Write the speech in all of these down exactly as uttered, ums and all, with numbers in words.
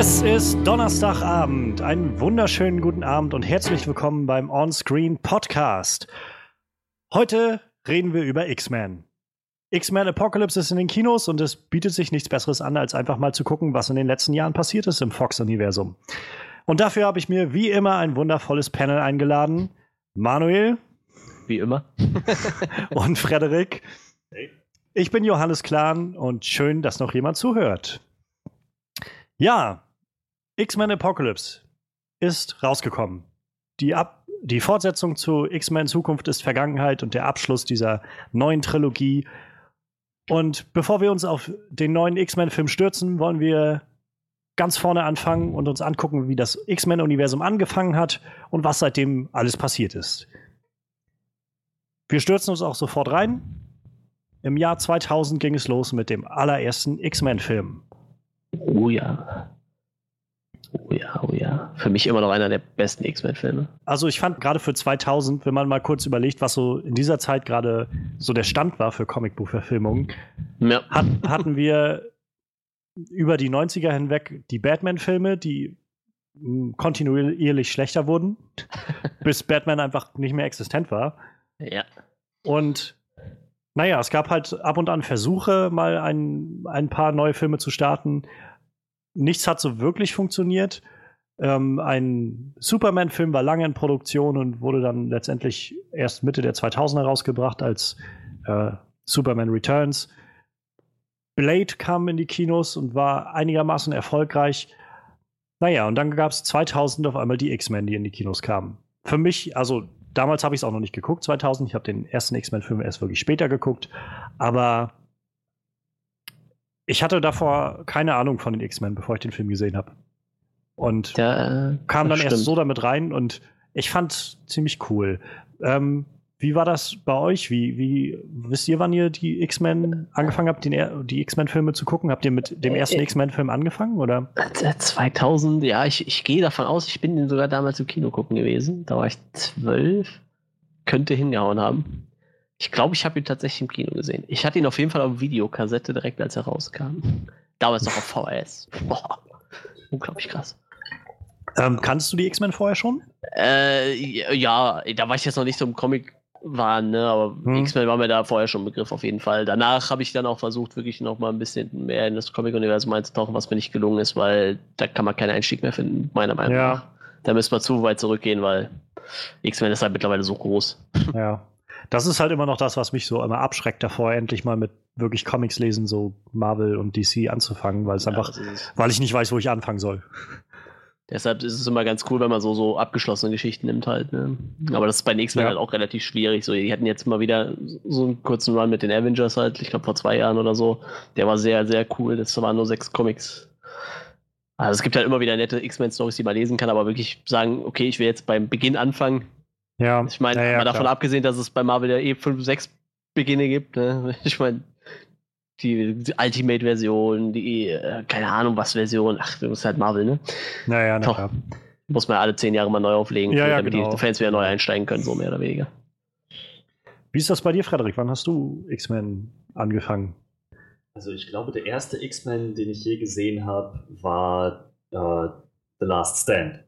Es ist Donnerstagabend. Einen wunderschönen guten Abend und herzlich willkommen beim On-Screen Podcast. Heute reden wir über X-Men. X-Men Apocalypse ist in den Kinos und es bietet sich nichts Besseres an, als einfach mal zu gucken, was in den letzten Jahren passiert ist im Fox-Universum. Und dafür habe ich mir wie immer ein wundervolles Panel eingeladen. Manuel. Wie immer. Und Frederik. Hey. Ich bin Johannes Klahn und schön, dass noch jemand zuhört. Ja, X-Men Apocalypse ist rausgekommen. Die, Ab- die Fortsetzung zu X-Men Zukunft ist Vergangenheit und der Abschluss dieser neuen Trilogie. Und bevor wir uns auf den neuen X-Men-Film stürzen, wollen wir ganz vorne anfangen und uns angucken, wie das X-Men-Universum angefangen hat und was seitdem alles passiert ist. Wir stürzen uns auch sofort rein. Im Jahr zweitausend ging es los mit dem allerersten X-Men-Film. Oh ja. Oh ja, oh ja. Für mich immer noch einer der besten X-Men-Filme. Also ich fand gerade für zweitausend, wenn man mal kurz überlegt, was so in dieser Zeit gerade so der Stand war für Comicbuchverfilmungen, ja. hat, hatten wir über die neunziger hinweg die Batman-Filme, die mh, kontinuierlich schlechter wurden, bis Batman einfach nicht mehr existent war. Ja. Und naja, es gab halt ab und an Versuche, mal ein, ein paar neue Filme zu starten. Nichts hat so wirklich funktioniert. Ähm, ein Superman-Film war lange in Produktion und wurde dann letztendlich erst Mitte der zweitausender rausgebracht als äh, Superman Returns. Blade kam in die Kinos und war einigermaßen erfolgreich. Naja, und dann gab es zweitausend auf einmal die X-Men, die in die Kinos kamen. Für mich, also damals habe ich es auch noch nicht geguckt, zweitausend. Ich habe den ersten X-Men-Film erst wirklich später geguckt. Aber ich hatte davor keine Ahnung von den X-Men, bevor ich den Film gesehen habe. Und ja, äh, kam dann stimmt. erst so damit rein und ich fand ziemlich cool. Ähm, wie war das bei euch? Wie, wie wisst ihr, wann ihr die X-Men angefangen habt, den, die X-Men-Filme zu gucken? Habt ihr mit dem ersten äh, X-Men-Film angefangen, oder? zweitausend, ja, ich, ich gehe davon aus, ich bin den sogar damals im Kino gucken gewesen. Da war ich zwölf. Könnte hingehauen haben. Ich glaube, ich habe ihn tatsächlich im Kino gesehen. Ich hatte ihn auf jeden Fall auf Videokassette direkt, als er rauskam. Damals noch auf V H S. Boah, unglaublich krass. Ähm, kannst du die X-Men vorher schon? Äh, ja, da war ich jetzt noch nicht so im Comic waren, ne, aber hm. X-Men war mir da vorher schon ein Begriff auf jeden Fall. Danach habe ich dann auch versucht, wirklich noch mal ein bisschen mehr in das Comic-Universum einzutauchen, was mir nicht gelungen ist, weil da kann man keinen Einstieg mehr finden, meiner Meinung ja. nach. Da müssen wir zu weit zurückgehen, weil X-Men ist halt mittlerweile so groß. Ja, das ist halt immer noch das, was mich so immer abschreckt, davor endlich mal mit wirklich Comics lesen, so Marvel und D C anzufangen, weil es ja, einfach, weil ich nicht weiß, wo ich anfangen soll. Deshalb ist es immer ganz cool, wenn man so, so abgeschlossene Geschichten nimmt halt. Ne? Aber das ist bei den X-Men ja. halt auch relativ schwierig. So, die hatten jetzt mal wieder so einen kurzen Run mit den Avengers halt, ich glaube vor zwei Jahren oder so. Der war sehr, sehr cool. Das waren nur sechs Comics. Also es gibt halt immer wieder nette X-Men-Stories, die man lesen kann, aber wirklich sagen, okay, ich will jetzt beim Beginn anfangen. Ja. Ich meine, ja, ja, mal davon klar. abgesehen, dass es bei Marvel ja eh fünf, sechs Beginne gibt. Ne? Ich meine, die, die Ultimate-Version, die, äh, keine Ahnung was Version, ach, das ist halt Marvel, ne? Naja, na klar. Muss man alle zehn Jahre mal neu auflegen, ja, ja, damit genau. die Fans wieder neu einsteigen können, so mehr oder weniger. Wie ist das bei dir, Frederik? Wann hast du X-Men angefangen? Also ich glaube, der erste X-Men, den ich je gesehen habe, war uh, The Last Stand.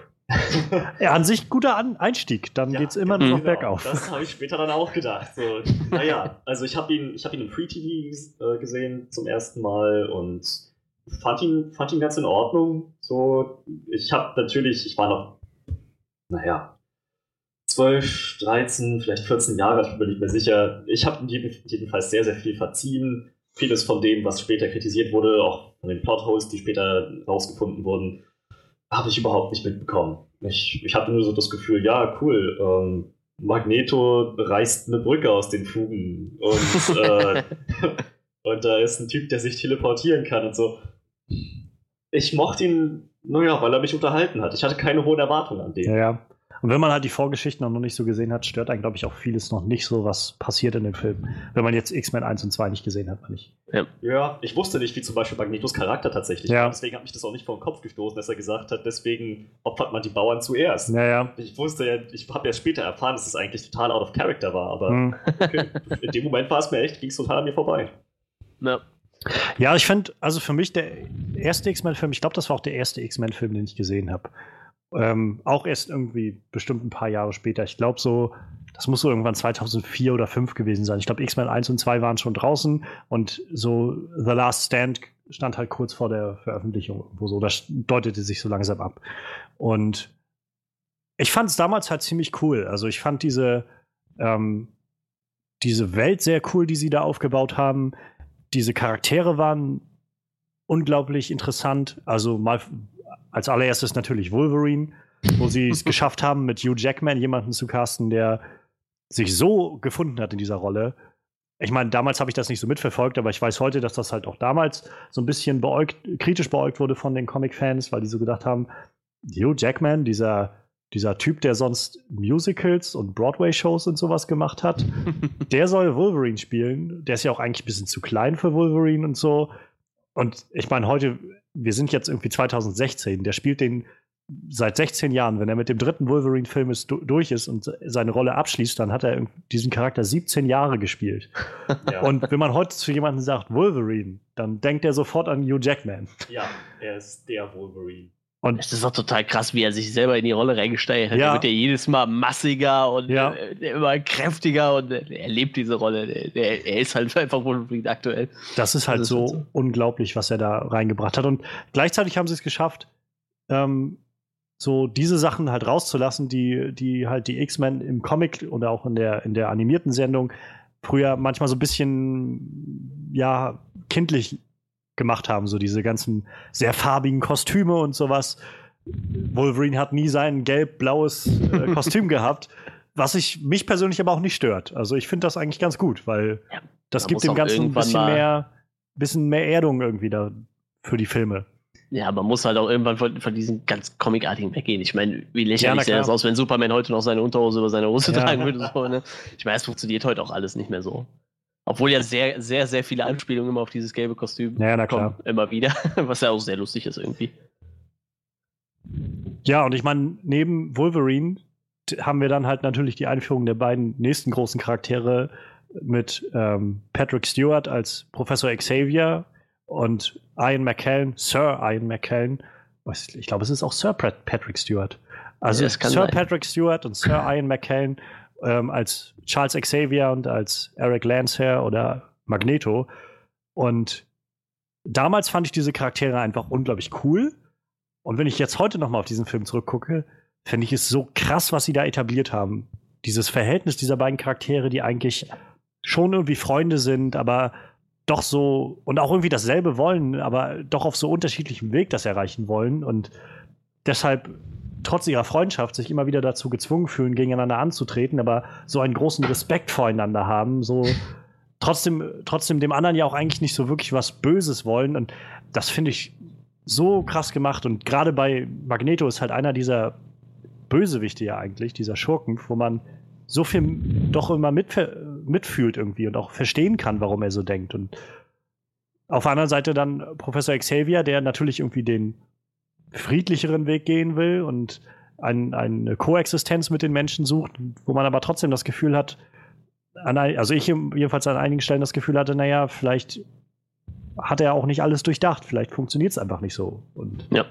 Ja, an sich guter an- Einstieg, dann ja, geht's immer noch genau. bergauf. Das habe ich später dann auch gedacht. So, naja, also ich habe ihn, ich hab ihn im Free-T V äh, gesehen zum ersten Mal und fand ihn, fand ihn ganz in Ordnung. So, ich habe natürlich, ich war noch, naja, zwölf, dreizehn, vielleicht vierzehn Jahre, ich bin mir nicht mehr sicher. Ich habe jedenfalls sehr, sehr viel verziehen. Vieles von dem, was später kritisiert wurde, auch von den Plotholes, die später rausgefunden wurden, habe ich überhaupt nicht mitbekommen. Ich, ich hatte nur so das Gefühl, ja, cool, ähm, Magneto reißt eine Brücke aus den Fugen und, äh, und da ist ein Typ, der sich teleportieren kann und so. Ich mochte ihn, naja, weil er mich unterhalten hat. Ich hatte keine hohen Erwartungen an den. Ja, ja. Und wenn man halt die Vorgeschichten noch nicht so gesehen hat, stört einen, glaube ich, auch vieles noch nicht so, was passiert in dem Film. Wenn man jetzt X-Men eins und zwei nicht gesehen hat, man nicht. Ja. ja, ich wusste nicht, wie zum Beispiel Magnetos Charakter tatsächlich ja. war. Deswegen hat mich das auch nicht vor den Kopf gestoßen, dass er gesagt hat, deswegen opfert man die Bauern zuerst. Ja, ja. Ich wusste ja, ich habe ja später erfahren, dass es das eigentlich total out of character war, aber hm. okay. In dem Moment war es mir echt, ging es total an mir vorbei. Ja. Ja, ich finde, also für mich der erste X-Men-Film, ich glaube, das war auch der erste X-Men-Film, den ich gesehen habe. Ähm, auch erst irgendwie bestimmt ein paar Jahre später. Ich glaube so, das muss so irgendwann zweitausendvier oder zweitausendfünf gewesen sein. Ich glaube, X-Men eins und zwei waren schon draußen und so The Last Stand stand halt kurz vor der Veröffentlichung irgendwo so. Das deutete sich so langsam ab. Und ich fand es damals halt ziemlich cool. Also ich fand diese, ähm, diese Welt sehr cool, die sie da aufgebaut haben. Diese Charaktere waren unglaublich interessant. Also mal als allererstes natürlich Wolverine, wo sie es geschafft haben, mit Hugh Jackman jemanden zu casten, der sich so gefunden hat in dieser Rolle. Ich meine, damals habe ich das nicht so mitverfolgt, aber ich weiß heute, dass das halt auch damals so ein bisschen beäugt, kritisch beäugt wurde von den Comic-Fans, weil die so gedacht haben, Hugh Jackman, dieser, dieser Typ, der sonst Musicals und Broadway-Shows und sowas gemacht hat, der soll Wolverine spielen. Der ist ja auch eigentlich ein bisschen zu klein für Wolverine und so. Und ich meine, heute, wir sind jetzt irgendwie zweitausendsechzehn, der spielt den seit sechzehn Jahren. Wenn er mit dem dritten Wolverine-Film ist, du- durch ist und seine Rolle abschließt, dann hat er diesen Charakter siebzehn Jahre gespielt. Ja. Und wenn man heute zu jemandem sagt Wolverine, dann denkt er sofort an Hugh Jackman. Ja, er ist der Wolverine. Und Es ist auch total krass, wie er sich selber in die Rolle reingesteigert hat. Ja. Er wird ja jedes Mal massiger und Ja. äh, immer kräftiger und äh, er lebt diese Rolle. Er, er ist halt einfach Wolverine aktuell. das ist halt Das ist so, halt so. unglaublich, was er da reingebracht hat. Und gleichzeitig haben sie es geschafft, ähm, so diese Sachen halt rauszulassen, die, die halt die X-Men im Comic oder auch in der, in der animierten Sendung früher manchmal so ein bisschen, ja, kindlich gemacht haben, so diese ganzen sehr farbigen Kostüme und sowas. Wolverine hat nie sein gelb-blaues äh, Kostüm gehabt, was ich, mich persönlich aber auch nicht stört. Also ich finde das eigentlich ganz gut, weil Ja, das man gibt muss dem auch Ganzen ein irgendwann bisschen mal- mehr, bisschen mehr Erdung irgendwie da für die Filme. Ja, man muss halt auch irgendwann von, von diesen ganz Comicartigen weggehen. Ich meine, wie Ja, lächerlich na sähe das klar. aus, wenn Superman heute noch seine Unterhose über seine Hose Ja. tragen würde. So, ne? Ich meine, es funktioniert heute auch alles nicht mehr so. Obwohl ja sehr, sehr, sehr viele Anspielungen immer auf dieses gelbe Kostüm Ja, na kommen. klar. Immer wieder. Was ja auch sehr lustig ist irgendwie. Ja, und ich meine, neben Wolverine t- haben wir dann halt natürlich die Einführung der beiden nächsten großen Charaktere mit ähm, Patrick Stewart als Professor Xavier und Ian McKellen, Sir Ian McKellen. Was- Ich glaube, es ist auch Sir Pat- Patrick Stewart. Also Ja, das kann Sir sein. Patrick Stewart und Sir Ian McKellen ähm, als Charles Xavier und als Eric Lancer oder Magneto. Und damals fand ich diese Charaktere einfach unglaublich cool. Und wenn ich jetzt heute noch mal auf diesen Film zurückgucke, finde ich es so krass, was sie da etabliert haben. Dieses Verhältnis dieser beiden Charaktere, die eigentlich schon irgendwie Freunde sind, aber doch so und auch irgendwie dasselbe wollen, aber doch auf so unterschiedlichem Weg das erreichen wollen und deshalb trotz ihrer Freundschaft sich immer wieder dazu gezwungen fühlen, gegeneinander anzutreten, aber so einen großen Respekt voreinander haben, so trotzdem, trotzdem dem anderen ja auch eigentlich nicht so wirklich was Böses wollen. Und das finde ich so krass gemacht. Und gerade bei Magneto ist halt einer dieser Bösewichte ja eigentlich, dieser Schurken, wo man so viel doch immer mitf- mitfühlt irgendwie und auch verstehen kann, warum er so denkt. Und auf der anderen Seite dann Professor Xavier, der natürlich irgendwie den friedlicheren Weg gehen will und ein, eine Koexistenz mit den Menschen sucht, wo man aber trotzdem das Gefühl hat, an, ein- also ich jedenfalls an einigen Stellen das Gefühl hatte, naja, vielleicht hat er auch nicht alles durchdacht, vielleicht funktioniert es einfach nicht so. Und, Ja.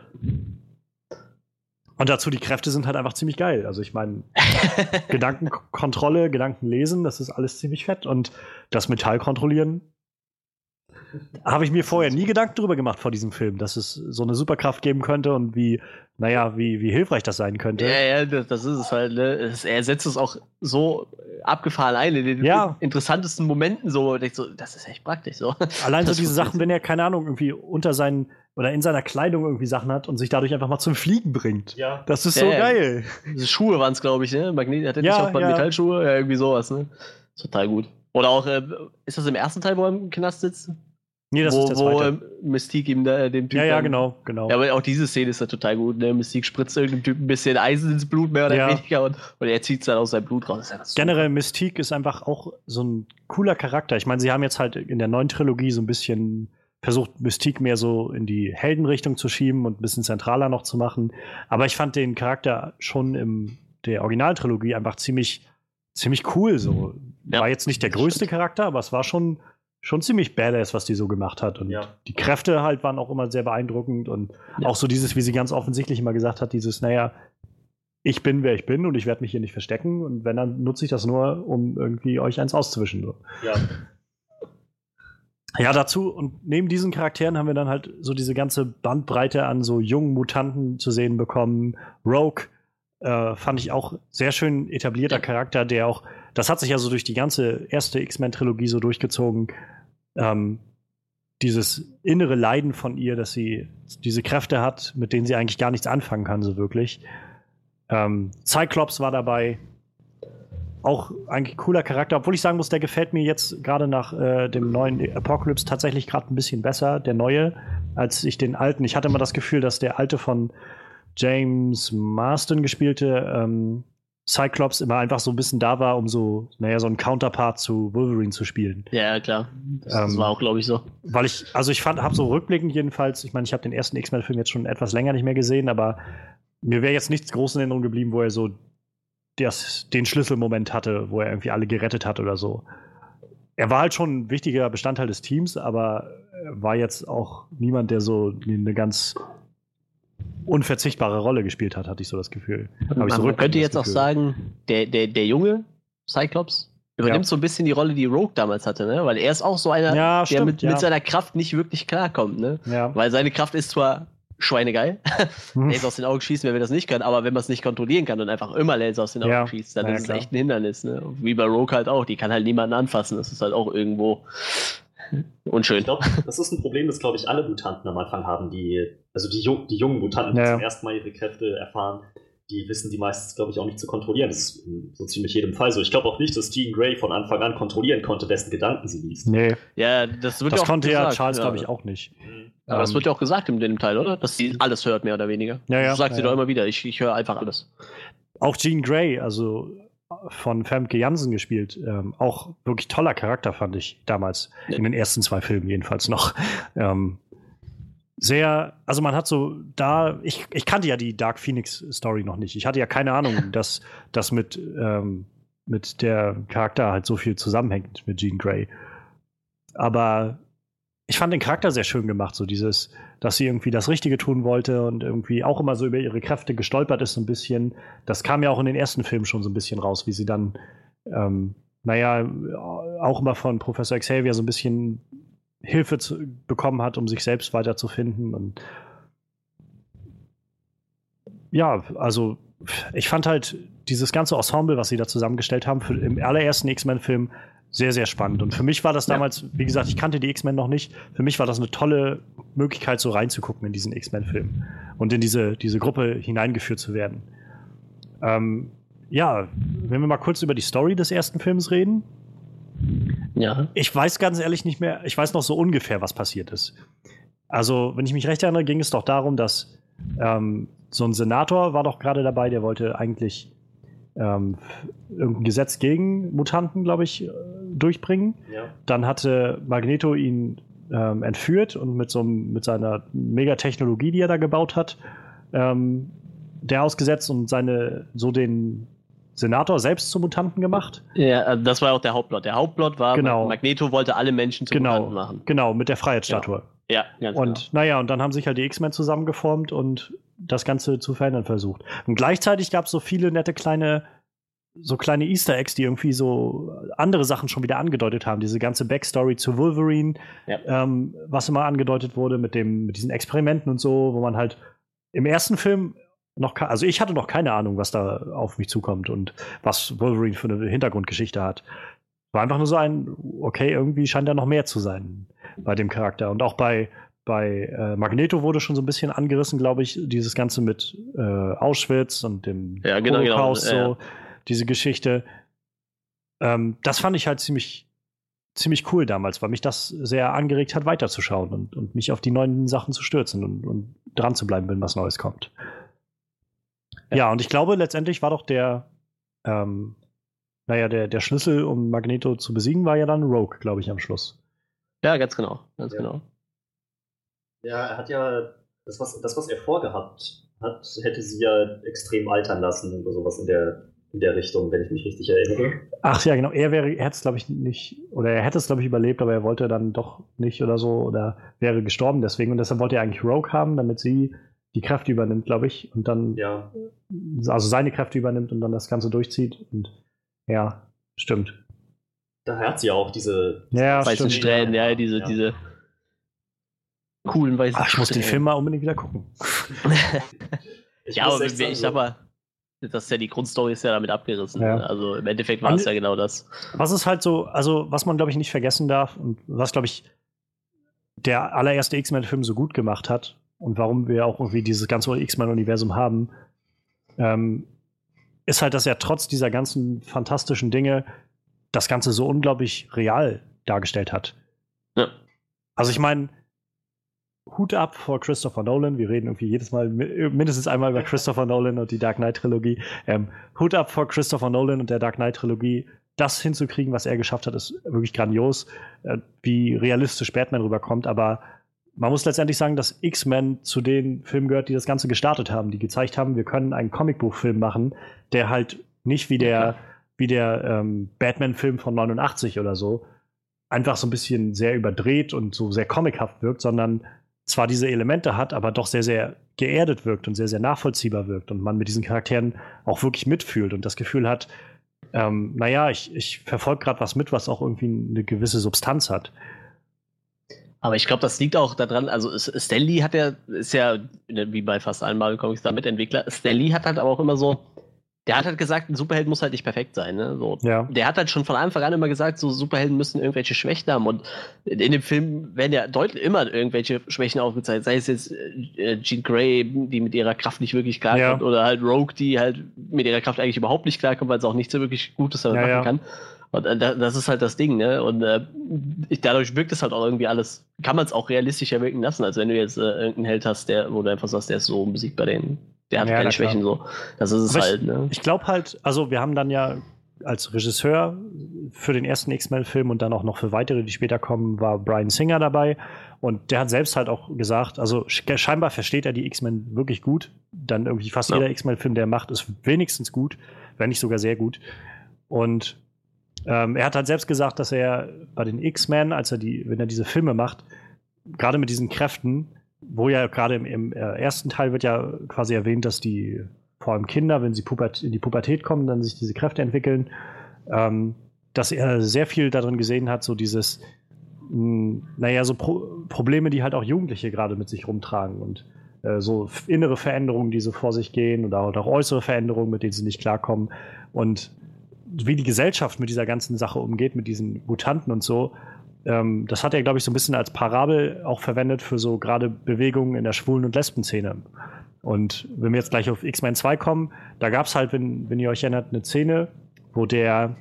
und dazu die Kräfte sind halt einfach ziemlich geil. Also ich meine, Gedankenkontrolle, Gedankenlesen, das ist alles ziemlich fett. Und das Metall kontrollieren, habe ich mir vorher nie Gedanken drüber gemamacht vor diesem Film, dass es so eine Superkraft geben könnte und wie, naja, wie, wie hilfreich das sein könnte. Ja, ja, das, das ist es halt, ne? Es, er setzt es auch so abgefahren ein, in den Ja. interessantesten Momenten so. Und ich so, das ist echt praktisch so. Allein so Das diese funktioniert. Sachen, wenn er, keine Ahnung, irgendwie unter seinen oder in seiner Kleidung irgendwie Sachen hat und sich dadurch einfach mal zum Fliegen bringt. Ja. Das ist Ja, so ja. geil. Diese Schuhe waren es, glaube ich, ne? Magnet hat er Ja, nicht auch mal ja. Metallschuhe? Ja, irgendwie sowas, ne? Total gut. Oder auch, äh, ist das im ersten Teil, wo er im Knast sitzt? Nee, das wo ist der wo zweite. ähm, Mystique ihm da, dem Typen. Ja, ja, genau, genau. Ja, aber auch diese Szene ist ja total gut, ne? Mystique spritzt irgendeinem Typen ein bisschen Eisen ins Blut, mehr oder Ja. weniger, und, und er zieht es dann aus seinem Blut raus. Das ist einfach super. Generell Mystique ist einfach auch so ein cooler Charakter. Ich meine, sie haben jetzt halt in der neuen Trilogie so ein bisschen versucht, Mystique mehr so in die Heldenrichtung zu schieben und ein bisschen zentraler noch zu machen. Aber ich fand den Charakter schon in der Originaltrilogie einfach ziemlich, ziemlich cool. So. Ja, War jetzt nicht der das größte stimmt. Charakter, aber es war schon, schon ziemlich badass, was die so gemacht hat. Und ja. die Kräfte halt waren auch immer sehr beeindruckend. Und ja. auch so dieses, wie sie ganz offensichtlich immer gesagt hat, dieses, naja, ich bin, wer ich bin und ich werde mich hier nicht verstecken. Und wenn, dann nutze ich das nur, um irgendwie euch eins auszuwischen. So. Ja. Ja, dazu und neben diesen Charakteren haben wir dann halt so diese ganze Bandbreite an so jungen Mutanten zu sehen bekommen. Rogue äh, fand ich auch sehr schön etablierter Charakter, der auch, das hat sich ja so durch die ganze erste X-Men-Trilogie so durchgezogen, ähm, dieses innere Leiden von ihr, dass sie diese Kräfte hat, mit denen sie eigentlich gar nichts anfangen kann, so wirklich. Ähm, Cyclops war dabei. Auch eigentlich cooler Charakter, obwohl ich sagen muss, der gefällt mir jetzt gerade nach äh, dem neuen Apocalypse tatsächlich gerade ein bisschen besser, der neue, als ich den alten. Ich hatte immer das Gefühl, dass der alte von James Marsden gespielte ähm, Cyclops immer einfach so ein bisschen da war, um so, naja, so einen Counterpart zu Wolverine zu spielen. Ja, klar. Das, ähm, das war auch, glaube ich, so. Weil ich, also ich fand, habe so rückblickend jedenfalls, ich meine, ich habe den ersten X-Men-Film jetzt schon etwas länger nicht mehr gesehen, aber mir wäre jetzt nichts groß in Erinnerung geblieben, wo er so Das, den Schlüsselmoment hatte, wo er irgendwie alle gerettet hat oder so. Er war halt schon ein wichtiger Bestandteil des Teams, aber war jetzt auch niemand, der so eine ganz unverzichtbare Rolle gespielt hat, hatte ich so das Gefühl. Man so könnte jetzt auch sagen, der, der, der junge Cyclops übernimmt ja. so ein bisschen die Rolle, die Rogue damals hatte, ne? Weil er ist auch so einer, ja, der stimmt, mit, ja. mit seiner Kraft nicht wirklich klarkommt, ne? Ja. Weil seine Kraft ist zwar schweinegeil. Hm. Laser aus den Augen schießen, wenn wir das nicht können, aber wenn man es nicht kontrollieren kann und einfach immer Laser aus den Augen ja. schießt, dann ja, ist es klar. echt ein Hindernis. Ne? Wie bei Rogue halt auch, die kann halt niemanden anfassen. Das ist halt auch irgendwo unschön. Ich glaube, das ist ein Problem, das, glaube ich, alle Mutanten am Anfang haben, die, also die, Jung, die jungen Mutanten, die ja. zum ersten Mal ihre Kräfte erfahren, die wissen die meistens, glaube ich, auch nicht zu kontrollieren. Das ist in so ziemlich jedem Fall so. Ich glaube auch nicht, dass Jean Grey von Anfang an kontrollieren konnte, dessen Gedanken sie liest. Nee. Ja, das wird das ja auch konnte gesagt, ja Charles, ja. glaube ich, auch nicht. Mhm. Aber das wird ja auch gesagt in dem Teil, oder? Dass sie alles hört, mehr oder weniger. Ja, ja, das sagt ja, sie ja. doch immer wieder. Ich, ich höre einfach alles. Auch Jean Grey, also von Famke Janssen gespielt, ähm, auch wirklich toller Charakter, fand ich damals. Ja. In den ersten zwei Filmen jedenfalls noch. Ähm, sehr, also man hat so da, ich, ich kannte ja die Dark Phoenix Story noch nicht. Ich hatte ja keine Ahnung, dass das mit, ähm, mit der Charakter halt so viel zusammenhängt mit Jean Grey. Aber ich fand den Charakter sehr schön gemacht, so dieses, dass sie irgendwie das Richtige tun wollte und irgendwie auch immer so über ihre Kräfte gestolpert ist, so ein bisschen. Das kam ja auch in den ersten Filmen schon so ein bisschen raus, wie sie dann, ähm, naja, auch immer von Professor Xavier so ein bisschen Hilfe zu, bekommen hat, um sich selbst weiterzufinden. Und ja, also ich fand halt dieses ganze Ensemble, was sie da zusammengestellt haben, für, im allerersten X-Men-Film sehr, sehr spannend. Und für mich war das damals, ja. wie gesagt, ich kannte die X-Men noch nicht. Für mich war das eine tolle Möglichkeit, so reinzugucken in diesen X-Men-Film und in diese, diese Gruppe hineingeführt zu werden. Ähm, ja, wenn wir mal kurz über die Story des ersten Films reden. Ja. Ich weiß ganz ehrlich nicht mehr, ich weiß noch so ungefähr, was passiert ist. Also, wenn ich mich recht erinnere, ging es doch darum, dass ähm, so ein Senator war doch gerade dabei, der wollte eigentlich ähm, irgendein Gesetz gegen Mutanten, glaube ich, durchbringen. Ja. Dann hatte Magneto ihn ähm, entführt und mit so einem, mit seiner Megatechnologie, die er da gebaut hat, ähm, der ausgesetzt und seine, so den Senator selbst zum Mutanten gemacht. Ja, das war auch der Hauptplot. Der Hauptplot war, genau. Magneto wollte alle Menschen zu genau. Mutanten machen. Genau, mit der Freiheitsstatue. Ja, ja ganz Und genau. naja, und dann haben sich halt die X-Men zusammengeformt und das Ganze zu verändern versucht. Und gleichzeitig gab es so viele nette kleine, so kleine Easter Eggs, die irgendwie so andere Sachen schon wieder angedeutet haben. Diese ganze Backstory zu Wolverine, ja. ähm, was immer angedeutet wurde mit dem, mit diesen Experimenten und so, wo man halt im ersten Film noch, also ich hatte noch keine Ahnung, was da auf mich zukommt und was Wolverine für eine Hintergrundgeschichte hat. War einfach nur so ein, okay, irgendwie scheint da noch mehr zu sein bei dem Charakter. Und auch bei, bei äh, Magneto wurde schon so ein bisschen angerissen, glaube ich, dieses Ganze mit äh, Auschwitz und dem ja, genau, Holocaust, genau. Ja, so, ja. diese Geschichte. Ähm, das fand ich halt ziemlich, ziemlich cool damals, weil mich das sehr angeregt hat, weiterzuschauen und, und mich auf die neuen Sachen zu stürzen und, und dran zu bleiben, wenn was Neues kommt. Ja, ja und ich glaube, letztendlich war doch der ähm, Naja, der, der Schlüssel, um Magneto zu besiegen, war ja dann Rogue, glaube ich, am Schluss. Ja, ganz genau. Ganz ja. genau. Ja, er hat ja, das was, das, was er vorgehabt hat, hätte sie ja extrem altern lassen oder sowas in der, in der Richtung, wenn ich mich richtig erinnere. Ach ja, genau. Er wäre, er hätte es, glaube ich, nicht, oder er hätte es, glaube ich, überlebt, aber er wollte dann doch nicht oder so, oder wäre gestorben deswegen. Und deshalb wollte er eigentlich Rogue haben, damit sie die Kräfte übernimmt, glaube ich, und dann, ja. also seine Kräfte übernimmt und dann das Ganze durchzieht. Und ja, stimmt. Da hat sie auch diese ja, weißen Strähnen, ja, diese, ja. diese coolen weißen Ach, ich muss den Film mal unbedingt wieder gucken. ja, aber ich, ich sag mal, das ist ja die Grundstory ist ja damit abgerissen. Ja. Also im Endeffekt war es ja genau das. Was ist halt so, also was man, glaube ich, nicht vergessen darf und was, glaube ich, der allererste X-Men-Film so gut gemacht hat und warum wir auch irgendwie dieses ganze X-Men-Universum haben, ähm, ist halt, dass er trotz dieser ganzen fantastischen Dinge das Ganze so unglaublich real dargestellt hat. Ja. Also ich meine, Hut ab vor Christopher Nolan. Wir reden irgendwie jedes Mal mindestens einmal über Christopher Nolan und die Dark Knight-Trilogie. Ähm, Hut ab vor Christopher Nolan und der Dark Knight-Trilogie. Das hinzukriegen, was er geschafft hat, ist wirklich grandios, äh, wie realistisch Batman rüberkommt. Aber man muss letztendlich sagen, dass X-Men zu den Filmen gehört, die das Ganze gestartet haben, die gezeigt haben, wir können einen Comicbuchfilm machen, der halt nicht wie der, wie der ähm, Batman-Film von neunundachtzig oder so einfach so ein bisschen sehr überdreht und so sehr comichaft wirkt, sondern zwar diese Elemente hat, aber doch sehr, sehr geerdet wirkt und sehr, sehr nachvollziehbar wirkt und man mit diesen Charakteren auch wirklich mitfühlt und das Gefühl hat, ähm, naja, ich, ich verfolge gerade was mit, was auch irgendwie eine gewisse Substanz hat. Aber ich glaube, das liegt auch daran, also Stan Lee hat ja, ist ja, wie bei fast allen Marvel-Comics da Mitentwickler, Stan Lee hat halt aber auch immer so, der hat halt gesagt, ein Superheld muss halt nicht perfekt sein. Ne? So. Ja. Der hat halt schon von Anfang an immer gesagt, so Superhelden müssen irgendwelche Schwächen haben. Und in dem Film werden ja deutlich immer irgendwelche Schwächen aufgezeigt. Sei es jetzt äh, Jean Grey, die mit ihrer Kraft nicht wirklich klarkommt, ja. oder halt Rogue, die halt mit ihrer Kraft eigentlich überhaupt nicht klarkommt, weil sie auch nichts so wirklich Gutes damit ja, machen ja. kann. Und äh, das ist halt das Ding, ne? Und äh, dadurch wirkt es halt auch irgendwie alles, kann man es auch realistischer wirken lassen, als wenn du jetzt äh, irgendeinen Held hast, der, wo du einfach sagst, der ist so unbesiegbar, den Der hat ja, keine Schwächen so. Das ist es Aber halt, ich, ne? Ich glaube halt, also wir haben dann ja als Regisseur für den ersten X-Men-Film und dann auch noch für weitere, die später kommen, war Bryan Singer dabei. Und der hat selbst halt auch gesagt, also scheinbar versteht er die X-Men wirklich gut. Dann irgendwie fast ja. jeder X-Men-Film, der er macht, ist wenigstens gut, wenn nicht sogar sehr gut. Und ähm, er hat halt selbst gesagt, dass er bei den X-Men, als er die, wenn er diese Filme macht, gerade mit diesen Kräften, wo ja gerade im, im ersten Teil wird ja quasi erwähnt, dass die vor allem Kinder, wenn sie Pubert- in die Pubertät kommen, dann sich diese Kräfte entwickeln, ähm, dass er sehr viel darin gesehen hat, so dieses, mh, naja, so Pro- Probleme, die halt auch Jugendliche gerade mit sich rumtragen und äh, so innere Veränderungen, die so vor sich gehen oder auch äußere Veränderungen, mit denen sie nicht klarkommen und wie die Gesellschaft mit dieser ganzen Sache umgeht, mit diesen Mutanten und so. Ähm, das hat er, glaube ich, so ein bisschen als Parabel auch verwendet für so gerade Bewegungen in der Schwulen- und Lesben-Szene. Und wenn wir jetzt gleich auf X-Men zwei kommen, da gab es halt, wenn, wenn ihr euch erinnert, eine Szene, wo der,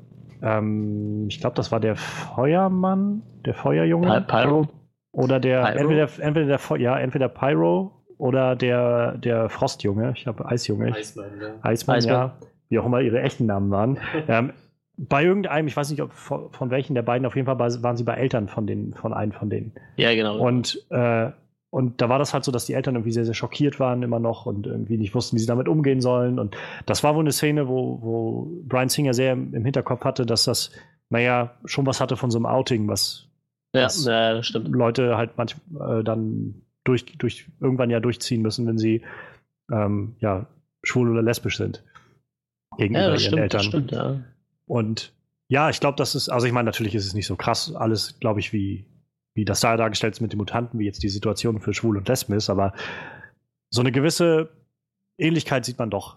ähm, ich glaube, das war der Feuermann, der Feuerjunge. Pyro? Oder der, Pyro? entweder, entweder der, ja, entweder Pyro oder der, der Frostjunge, ich glaube Eisjunge. Iceman, ja. Iceman, Iceman. ja. Wie auch immer ihre echten Namen waren. ähm, bei irgendeinem, ich weiß nicht, ob von, von welchen der beiden, auf jeden Fall waren sie bei Eltern von, den, von einem von denen. Ja, genau. Und, äh, und da war das halt so, dass die Eltern irgendwie sehr, sehr schockiert waren immer noch und irgendwie nicht wussten, wie sie damit umgehen sollen. Und das war wohl eine Szene, wo, wo Bryan Singer sehr im, im Hinterkopf hatte, dass das, naja, schon was hatte von so einem Outing, was, ja, was ja, das stimmt. Leute halt manchmal äh, dann durch, durch, irgendwann ja durchziehen müssen, wenn sie ähm, ja, schwul oder lesbisch sind. Gegenüber ja, das ihren stimmt, Eltern. Das stimmt, ja. Und ja, ich glaube, das ist, also ich meine, natürlich ist es nicht so krass, alles, glaube ich, wie, wie das da dargestellt ist mit den Mutanten, wie jetzt die Situation für Schwul und Lesben ist, aber so eine gewisse Ähnlichkeit sieht man doch.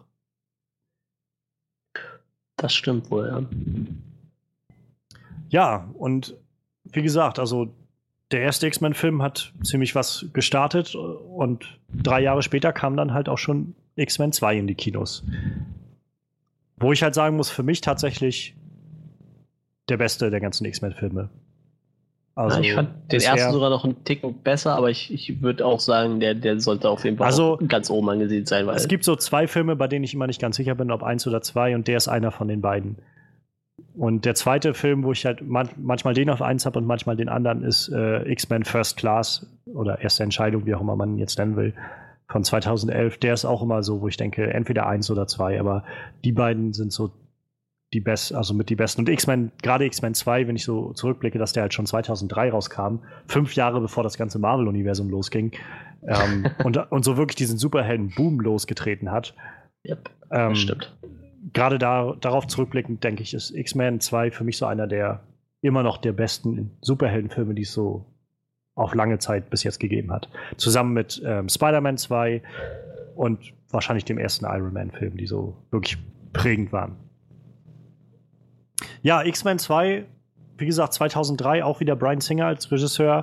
Das stimmt wohl, ja. Ja, und wie gesagt, also der erste X-Men-Film hat ziemlich was gestartet und drei Jahre später kam dann halt auch schon X-Men zwei in die Kinos. Wo ich halt sagen muss, für mich tatsächlich der beste der ganzen X-Men-Filme. Also, ja, ich fand den ersten sogar noch einen Ticken besser, aber ich, ich würde auch sagen, der, der sollte auf jeden Fall also, ganz oben angesiedelt sein. Weil es gibt so zwei Filme, bei denen ich immer nicht ganz sicher bin, ob eins oder zwei, und der ist einer von den beiden. Und der zweite Film, wo ich halt man- manchmal den auf eins habe und manchmal den anderen, ist äh, X-Men First Class oder Erste Entscheidung, wie auch immer man ihn jetzt nennen will. von zweitausendelf, der ist auch immer so, wo ich denke, entweder eins oder zwei, aber die beiden sind so die besten, also mit die besten. Und X-Men, gerade X-Men zwei, wenn ich so zurückblicke, dass der halt schon zweitausenddrei rauskam, fünf Jahre bevor das ganze Marvel-Universum losging, ähm, und, und so wirklich diesen Superhelden-Boom losgetreten hat. Yep, ähm, das stimmt. Gerade da, darauf zurückblickend, denke ich, ist X-Men zwei für mich so einer der immer noch der besten Superheldenfilme, die es so auf lange Zeit bis jetzt gegeben hat. Zusammen mit ähm, Spider-Man zwei und wahrscheinlich dem ersten Iron Man-Film, die so wirklich prägend waren. Ja, X-Men zwei, wie gesagt, zweitausenddrei, auch wieder Bryan Singer als Regisseur.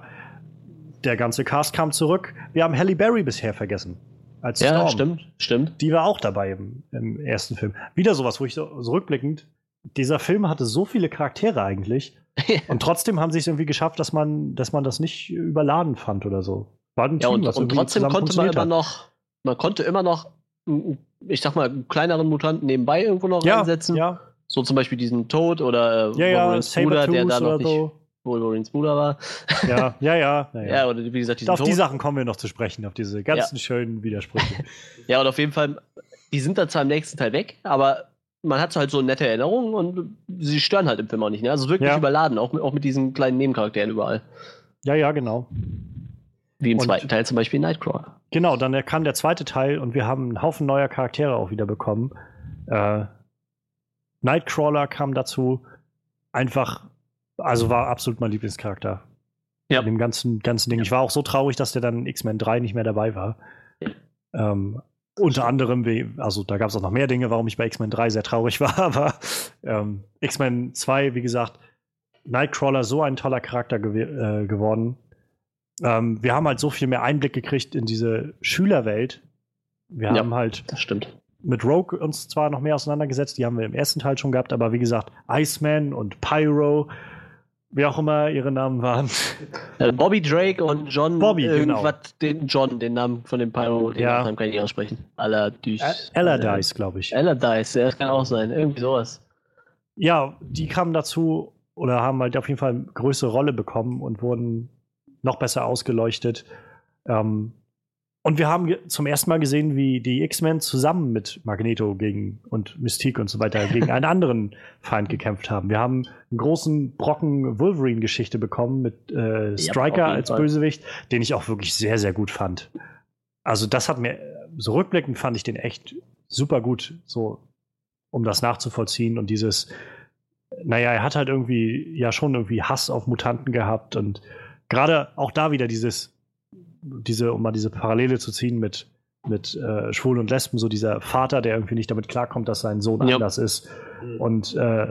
Der ganze Cast kam zurück. Wir haben Halle Berry bisher vergessen. Als ja, Storm. stimmt, stimmt. Die war auch dabei im, im ersten Film. Wieder sowas, wo ich so, so rückblickend, dieser Film hatte so viele Charaktere eigentlich. Und trotzdem haben sie es irgendwie geschafft, dass man, dass man das nicht überladen fand oder so. War ein ja, Team, und, was und trotzdem konnte man immer hat. noch, man konnte immer noch, ich sag mal, einen kleineren Mutanten nebenbei irgendwo noch ja, reinsetzen. Ja. So zum Beispiel diesen Tod oder ja, ja, Wolverines Bruder, der da noch nicht so. Wolverines Bruder war. Ja, ja, ja. Ja, ja oder wie gesagt, diesen auf Tod. die Sachen kommen wir noch zu sprechen, auf diese ganzen ja. schönen Widersprüche. Ja, und auf jeden Fall, die sind dann zwar im nächsten Teil weg, aber man hat halt so nette Erinnerungen und sie stören halt im Film auch nicht. Ne? Also wirklich ja. überladen, auch mit, auch mit diesen kleinen Nebencharakteren überall. Ja, ja, genau. Wie im und zweiten Teil zum Beispiel Nightcrawler. Genau, dann kam der zweite Teil und wir haben einen Haufen neuer Charaktere auch wieder bekommen. Äh, Nightcrawler kam dazu, einfach, also war absolut mein Lieblingscharakter. Ja. In dem ganzen, ganzen Ding. Ja. Ich war auch so traurig, dass der dann in X-Men drei nicht mehr dabei war. Ja. Ähm, Unter anderem, also da gab es auch noch mehr Dinge, warum ich bei X-Men drei sehr traurig war, aber ähm, X-Men zwei, wie gesagt, Nightcrawler, so ein toller Charakter gew- äh, geworden. Ähm, wir haben halt so viel mehr Einblick gekriegt in diese Schülerwelt. Wir ja, haben halt das stimmt. mit Rogue uns zwar noch mehr auseinandergesetzt, die haben wir im ersten Teil schon gehabt, aber wie gesagt, Iceman und Pyro, wie auch immer ihre Namen waren. Bobby Drake und John Bobby, irgendwas, genau. den John, den Namen von dem Pyro, den ja. Namen kann ich nicht aussprechen. Allardyce. Allardyce, glaube ich. Allardyce, ja, das kann auch sein. Irgendwie sowas. Ja, die kamen dazu oder haben halt auf jeden Fall eine größere Rolle bekommen und wurden noch besser ausgeleuchtet. Ähm, und wir haben zum ersten Mal gesehen, wie die X-Men zusammen mit Magneto gegen und Mystique und so weiter gegen einen anderen Feind gekämpft haben. Wir haben einen großen Brocken Wolverine-Geschichte bekommen mit äh, Stryker ja, als Fall. Bösewicht, den ich auch wirklich sehr, sehr gut fand. Also das hat mir, so rückblickend fand ich den echt super gut, so um das nachzuvollziehen und dieses, naja, er hat halt irgendwie ja schon irgendwie Hass auf Mutanten gehabt und gerade auch da wieder dieses diese, um mal diese Parallele zu ziehen mit, mit äh, Schwulen und Lesben, so dieser Vater, der irgendwie nicht damit klarkommt, dass sein Sohn ja. anders ist. Und äh,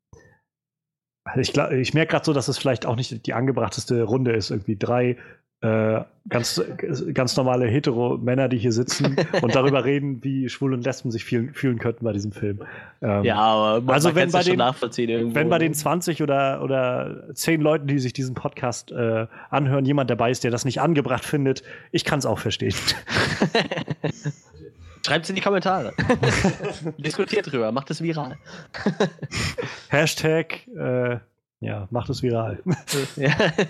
ich, ich merke gerade so, dass es vielleicht auch nicht die angebrachteste Runde ist. Irgendwie drei äh, ganz, ganz normale Hetero-Männer, die hier sitzen und darüber reden, wie Schwule und Lesben sich fühlen, fühlen könnten bei diesem Film. Ähm, ja, aber man, also man wenn bei das den, schon nachvollziehen irgendwo. Wenn bei den zwanzig oder, oder zehn Leuten, die sich diesen Podcast äh, anhören, jemand dabei ist, der das nicht angebracht findet, ich kann es auch verstehen. Schreibt es in die Kommentare. Diskutiert drüber, macht es viral. Hashtag äh, ja, macht es viral. Ja.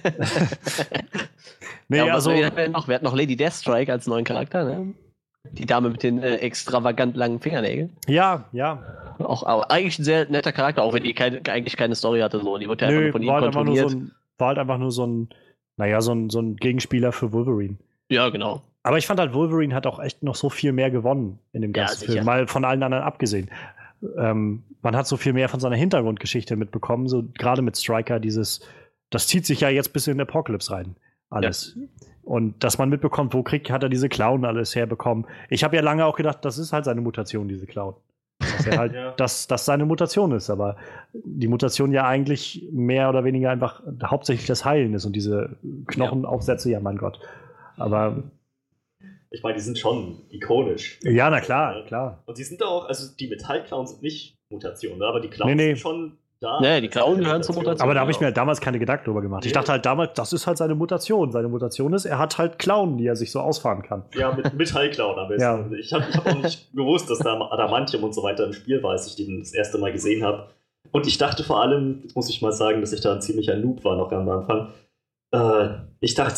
nee, ja, also, wir, hatten noch, wir hatten noch Lady Deathstrike als neuen Charakter, ne? Die Dame mit den äh, extravagant langen Fingernägeln. Ja, ja. Auch, auch eigentlich ein sehr netter Charakter, auch wenn die keine, eigentlich keine Story hatte. So. Die wurde ja Nö, einfach von ihm war halt kontrolliert. So ein, war halt einfach nur so ein, naja, so ein, so ein Gegenspieler für Wolverine. Ja, genau. Aber ich fand halt, Wolverine hat auch echt noch so viel mehr gewonnen in dem ganzen ja, Film, mal von allen anderen abgesehen. Ähm, man hat so viel mehr von seiner Hintergrundgeschichte mitbekommen, so gerade mit Stryker, dieses, das zieht sich ja jetzt bis in Apocalypse rein, alles. Ja. Und dass man mitbekommt, wo kriegt, hat er diese Clown alles herbekommen. Ich habe ja lange auch gedacht, das ist halt seine Mutation, diese Clown. Dass er halt, ja. dass das seine Mutation ist, aber die Mutation ja eigentlich mehr oder weniger einfach hauptsächlich das Heilen ist und diese Knochenaufsätze, ja, mein Gott. Aber ich meine, die sind schon ikonisch. Ja, na klar, ja. klar. Und die sind auch, also die Metallclowns sind nicht Mutationen, aber die Clowns nee, nee. sind schon da. Nee, die Clowns gehören zur Mutation. Aber da habe ich mir halt damals keine Gedanken drüber gemacht. Nee. Ich dachte halt damals, das ist halt seine Mutation. Seine Mutation ist, er hat halt Clown, die er sich so ausfahren kann. Ja, mit Metallclown am besten. Ja. Ich habe ich hab auch nicht gewusst, dass da Adamantium und so weiter im Spiel war, als ich den das erste Mal gesehen habe. Und ich dachte vor allem, jetzt muss ich mal sagen, dass ich da ein ziemlicher Noob war noch am Anfang. Äh, ich dachte,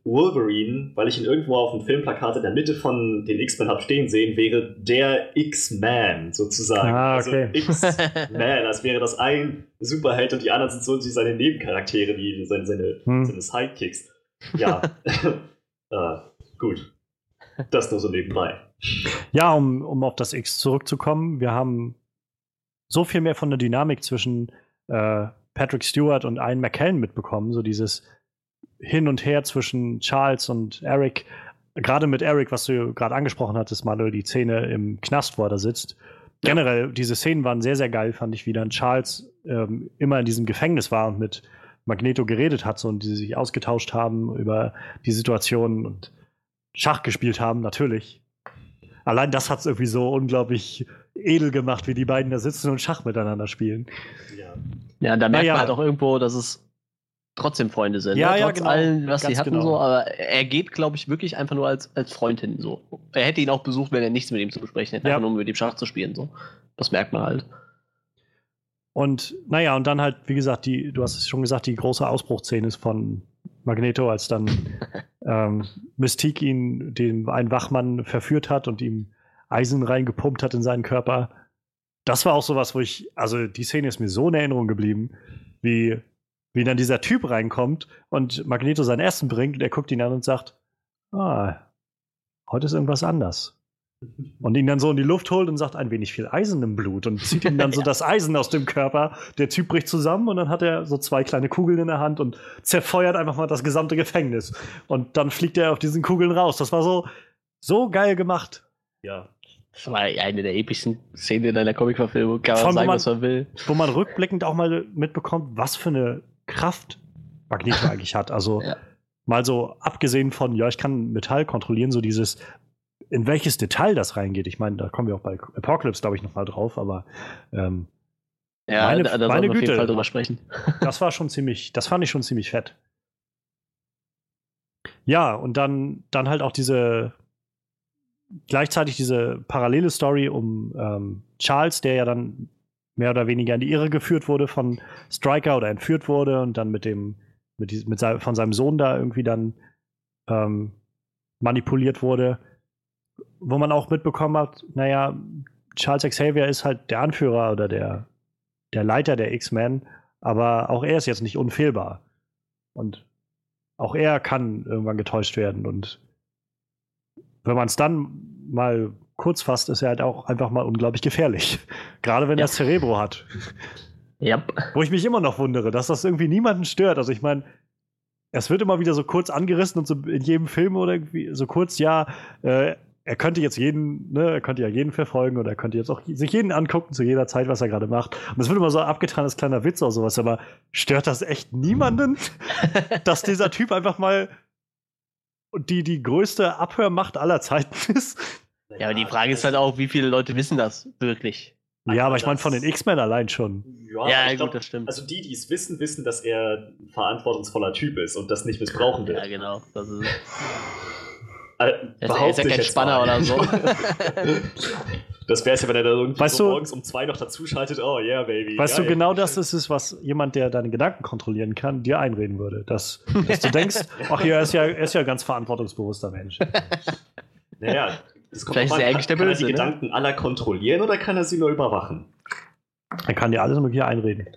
Wolverine, weil ich ihn irgendwo auf dem Filmplakat in der Mitte von den X-Men habe stehen sehen, wäre der X-Man sozusagen. Ah, okay. Also X-Man, als wäre das ein Superheld und die anderen sind so seine Nebencharaktere, die seine, seine, hm. seine Sidekicks. Ja, äh, gut. Das nur so nebenbei. Ja, um, um auf das X zurückzukommen, wir haben so viel mehr von der Dynamik zwischen äh, Patrick Stewart und Ian McKellen mitbekommen, so dieses Hin und Her zwischen Charles und Eric, gerade mit Eric, was du gerade angesprochen hattest, Manuel, die Szene im Knast, wo er da sitzt. Ja. Generell, diese Szenen waren sehr, sehr geil, fand ich, wie dann Charles ähm, immer in diesem Gefängnis war und mit Magneto geredet hat so, und die sich ausgetauscht haben über die Situation und Schach gespielt haben, natürlich. Allein das hat es irgendwie so unglaublich edel gemacht, wie die beiden da sitzen und Schach miteinander spielen. Ja, ja da merkt naja. man halt auch irgendwo, dass es trotzdem Freunde sind. Ja, ne? ja, Trotz genau. allem, was sie hatten, genau. so, aber er geht, glaube ich, wirklich einfach nur als, als Freund hin. So. Er hätte ihn auch besucht, wenn er nichts mit ihm zu besprechen hätte, ja. einfach nur mit ihm Schach zu spielen. So. Das merkt man halt. Und naja, und dann halt, wie gesagt, die, du hast es schon gesagt, die große Ausbruchsszene ist von Magneto, als dann ähm, Mystique ihn, den einen Wachmann, verführt hat und ihm Eisen reingepumpt hat in seinen Körper. Das war auch sowas, wo ich, also die Szene ist mir so in Erinnerung geblieben, wie, wie dann dieser Typ reinkommt und Magneto sein Essen bringt und er guckt ihn an und sagt, ah, heute ist irgendwas anders. Und ihn dann so in die Luft holt und sagt, ein wenig viel Eisen im Blut und zieht ihm dann so das Eisen aus dem Körper. Der Typ bricht zusammen und dann hat er so zwei kleine Kugeln in der Hand und zerfeuert einfach mal das gesamte Gefängnis. Und dann fliegt er auf diesen Kugeln raus. Das war so, so geil gemacht. Ja. Das war eine der epischsten Szenen in einer Comic-Verfilmung. Kann man Von, sagen, man, was man will. Wo man rückblickend auch mal mitbekommt, was für eine Kraft Magneto eigentlich hat. Also ja. mal so abgesehen von, ja, ich kann Metall kontrollieren, so dieses in welches Detail das reingeht. Ich meine, da kommen wir auch bei Apocalypse, glaube ich, noch mal drauf, aber ähm, ja, meine, da, da meine Güte, auf jeden Fall drüber sprechen. Das war schon ziemlich, das fand ich schon ziemlich fett. Ja, und dann, dann halt auch diese gleichzeitig diese parallele Story um ähm, Charles, der ja dann mehr oder weniger in die Irre geführt wurde von Stryker oder entführt wurde und dann mit dem, mit, die, mit sein, von seinem Sohn da irgendwie dann ähm, manipuliert wurde. Wo man auch mitbekommen hat, naja, Charles Xavier ist halt der Anführer oder der, der Leiter der X-Men, aber auch er ist jetzt nicht unfehlbar. Und auch er kann irgendwann getäuscht werden. Und wenn man es dann mal kurz fasst, ist er halt auch einfach mal unglaublich gefährlich. Gerade wenn ja. er Cerebro hat. Yep. Wo ich mich immer noch wundere, dass das irgendwie niemanden stört. Also ich meine, es wird immer wieder so kurz angerissen und so in jedem Film oder irgendwie so kurz, ja, äh, er könnte jetzt jeden, ne, er könnte ja jeden verfolgen oder er könnte jetzt auch sich jeden angucken zu jeder Zeit, was er gerade macht. Und es wird immer so abgetan als kleiner Witz oder sowas, aber stört das echt niemanden, dass dieser Typ einfach mal die, die größte Abhörmacht aller Zeiten ist? Ja, aber die Frage ist halt auch, wie viele Leute wissen das wirklich? Ja, aber ich meine von den X-Men allein schon. Ja, ja gut, glaub, das stimmt. Also die, die es wissen, wissen, dass er ein verantwortungsvoller Typ ist und das nicht missbrauchen will. Ja, genau. Das ist Äh, er ist ja kein Spanner oder so. Das wäre es ja, wenn er da irgendwie weißt so du, morgens um zwei noch dazuschaltet. Oh yeah, baby. Weißt geil. du, genau das ist es, was jemand, der deine Gedanken kontrollieren kann, dir einreden würde. Dass, dass du denkst, ach ja, er ist ja, er ist ja ein ganz verantwortungsbewusster Mensch. Naja, es kommt Vielleicht drauf ist er an, eigentlich der kann, Böse, kann er die ne? Gedanken aller kontrollieren oder kann er sie nur überwachen? Er kann dir alles mögliche einreden.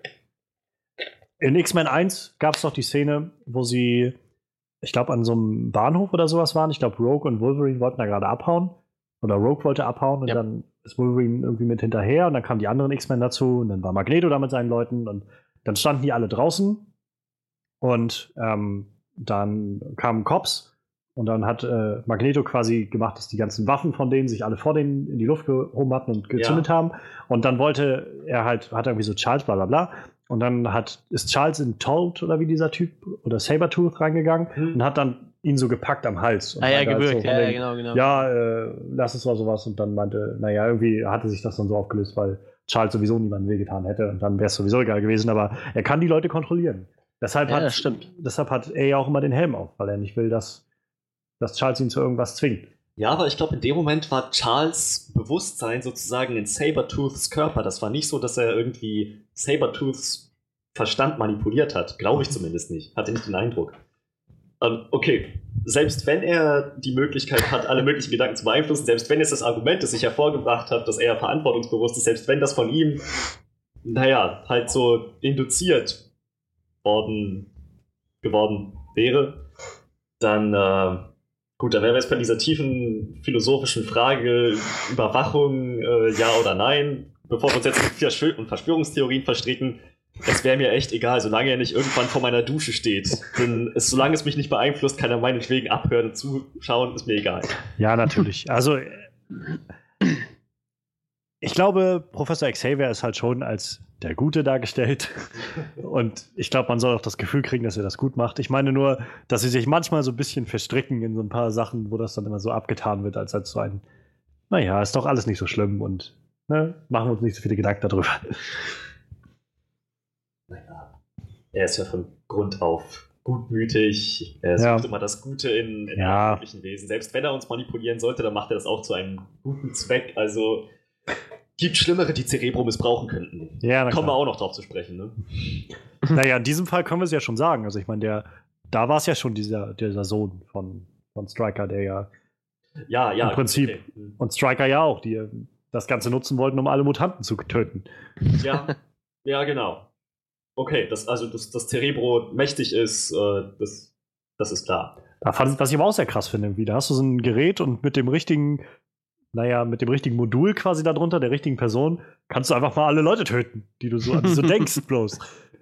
In X-Men eins gab es noch die Szene, wo sie ich glaube, an so einem Bahnhof oder sowas waren. Ich glaube, Rogue und Wolverine wollten da gerade abhauen. Oder Rogue wollte abhauen und ja. dann ist Wolverine irgendwie mit hinterher und dann kamen die anderen X-Men dazu und dann war Magneto da mit seinen Leuten und dann standen die alle draußen und ähm, dann kamen Cops und dann hat äh, Magneto quasi gemacht, dass die ganzen Waffen von denen sich alle vor denen in die Luft gehoben hatten und gezündet ja. haben und dann wollte er halt, hat irgendwie so Charles bla bla bla und dann hat, ist Charles in Toad oder wie dieser Typ oder Sabertooth reingegangen hm. und hat dann ihn so gepackt am Hals. Und ah ja, gewürgt, so ja, den, genau, genau. Ja, äh, lass es mal sowas und dann meinte, naja, irgendwie hatte sich das dann so aufgelöst, weil Charles sowieso niemandem wehgetan hätte und dann wäre es sowieso egal gewesen, aber er kann die Leute kontrollieren. Deshalb, ja, hat, das stimmt. deshalb hat er ja auch immer den Helm auf, weil er nicht will, dass, dass Charles ihn zu irgendwas zwingt. Ja, aber ich glaube, in dem Moment war Charles' Bewusstsein sozusagen in Sabertooths Körper. Das war nicht so, dass er irgendwie Sabertooths Verstand manipuliert hat. Glaube ich zumindest nicht. Hatte nicht den Eindruck. ähm, okay, selbst wenn er die Möglichkeit hat, alle möglichen Gedanken zu beeinflussen, selbst wenn es das Argument, das ich hervorgebracht habe, dass er verantwortungsbewusst ist, selbst wenn das von ihm, naja, halt so induziert worden geworden wäre, dann, äh, gut, dann wären wir jetzt bei dieser tiefen philosophischen Frage, Überwachung, äh, ja oder nein, bevor wir uns jetzt in Verschwörungstheorien verstricken. Es wäre mir echt egal, solange er nicht irgendwann vor meiner Dusche steht. Denn es, solange es mich nicht beeinflusst, kann er meinetwegen abhören und zuschauen, ist mir egal. Ja, natürlich. Also, ich glaube, Professor Xavier ist halt schon als der Gute dargestellt. Und ich glaube, man soll auch das Gefühl kriegen, dass er das gut macht. Ich meine nur, dass sie sich manchmal so ein bisschen verstricken in so ein paar Sachen, wo das dann immer so abgetan wird, als als so ein, naja, ist doch alles nicht so schlimm und ne, machen wir uns nicht so viele Gedanken darüber. Naja, er ist ja von Grund auf gutmütig. Er sucht ja immer das Gute in, in ja. allen möglichen Wesen. Selbst wenn er uns manipulieren sollte, dann macht er das auch zu einem guten Zweck. Also gibt Schlimmere, die Cerebro missbrauchen könnten. Ja, kommen wir auch noch drauf zu sprechen. Ne? Naja, in diesem Fall können wir es ja schon sagen. Also ich meine, der, da war es ja schon dieser, dieser Sohn von, von Stryker, der ja, ja, ja im Prinzip, okay. und Stryker ja auch, die das Ganze nutzen wollten, um alle Mutanten zu töten. Ja, ja, genau. Okay, das, also dass das Cerebro mächtig ist, äh, das, das ist klar. Da fand, was ich aber auch sehr krass finde, wie da hast du so ein Gerät und mit dem richtigen, naja, mit dem richtigen Modul quasi darunter, der richtigen Person, kannst du einfach mal alle Leute töten, die du so, an die so denkst bloß.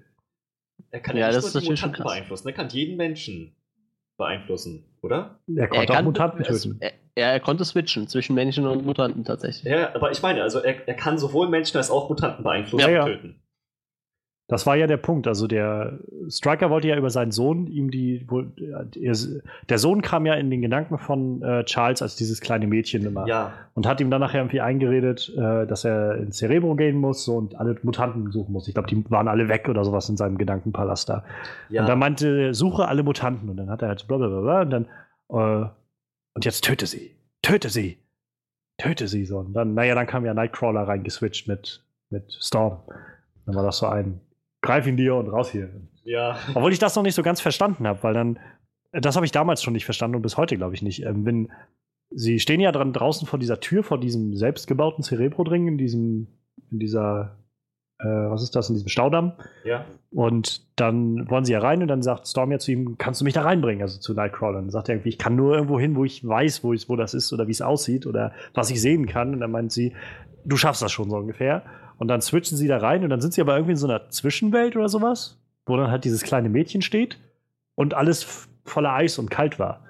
Er kann ja, ja nicht nur die Mutanten beeinflussen, er kann jeden Menschen beeinflussen, oder? Er konnte er auch Mutanten töten. Es, er, er konnte switchen zwischen Menschen und Mutanten tatsächlich. Ja, aber ich meine, also er, er kann sowohl Menschen als auch Mutanten beeinflussen ja, und ja. töten. Das war ja der Punkt. Also der Stryker wollte ja über seinen Sohn ihm die. Wohl, der Sohn kam ja in den Gedanken von äh, Charles als dieses kleine Mädchen immer. Ja. Und hat ihm dann nachher irgendwie eingeredet, äh, dass er ins Cerebro gehen muss und alle Mutanten suchen muss. Ich glaube, die waren alle weg oder sowas in seinem Gedankenpalast da. Ja. Und dann meinte er, suche alle Mutanten. Und dann hat er halt blablabla. Und dann. Äh, und jetzt töte sie. Töte sie. Töte sie. So. Und dann, naja, dann kam ja Nightcrawler reingeswitcht mit, mit Storm. Dann war das so ein. Greif ihn dir und raus hier. Ja. Obwohl ich das noch nicht so ganz verstanden habe, weil dann, das habe ich damals schon nicht verstanden und bis heute glaube ich nicht. Ähm, wenn, sie stehen ja dran draußen vor dieser Tür, vor diesem selbstgebauten Cerebro-Ding, in diesem, in dieser, äh, was ist das, in diesem Staudamm. Ja. Und dann wollen sie ja rein und dann sagt Storm ja zu ihm, kannst du mich da reinbringen, also zu Nightcrawler. Und dann sagt er irgendwie, ich kann nur irgendwo hin, wo ich weiß, wo, ich, wo das ist oder wie es aussieht oder was ich sehen kann. Und dann meint sie, du schaffst das schon so ungefähr. Und dann switchen sie da rein und dann sind sie aber irgendwie in so einer Zwischenwelt oder sowas, wo dann halt dieses kleine Mädchen steht und alles f- voller Eis und kalt war.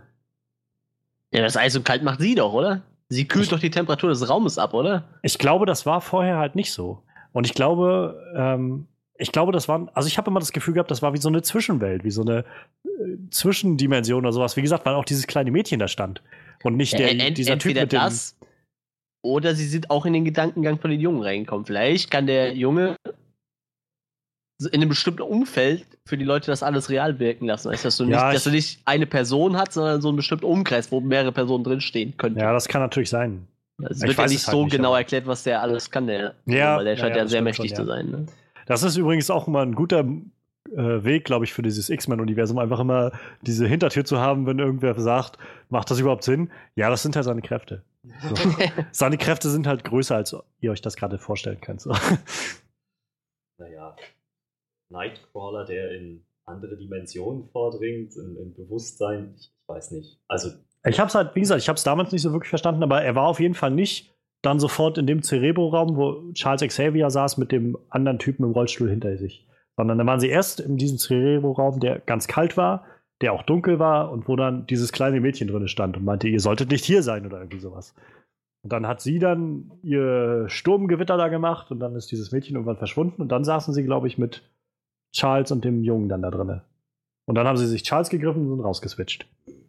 Ja, das Eis und kalt macht sie doch, oder? Sie kühlt ich, doch die Temperatur des Raumes ab, oder? Ich glaube, das war vorher halt nicht so. Und ich glaube, ähm, ich glaube, das war, also ich habe immer das Gefühl gehabt, das war wie so eine Zwischenwelt, wie so eine äh, Zwischendimension oder sowas. Wie gesagt, weil auch dieses kleine Mädchen da stand. Und nicht der, ja, ent, dieser Typ mit dem... Das, oder sie sind auch in den Gedankengang von den Jungen reingekommen. Vielleicht kann der Junge in einem bestimmten Umfeld für die Leute das alles real wirken lassen. Weißt, dass, du nicht, ja, dass du nicht eine Person hast, sondern so einen bestimmten Umkreis, wo mehrere Personen drinstehen könnten. Ja, das kann natürlich sein. Es wird ja nicht halt so nicht, genau aber. erklärt, was der alles kann, der. Ja, weil der scheint ja, ja, ja sehr mächtig schon, zu ja. sein. Ne? Das ist übrigens auch immer ein guter äh, Weg, glaube ich, für dieses X-Men-Universum, einfach immer diese Hintertür zu haben, wenn irgendwer sagt, macht das überhaupt Sinn? Ja, das sind halt seine Kräfte. So. Seine Kräfte sind halt größer, als ihr euch das gerade vorstellen könnt. So. Naja, Nightcrawler, der in andere Dimensionen vordringt, in, in Bewusstsein, ich, ich weiß nicht. Also ich hab's halt, wie gesagt, ich hab's damals nicht so wirklich verstanden, aber er war auf jeden Fall nicht dann sofort in dem Cerebro-Raum, wo Charles Xavier saß mit dem anderen Typen im Rollstuhl hinter sich. Sondern dann waren sie erst in diesem Cerebro-Raum, der ganz kalt war, der auch dunkel war und wo dann dieses kleine Mädchen drin stand und meinte, ihr solltet nicht hier sein oder irgendwie sowas. Und dann hat sie dann ihr Sturmgewitter da gemacht und dann ist dieses Mädchen irgendwann verschwunden und dann saßen sie, glaube ich, mit Charles und dem Jungen dann da drin. Und dann haben sie sich Charles gegriffen und sind rausgeswitcht.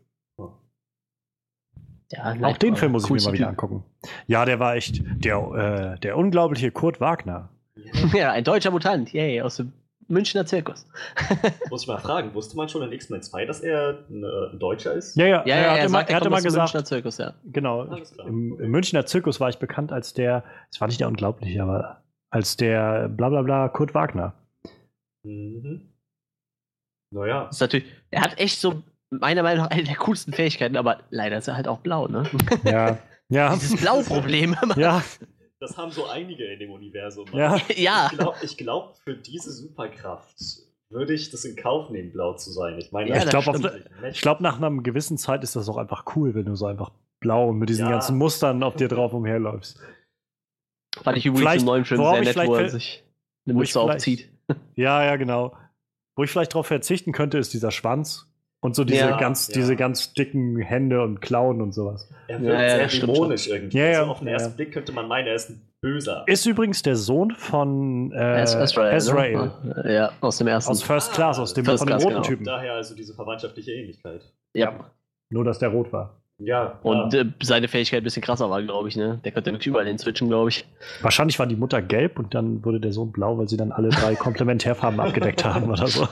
Ja, auch den Film muss ich mir mal wieder angucken. Ja, der war echt der, äh, der unglaubliche Kurt Wagner. Ja, ein deutscher Mutant, yay, aus dem Münchner Zirkus. Muss ich mal fragen, wusste man schon in X-Men zwei, dass er ein, ein Deutscher ist? Ja, ja, ja, er ja hat er immer, sagt, er hat immer gesagt, Münchner Zirkus, ja. Genau, im, im Münchner Zirkus war ich bekannt als der, das war nicht der Unglaubliche, aber als der blablabla Kurt Wagner. Mhm. Naja. Das ist natürlich, er hat echt so meiner Meinung nach eine der coolsten Fähigkeiten, aber leider ist er halt auch blau, ne? Ja. Ja. Dieses Blau-Problem. Ja. Das haben so einige in dem Universum. Ja. Ja. Ich glaube, ich glaub, für diese Superkraft würde ich das in Kauf nehmen, blau zu sein. Ich meine, Ja, ich glaube, ich glaub, nach einer gewissen Zeit ist das auch einfach cool, wenn du so einfach blau und mit diesen Ja. ganzen Mustern auf dir drauf umherläufst. Fand ich übrigens Vielleicht- im neuen Film worauf sehr ich nett, vielleicht wo er ver- sich eine wo Mütze ich vielleicht- aufzieht. Ja, ja, genau. Wo ich vielleicht darauf verzichten könnte, ist dieser Schwanz. Und so diese, Ja, ganz, ja. diese ganz dicken Hände und Klauen und sowas. Er wirkt Ja, ja, sehr stimmt dämonisch irgendwie. Ja, ja. Also auf den ersten Ja. Blick könnte man meinen, er ist ein Böser. Ist übrigens der Sohn von äh, Azrael. Azrael. Ne? Ja, aus dem ersten. Aus First Ah, Class, aus dem First von dem Class, roten genau. Typen. Daher also diese verwandtschaftliche Ähnlichkeit. Ja. Nur, dass der rot war. Ja. Und ja. äh, seine Fähigkeit ein bisschen krasser war, glaube ich, ne? Der konnte wirklich überall hin switchen, glaube ich. Wahrscheinlich war die Mutter gelb und dann wurde der Sohn blau, weil sie dann alle drei Komplementärfarben abgedeckt haben oder so.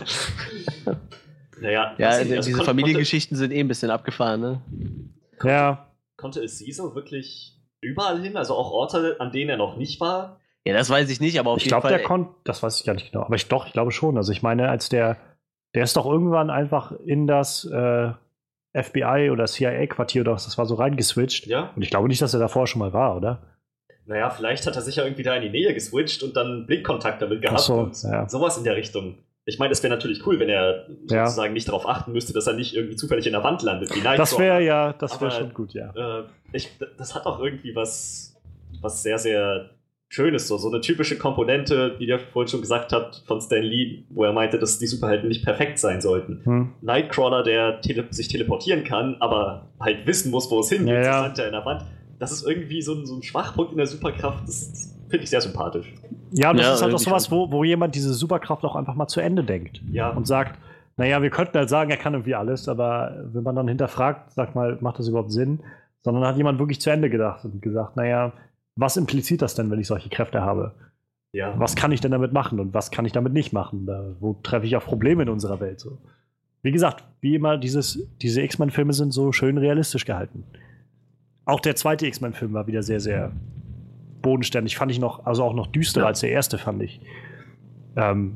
Naja, Ja, weiß ich nicht, diese kon- Familiengeschichten sind eh ein bisschen abgefahren, ne? Ja, Konnte, konnte es Caesar wirklich überall hin? Also auch Orte, an denen er noch nicht war? Ja, das weiß ich nicht, aber auf ich jeden glaube, Fall. der konnte, das weiß ich gar nicht genau, aber ich doch, ich glaube schon. Also ich meine, als der, der ist doch irgendwann einfach in das äh, F B I oder C I A-Quartier oder was, das war so reingeswitcht. Ja. Und ich glaube nicht, dass er davor schon mal war, oder? Naja, vielleicht hat er sich ja irgendwie da in die Nähe geswitcht und dann Blickkontakt damit gehabt. Ach so, und ja. Sowas in der Richtung. Ich meine, es wäre natürlich cool, wenn er Ja. sozusagen nicht darauf achten müsste, dass er nicht irgendwie zufällig in der Wand landet. Wie Das Nightcrawler. wäre ja, das wäre Aber- schon gut, ja. Äh, ich, das hat auch irgendwie was, was sehr, sehr Schönes. So, so eine typische Komponente, wie ihr vorhin schon gesagt habt, von Stan Lee, wo er meinte, dass die Superhelden nicht perfekt sein sollten. Hm. Nightcrawler, der tele sich teleportieren kann, aber halt wissen muss, wo es hingeht, Ja, ja. sonst landet er in der Wand. Das ist irgendwie so ein, so ein Schwachpunkt in der Superkraft, das finde ich sehr sympathisch. Ja, und das Ja, ist halt auch irgendwie sowas, wo, wo jemand diese Superkraft auch einfach mal zu Ende denkt. Ja, Und sagt, naja, wir könnten halt sagen, er kann irgendwie alles, aber wenn man dann hinterfragt, sagt mal, macht das überhaupt Sinn? Sondern hat jemand wirklich zu Ende gedacht und gesagt, naja, was impliziert das denn, wenn ich solche Kräfte habe? ja. Was kann ich denn damit machen und was kann ich damit nicht machen? Da, wo treffe ich auf Probleme in unserer Welt? So. Wie gesagt, wie immer, dieses, diese X-Men-Filme sind so schön realistisch gehalten. Auch der zweite X-Men-Film war wieder sehr, sehr bodenständig. Fand ich noch, also auch noch düsterer Ja. als der erste, fand ich. Ähm,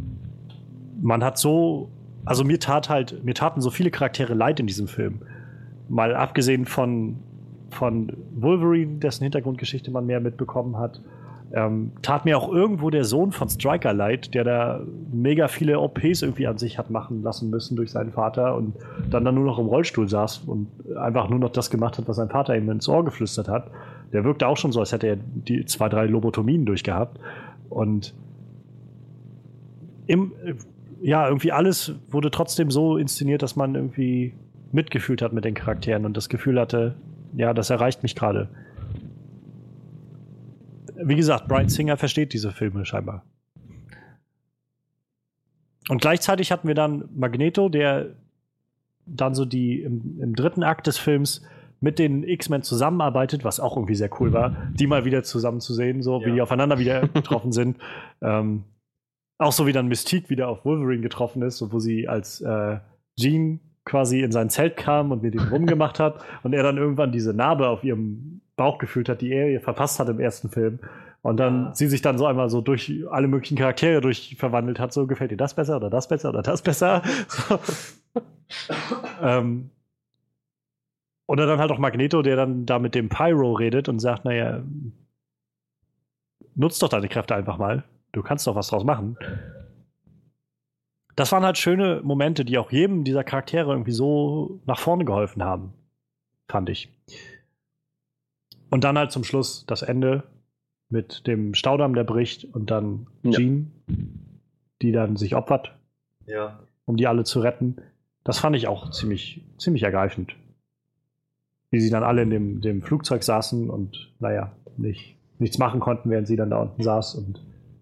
man hat so, also mir tat halt, mir taten so viele Charaktere leid in diesem Film. Mal abgesehen von, von Wolverine, dessen Hintergrundgeschichte man mehr mitbekommen hat, ähm, tat mir auch irgendwo der Sohn von Stryker leid, der da mega viele O Ps irgendwie an sich hat machen lassen müssen durch seinen Vater und dann, dann nur noch im Rollstuhl saß und einfach nur noch das gemacht hat, was sein Vater ihm ins Ohr geflüstert hat. Der wirkte auch schon so, als hätte er die zwei, drei Lobotomien durchgehabt. Und im, ja, irgendwie alles wurde trotzdem so inszeniert, dass man irgendwie mitgefühlt hat mit den Charakteren und das Gefühl hatte, ja, das erreicht mich gerade. Wie gesagt, Bryan Singer versteht diese Filme scheinbar. Und gleichzeitig hatten wir dann Magneto, der dann so die im, im dritten Akt des Films mit den X-Men zusammenarbeitet, was auch irgendwie sehr cool war, die mal wieder zusammen zu sehen, so Ja. wie die aufeinander wieder getroffen sind. Ähm, auch so wie dann Mystique wieder auf Wolverine getroffen ist, so wo sie als äh, Jean quasi in sein Zelt kam und mit ihm rumgemacht hat und er dann irgendwann diese Narbe auf ihrem Bauch gefühlt hat, die er ihr verpasst hat im ersten Film. Und dann Ja. sie sich dann so einmal so durch alle möglichen Charaktere durch verwandelt hat, so gefällt dir das besser oder das besser oder das besser. So. ähm, oder dann halt auch Magneto, der dann da mit dem Pyro redet und sagt, naja, nutz doch deine Kräfte einfach mal. Du kannst doch was draus machen. Das waren halt schöne Momente, die auch jedem dieser Charaktere irgendwie so nach vorne geholfen haben, fand ich. Und dann halt zum Schluss das Ende mit dem Staudamm, der bricht und dann Ja. Jean, die dann sich opfert, Ja. um die alle zu retten. Das fand ich auch ziemlich, ziemlich ergreifend. Wie sie dann alle in dem, dem Flugzeug saßen und, naja, nicht, nichts machen konnten, während sie dann da unten saß. Und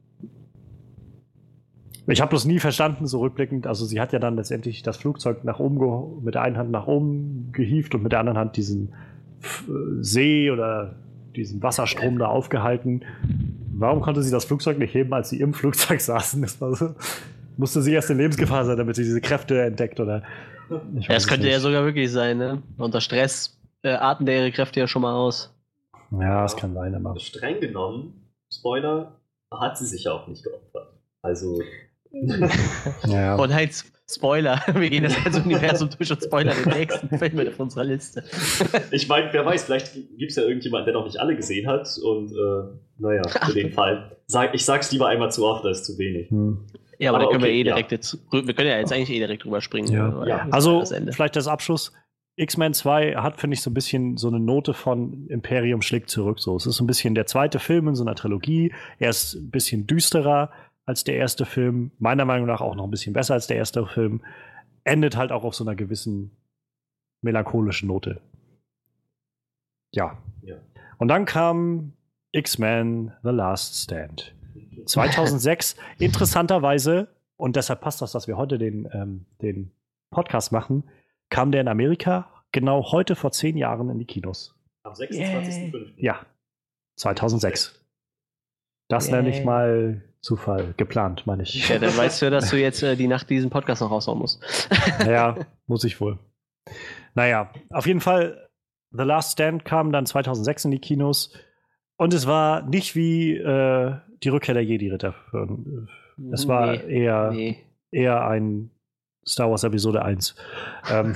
ich habe das nie verstanden, so rückblickend. Also sie hat ja dann letztendlich das Flugzeug nach oben geho- mit der einen Hand nach oben gehievt und mit der anderen Hand diesen F- See oder diesen Wasserstrom da aufgehalten. Warum konnte sie das Flugzeug nicht heben, als sie im Flugzeug saßen? Das war so, musste sie erst in Lebensgefahr sein, damit sie diese Kräfte entdeckt, oder? Ich Ja, weiß das könnte es ja nicht. sogar wirklich sein, ne? Unter Stress äh, atmen der ihre Kräfte ja schon mal aus. Ja, das kann sein, aber. Streng genommen, Spoiler, hat sie sich ja auch nicht geopfert. Also, Ja. Und halt, Spoiler. Wir gehen das ganze Universum durch und spoilern den nächsten Film mit auf unserer Liste. Ich meine, wer weiß, vielleicht gibt es ja irgendjemanden, der noch nicht alle gesehen hat. Und äh, naja, für den Fall. Sag, ich sag's lieber einmal zu oft als zu wenig. Hm. Ja, aber, aber da können okay, wir eh direkt ja. jetzt. Wir können ja jetzt eigentlich eh direkt drüber springen. Ja. Ja. Also, das vielleicht als Abschluss. X-Men zwei hat, finde ich, so ein bisschen so eine Note von Imperium schlägt zurück. So. Es ist so ein bisschen der zweite Film in so einer Trilogie. Er ist ein bisschen düsterer als der erste Film. Meiner Meinung nach auch noch ein bisschen besser als der erste Film. Endet halt auch auf so einer gewissen melancholischen Note. Ja. ja. Und dann kam X-Men The Last Stand. zweitausendsechs, interessanterweise, und deshalb passt das, dass wir heute den, ähm, den Podcast machen, kam der in Amerika genau heute vor zehn Jahren in die Kinos. Am sechsundzwanzigsten fünften Ja, zweitausendsechs. Das yeah. nenne ich mal Zufall. Geplant, meine ich. Ja, dann weißt du, dass du jetzt äh, die Nacht diesen Podcast noch raushauen musst. Ja, muss ich wohl. Naja, auf jeden Fall, The Last Stand kam dann zweitausendsechs in die Kinos und es war nicht wie äh, die Rückkehr der Jedi-Ritter. Es war nee, eher, nee. eher ein Star Wars Episode eins. ähm,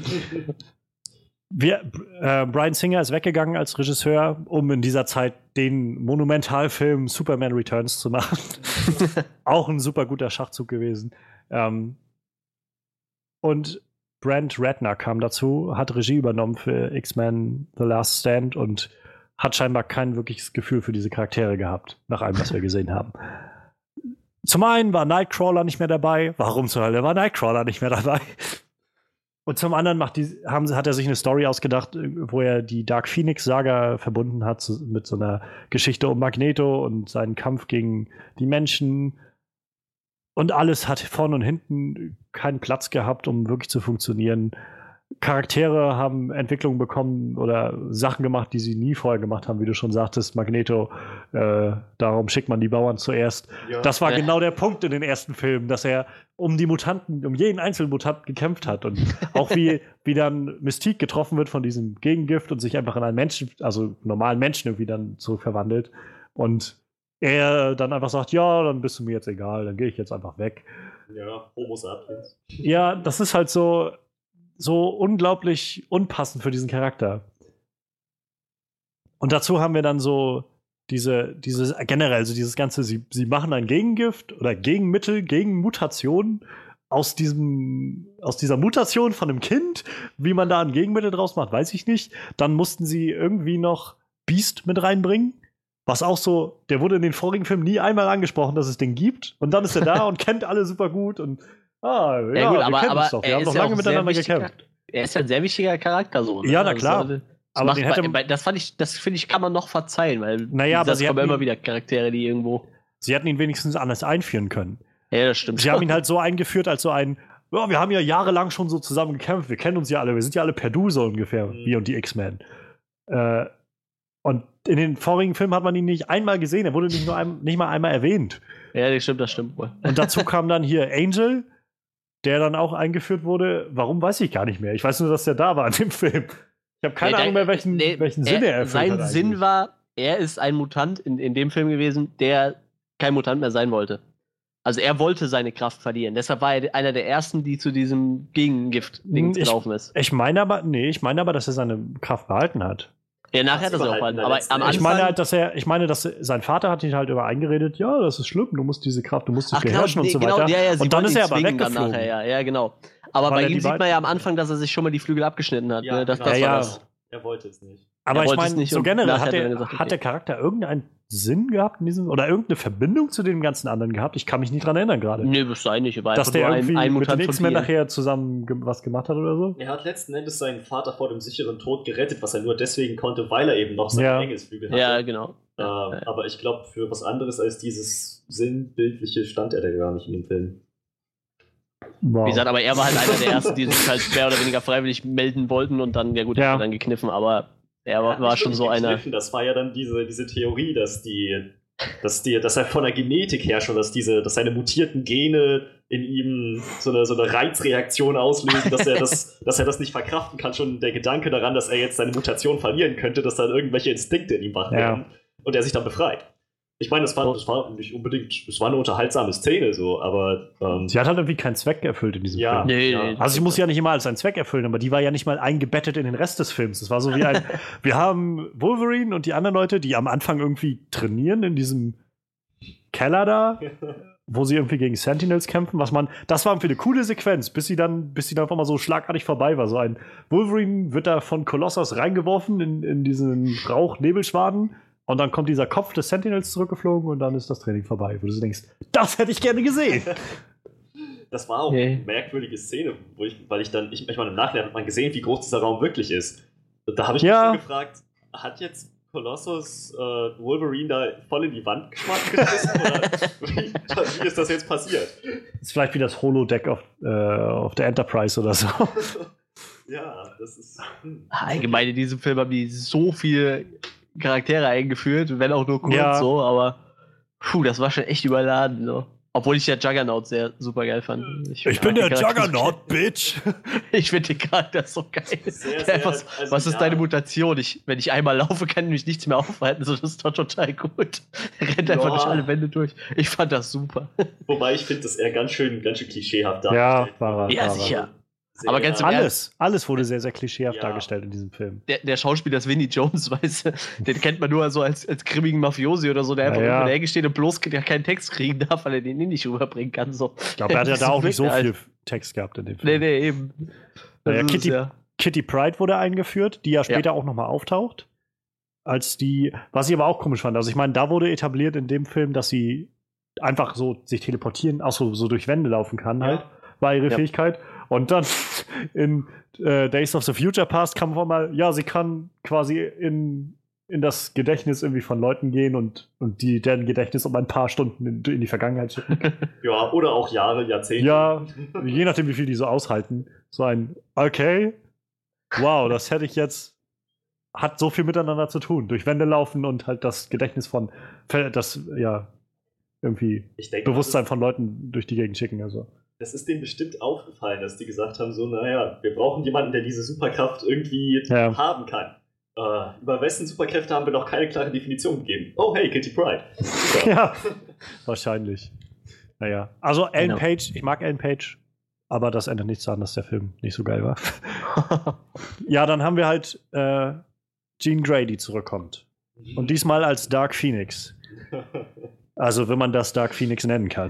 wir, äh, Bryan Singer ist weggegangen als Regisseur, um in dieser Zeit den Monumentalfilm Superman Returns zu machen. Auch ein super guter Schachzug gewesen. Ähm, und Brent Ratner kam dazu, hat Regie übernommen für X-Men The Last Stand und hat scheinbar kein wirkliches Gefühl für diese Charaktere gehabt, nach allem, was wir gesehen haben. Zum einen war Nightcrawler nicht mehr dabei. Warum zur Hölle war Nightcrawler nicht mehr dabei? Und zum anderen macht die, haben, hat er sich eine Story ausgedacht, wo er die Dark Phoenix-Saga verbunden hat mit so einer Geschichte um Magneto und seinen Kampf gegen die Menschen. Und alles hat vorne und hinten keinen Platz gehabt, um wirklich zu funktionieren. Charaktere haben Entwicklungen bekommen oder Sachen gemacht, die sie nie vorher gemacht haben, wie du schon sagtest, Magneto, äh, darum schickt man die Bauern zuerst. Ja. Das war äh. genau der Punkt in den ersten Filmen, dass er um die Mutanten, um jeden einzelnen Mutanten gekämpft hat und auch wie, wie dann Mystique getroffen wird von diesem Gegengift und sich einfach in einen Menschen, also normalen Menschen irgendwie dann so verwandelt und er dann einfach sagt, ja, dann bist du mir jetzt egal, dann gehe ich jetzt einfach weg. Ja, Homo sapiens. Ja, das ist halt so so unglaublich unpassend für diesen Charakter. Und dazu haben wir dann so diese, diese generell, so dieses ganze, sie, sie machen ein Gegengift oder Gegenmittel gegen Mutationen aus diesem, aus dieser Mutation von einem Kind. Wie man da ein Gegenmittel draus macht, weiß ich nicht. Dann mussten sie irgendwie noch Beast mit reinbringen. Was auch so, der wurde in den vorigen Filmen nie einmal angesprochen, dass es den gibt. Und dann ist er da und kennt alle super gut und Ah, ja, ja gut, wir aber, kennen aber uns doch. Wir haben doch lange miteinander gekämpft. Er ist ja ein sehr wichtiger Charakter so. Ne? Ja, na klar. Also, das aber macht, den hätte, bei, das fand ich, das finde ich, kann man noch verzeihen, weil naja, das aber kommen immer wieder Charaktere, die irgendwo. Sie hätten ihn wenigstens anders einführen können. Ja, das stimmt. Sie haben ihn halt so eingeführt als so ein, ja, wir haben ja jahrelang schon so zusammen gekämpft, wir kennen uns ja alle, wir sind ja alle per Du so ungefähr, mhm. wir und die X-Men. Äh, und in den vorigen Filmen hat man ihn nicht einmal gesehen, er wurde nicht, nur ein, nicht mal einmal erwähnt. Ja, das stimmt, das stimmt wohl. Und dazu kam dann hier Angel, der dann auch eingeführt wurde. Warum, weiß ich gar nicht mehr. Ich weiß nur, dass der da war in dem Film. Ich habe keine nee, Ahnung mehr, welchen, nee, welchen Sinn er erfüllt Sein hat. Sein Sinn war, er ist ein Mutant in, in dem Film gewesen, der kein Mutant mehr sein wollte. Also er wollte seine Kraft verlieren. Deshalb war er einer der ersten, die zu diesem Gegengift-Ding gelaufen ist. Ich meine aber, nee, ich meine aber, dass er seine Kraft behalten hat. Ja, nachher hat er sie auch behalten. Aber am Anfang, ich meine halt, dass er, ich meine, dass sein Vater hat ihn halt über eingeredet, ja, das ist schlimm, du musst diese Kraft, du musst dich beherrschen genau, und so genau, weiter. Ja, ja, und dann ist er aber weggeflogen. Nachher, ja, ja, genau. Aber Weil bei ihm sieht man ja am Anfang, dass er sich schon mal die Flügel abgeschnitten hat. Ja, ne? das, genau. das ja, war ja. das. Er wollte es nicht. Aber er ich meine, so generell, hat, der, gesagt, okay. hat der Charakter irgendeinen Sinn gehabt in diesem, oder irgendeine Verbindung zu dem ganzen anderen gehabt? Ich kann mich nicht dran erinnern gerade. Nee, das sei nicht. Dass der irgendwie ein, ein mit den X-Men nachher zusammen ge- was gemacht hat oder so? Er hat letzten Endes seinen Vater vor dem sicheren Tod gerettet, was er nur deswegen konnte, weil er eben noch seine ja. Engelsflügel hatte. Ja, genau. Äh, ja. Aber ich glaube, für was anderes als dieses Sinnbildliche stand er da gar nicht in dem Film. Wow. Wie gesagt, aber er war halt einer der Ersten, die sich halt mehr oder weniger freiwillig melden wollten und dann, ja gut, ja. hat er dann gekniffen, aber er war, war schon so einer. Das war ja dann diese, diese Theorie, dass die, dass die, dass er von der Genetik her schon, dass diese, dass seine mutierten Gene in ihm so eine, so eine Reizreaktion auslösen, dass er das, dass er das nicht verkraften kann. Schon der Gedanke daran, dass er jetzt seine Mutation verlieren könnte, dass dann irgendwelche Instinkte in ihm wach werden ja. und er sich dann befreit. Ich meine, das war, das war nicht unbedingt, es war eine unterhaltsame Szene, so, aber. Ähm, Sie hat halt irgendwie keinen Zweck erfüllt in diesem ja, Film. Nee, ja. nee. Also, sie muss ja nicht immer als einen Zweck erfüllen, aber die war ja nicht mal eingebettet in den Rest des Films. Das war so wie ein. Wir haben Wolverine und die anderen Leute, die am Anfang irgendwie trainieren in diesem Keller da, wo sie irgendwie gegen Sentinels kämpfen, was man, das war irgendwie eine coole Sequenz, bis sie dann, bis sie dann einfach mal so schlagartig vorbei war. So ein Wolverine wird da von Colossus reingeworfen in, in diesen Rauch-Nebelschwaden und dann kommt dieser Kopf des Sentinels zurückgeflogen und dann ist das Training vorbei. Wo du denkst, das hätte ich gerne gesehen. Das war auch Nee. eine merkwürdige Szene, wo ich, weil ich dann, ich, ich meine, im Nachhinein hat man gesehen, wie groß dieser Raum wirklich ist. Und da habe ich Ja. mich so gefragt, hat jetzt Colossus äh, Wolverine da voll in die Wand geschmissen? Oder wie, wie ist das jetzt passiert? Das ist vielleicht wie das Holodeck auf, äh, auf der Enterprise oder so. Ja, das ist. Hm. Allgemein in diesem Film haben die so viele Charaktere eingeführt, wenn auch nur kurz Ja. so, aber puh, das war schon echt überladen. So. Obwohl ich ja Juggernaut sehr super geil fand. Ich bin der Juggernaut, Bitch. Ich finde den Charakter so geil. Sehr, Der sehr, einfach, also, was ist ja. deine Mutation? Ich, wenn ich einmal laufe, kann mich nichts mehr aufhalten. So, das ist doch total gut. Er rennt einfach Ja. durch alle Wände durch. Ich fand das super. Wobei ich finde, dass er ganz schön, ganz schön klischeehaft Ja, dargestellt war er. Ja, war er. sicher. Sehr, Aber ganz im Alles, alles wurde sehr, sehr klischeehaft Ja. dargestellt in diesem Film. Der, der Schauspieler ist Vinnie Jones, weißt du, den kennt man nur so als, als grimmigen Mafiosi oder so, der einfach Ja, ja. irgendwo in der Ecke steht und bloß der keinen Text kriegen darf, weil er den nicht rüberbringen kann. So. Ich glaube, er hat ja da auch nicht so Wirklich, viel Text gehabt in dem Nee, Film. nee, eben. Naja, Das ist Kitty, ja- Kitty Pryde wurde eingeführt, die ja später auch nochmal auftaucht. Als die, was ich aber auch komisch fand. Also ich meine, da wurde etabliert in dem Film, dass sie einfach so sich teleportieren, auch so, so durch Wände laufen kann Ja. halt, war ihre Ja. Fähigkeit. Und dann in äh, Days of the Future Past kam auf mal, ja, sie kann quasi in, in das Gedächtnis irgendwie von Leuten gehen und, und die deren Gedächtnis um ein paar Stunden in, in die Vergangenheit schicken. Ja, oder auch Jahre, Jahrzehnte. Ja, je nachdem, wie viel die so aushalten. So ein, okay, wow, das hätte ich jetzt, hat so viel miteinander zu tun. Durch Wände laufen und halt das Gedächtnis von, das, ja, irgendwie Ich denke, Bewusstsein das von Leuten durch die Gegend schicken. Also. ist, das ist denen bestimmt aufgefallen, dass die gesagt haben, so, naja, wir brauchen jemanden, der diese Superkraft irgendwie Ja. haben kann. Äh, über wessen Superkräfte haben wir noch keine klare Definition gegeben. Oh, hey, Kitty Pryde. Super. Ja, wahrscheinlich. Naja, also Ellen Genau. Page, ich mag Ellen Page, aber das ändert nichts daran, dass der Film nicht so geil war. Ja, dann haben wir halt äh, Jean Grey, die zurückkommt. Und diesmal als Dark Phoenix. Also, wenn man das Dark Phoenix nennen kann.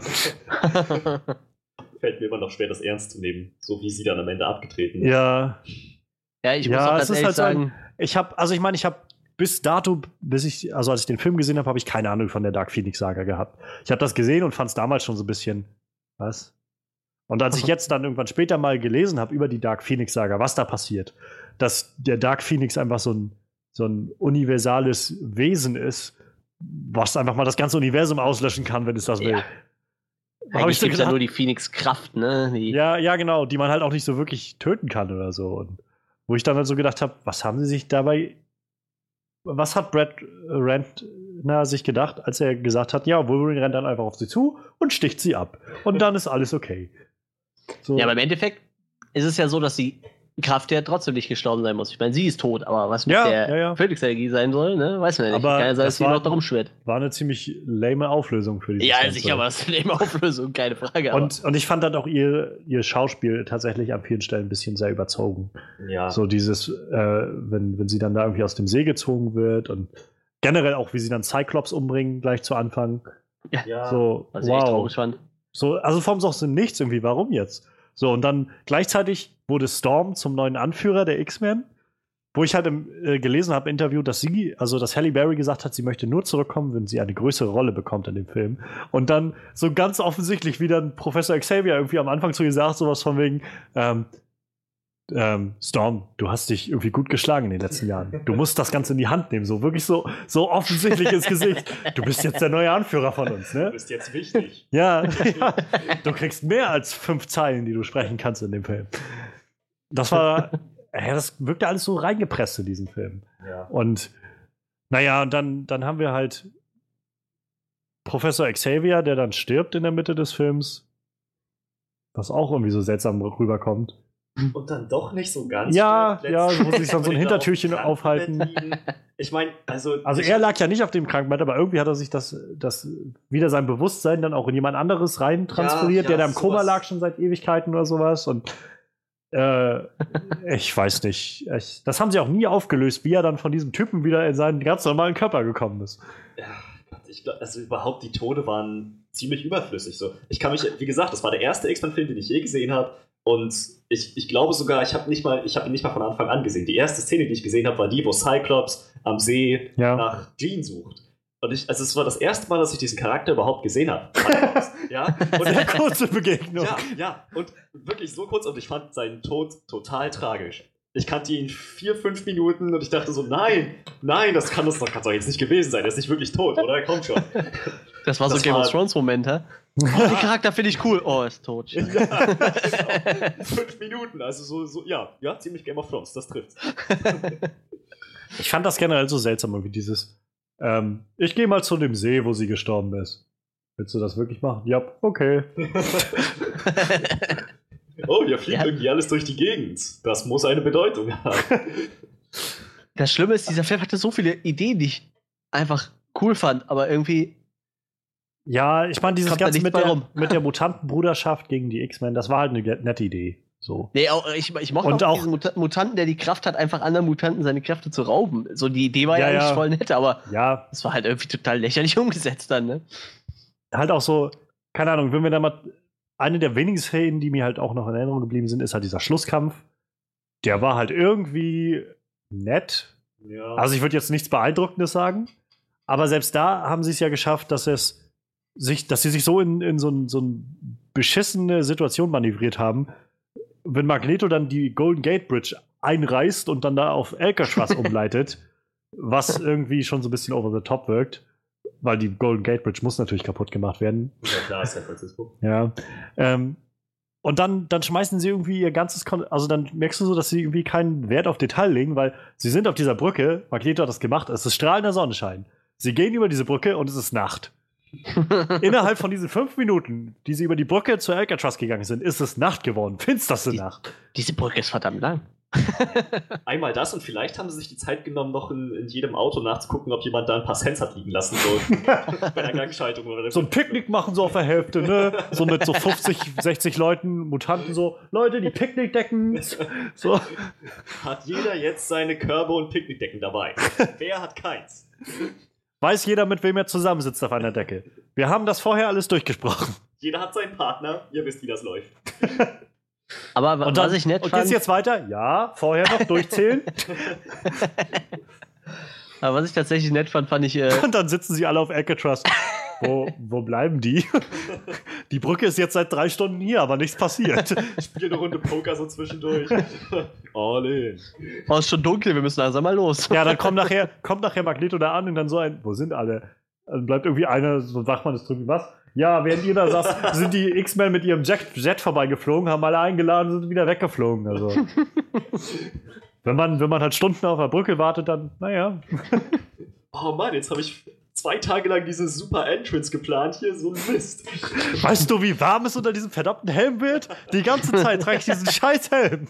Fällt mir immer noch schwer, das ernst zu nehmen, so wie sie dann am Ende abgetreten ist. Ja, Ja, ich Ja, muss auch es ganz ist ehrlich halt so ein- sagen, ich habe, also ich meine, ich habe bis dato, bis ich, also als ich den Film gesehen habe, habe ich keine Ahnung von der Dark Phoenix-Saga gehabt. Ich habe das gesehen und fand es damals schon so ein bisschen, was? Und als ich jetzt dann irgendwann später mal gelesen habe über die Dark Phoenix-Saga, was da passiert, dass der Dark Phoenix einfach so ein, so ein universales Wesen ist, was einfach mal das ganze Universum auslöschen kann, wenn es das will. Ja. Hab ich eigentlich so gibt es ja gedacht- nur die Phoenix-Kraft, ne? Die, Ja, ja, genau, die man halt auch nicht so wirklich töten kann oder so. Und wo ich dann halt so gedacht habe, was haben sie sich dabei, was hat Brad Ratner sich gedacht, als er gesagt hat, ja, Wolverine rennt dann einfach auf sie zu und sticht sie ab. Und dann ist alles okay. So. Ja, aber im Endeffekt ist es ja so, dass die Kraft ja trotzdem nicht gestorben sein muss. Ich meine, sie ist tot, aber was mit Ja, der ja, ja. Phoenix-Energie sein soll, ne? Weiß man ja nicht. Aber Kann ja sein, das dass sie war- noch darum schwirrt. War eine ziemlich lame Auflösung für die Ja, sicher, aber das ist eine Auflösung, keine Frage. Aber und, und ich fand dann auch ihr, ihr Schauspiel tatsächlich an vielen Stellen ein bisschen sehr überzogen. Ja. So dieses, äh, wenn, wenn sie dann da irgendwie aus dem See gezogen wird und generell auch, wie sie dann Cyclops umbringen, gleich zu Anfang. ja. So, was ich echt wow. traurig fand. So, also vom aus dem Nichts irgendwie, warum jetzt? So, und dann gleichzeitig wurde Storm zum neuen Anführer der X-Men, wo ich halt im, äh, gelesen habe im Interview, dass sie, also dass Halle Berry gesagt hat, sie möchte nur zurückkommen, wenn sie eine größere Rolle bekommt in dem Film. Und dann so ganz offensichtlich wie dann Professor Xavier irgendwie am Anfang zu ihr sagt, sowas von wegen, ähm, ähm, Storm, du hast dich irgendwie gut geschlagen in den letzten Jahren. Du musst das Ganze in die Hand nehmen. So wirklich so, so offensichtlich ins Gesicht. Du bist jetzt der neue Anführer von uns, Du ne? bist jetzt wichtig. Ja, ja. Du kriegst mehr als fünf Zeilen, die du sprechen kannst in dem Film. Das war, ja, das wirkte alles so reingepresst in diesen Film. Ja. Und naja, und dann, dann haben wir halt Professor Xavier, der dann stirbt in der Mitte des Films. Was auch irgendwie so seltsam rüberkommt. Und dann doch nicht so ganz. Ja, stirbt. ja, Letztens muss sich dann so ein kann man ihn Hintertürchen da auf dem aufhalten. Krankenbett liegen. ich meine, also. Also ich, er lag ja nicht auf dem Krankenbett, aber irgendwie hat er sich das, das wieder sein Bewusstsein dann auch in jemand anderes rein transferiert, ja, ja, der da im Koma lag schon seit Ewigkeiten oder sowas. Und äh, ich weiß nicht. Ich, das haben sie auch nie aufgelöst, wie er dann von diesem Typen wieder in seinen ganz normalen Körper gekommen ist. Ja, ich glaub, also überhaupt die Tode waren ziemlich überflüssig. So. Ich kann mich, wie gesagt, das war der erste X-Men-Film, den ich je gesehen habe. Und ich, ich glaube sogar, ich habe nicht mal, ich habe ihn nicht mal von Anfang an gesehen. Die erste Szene, die ich gesehen habe, war die, wo Cyclops am See ja. nach Jean sucht. Und ich, also es war das erste Mal, dass ich diesen Charakter überhaupt gesehen habe. Ja? Und eine kurze Begegnung. Ja, ja, und wirklich so kurz. Und ich fand seinen Tod total tragisch. Ich kannte ihn vier, fünf Minuten und ich dachte so, nein, nein, das kann das doch, kann doch jetzt nicht gewesen sein. Er ist nicht wirklich tot, oder? Komm schon. Das war so ein Game of Thrones Moment, hä? Oh, den Charakter finde ich cool. Oh, er ist tot. Ja, genau. Fünf Minuten, also so, so, ja, ja, ziemlich Game of Thrones, das trifft's. Ich fand das generell so seltsam, irgendwie dieses, ähm, ich gehe mal zu dem See, wo sie gestorben ist. Willst du das wirklich machen? Ja, okay. Oh, hier fliegt ja. irgendwie alles durch die Gegend. Das muss eine Bedeutung haben. Das Schlimme ist, dieser Film hatte so viele Ideen, die ich einfach cool fand, aber irgendwie. Ja, ich meine, dieses Ganze mit der, mit der Mutantenbruderschaft gegen die X-Men, das war halt eine nette Idee. So. Nee, auch, ich, ich mochte und auch, auch diesen Mut- Mutanten, der die Kraft hat, einfach anderen Mutanten seine Kräfte zu rauben. So, die Idee war ja, ja eigentlich ja. voll nett, aber ja. es war halt irgendwie total lächerlich umgesetzt dann, ne? Halt auch so, keine Ahnung, wenn wir da mal. Eine der wenigen Szenen, die mir halt auch noch in Erinnerung geblieben sind, ist halt dieser Schlusskampf. Der war halt irgendwie nett. Ja. Also ich würde jetzt nichts Beeindruckendes sagen, aber selbst da haben sie es ja geschafft, dass es sich, dass sie sich so in, in so, ein, so eine beschissene Situation manövriert haben, wenn Magneto dann die Golden Gate Bridge einreißt und dann da auf Alcatraz umleitet, was irgendwie schon so ein bisschen over the top wirkt. Weil die Golden Gate Bridge muss natürlich kaputt gemacht werden. Ja, klar, ist San Francisco. Ja. Ähm, und dann, dann schmeißen sie irgendwie ihr ganzes Kon- also dann merkst du so, dass sie irgendwie keinen Wert auf Detail legen, weil sie sind auf dieser Brücke, Magneto hat das gemacht, es ist strahlender Sonnenschein. Sie gehen über diese Brücke und es ist Nacht. Innerhalb von diesen fünf Minuten, die sie über die Brücke zur Alcatraz gegangen sind, ist es Nacht geworden. Finsterste die, Nacht. Diese Brücke ist verdammt lang. Einmal das und vielleicht haben sie sich die Zeit genommen, noch in, in jedem Auto nachzugucken, ob jemand da ein paar Cents hat liegen lassen. So bei der Gangschaltung. Oder so ein Picknick machen so auf der Hälfte, ne? So mit so fünfzig, sechzig Leuten, Mutanten so. Leute, die Picknickdecken. So. Hat jeder jetzt seine Körbe und Picknickdecken dabei? Wer hat keins? Weiß jeder, mit wem er zusammensitzt auf einer Decke. Wir haben das vorher alles durchgesprochen. Jeder hat seinen Partner. Ihr wisst, wie das läuft. Aber und dann, was ich nett und fand. geht's jetzt weiter? Ja, vorher noch durchzählen. Aber was ich tatsächlich nett fand, fand ich. Äh und dann sitzen sie alle auf Alcatraz. Wo, wo bleiben die? Die Brücke ist jetzt seit drei Stunden hier, aber nichts passiert. Ich spiele eine Runde Poker so zwischendurch. All in. Oh, ist schon dunkel, wir müssen langsam mal los. Ja, dann kommt nachher, kommt nachher Magneto da an und dann so ein. Wo sind alle? Dann bleibt irgendwie einer, so sagt man das drüben, was? Ja, während ihr da saßt, sind die X-Men mit ihrem Jet, Jet vorbeigeflogen, haben alle eingeladen und sind wieder weggeflogen. Also. wenn, man, wenn man halt Stunden auf der Brücke wartet, dann, naja. Oh Mann, jetzt habe ich zwei Tage lang diese super Entrance geplant hier, so ein Mist. Weißt du, wie warm es unter diesem verdammten Helm wird? Die ganze Zeit trage ich diesen scheiß Helm.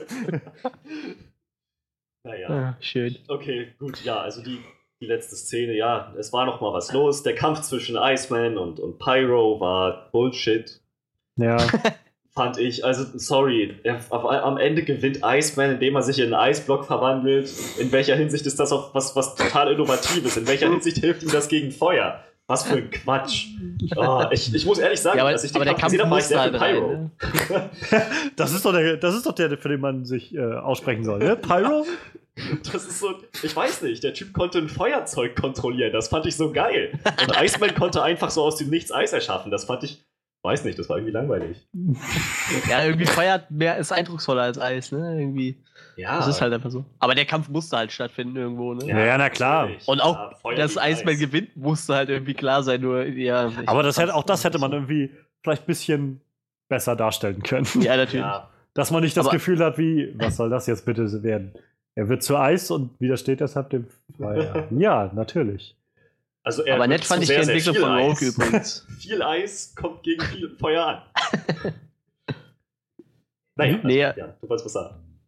Naja. Ah, schön. Okay, gut, ja, also die, die letzte Szene, ja, es war noch mal was los. Der Kampf zwischen Iceman und, und Pyro war Bullshit. Ja. Fand ich, also sorry, er, auf, am Ende gewinnt Iceman, indem er sich in einen Eisblock verwandelt. In welcher Hinsicht ist das auch was, was total Innovatives? In welcher Hinsicht hilft ihm das gegen Feuer? Was für ein Quatsch. Oh, ich, ich muss ehrlich sagen, ja, aber, dass ich den aber Kampf gesehen habe, war ich sehr für Pyro. Rein, ne? das, ist doch der, das ist doch der, für den man sich äh, aussprechen soll, ne? Pyro? Das ist so, ich weiß nicht, der Typ konnte ein Feuerzeug kontrollieren, das fand ich so geil. Und Iceman konnte einfach so aus dem Nichts Eis erschaffen, das fand ich, weiß nicht, das war irgendwie langweilig. Ja, irgendwie Feuer mehr ist eindrucksvoller als Eis, ne? Irgendwie. Ja. Das ist halt einfach so. Aber der Kampf musste halt stattfinden irgendwo, ne? Ja, ja na klar. Und auch, ja, dass Iceman gewinnt, musste halt irgendwie klar sein, nur, ja. Aber das hätte, auch das hätte man irgendwie vielleicht ein bisschen besser darstellen können. Ja, natürlich. Ja. Dass man nicht das Aber Gefühl hat, wie, was soll das jetzt bitte werden? Er wird zu Eis und widersteht deshalb dem Feuer. Ja, natürlich. Also er aber nett fand ich die Entwicklung von Rogue übrigens. Viel Eis kommt gegen viel Feuer an. Naja, nee, ja, du wolltest was sagen.